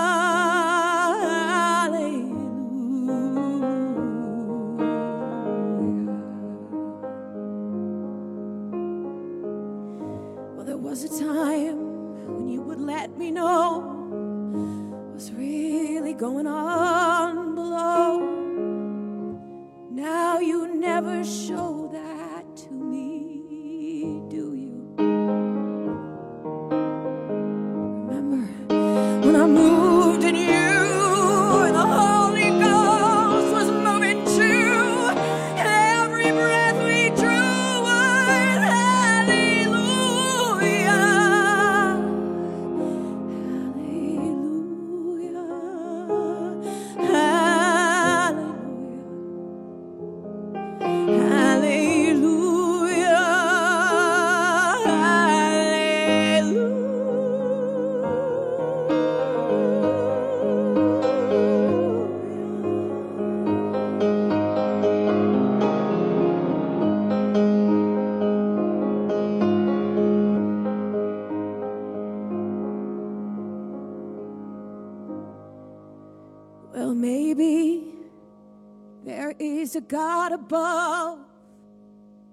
hallelujah. Well, there was a time when you would let me know what's really going on below. Now you never show that to me, do you? Remember when I moved in you and the Holy Ghost was moving too, and every breath we drew was hallelujah, hallelujah, hallelujah, hallelujah, well, maybe there is a God above,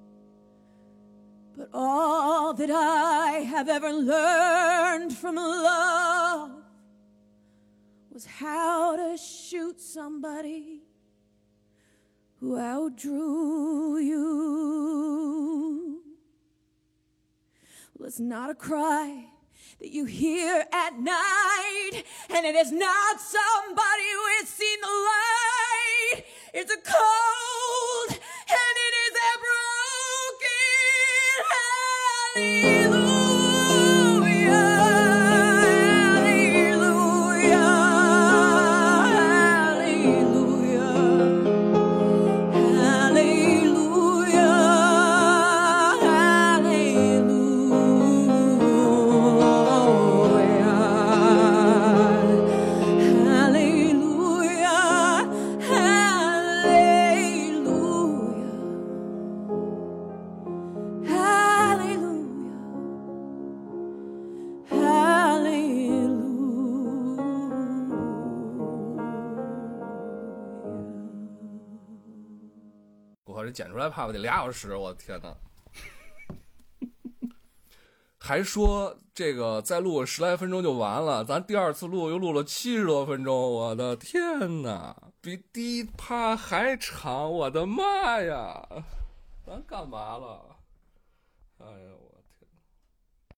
But all that I have ever learned from love was how to shoot somebody who outdrew you. Well, it's not a cry that you hear at night, and it is not somebody who has seen the light. It's a cold, and it is a broken hallelujah, hallelujah, hallelujah, 我这剪出来怕不得俩小时，我的天哪！还说这个再录十来分钟就完了，咱第二次录又录了七十多分钟，我的天哪，比第一趴还长，我的妈呀！咱干嘛了？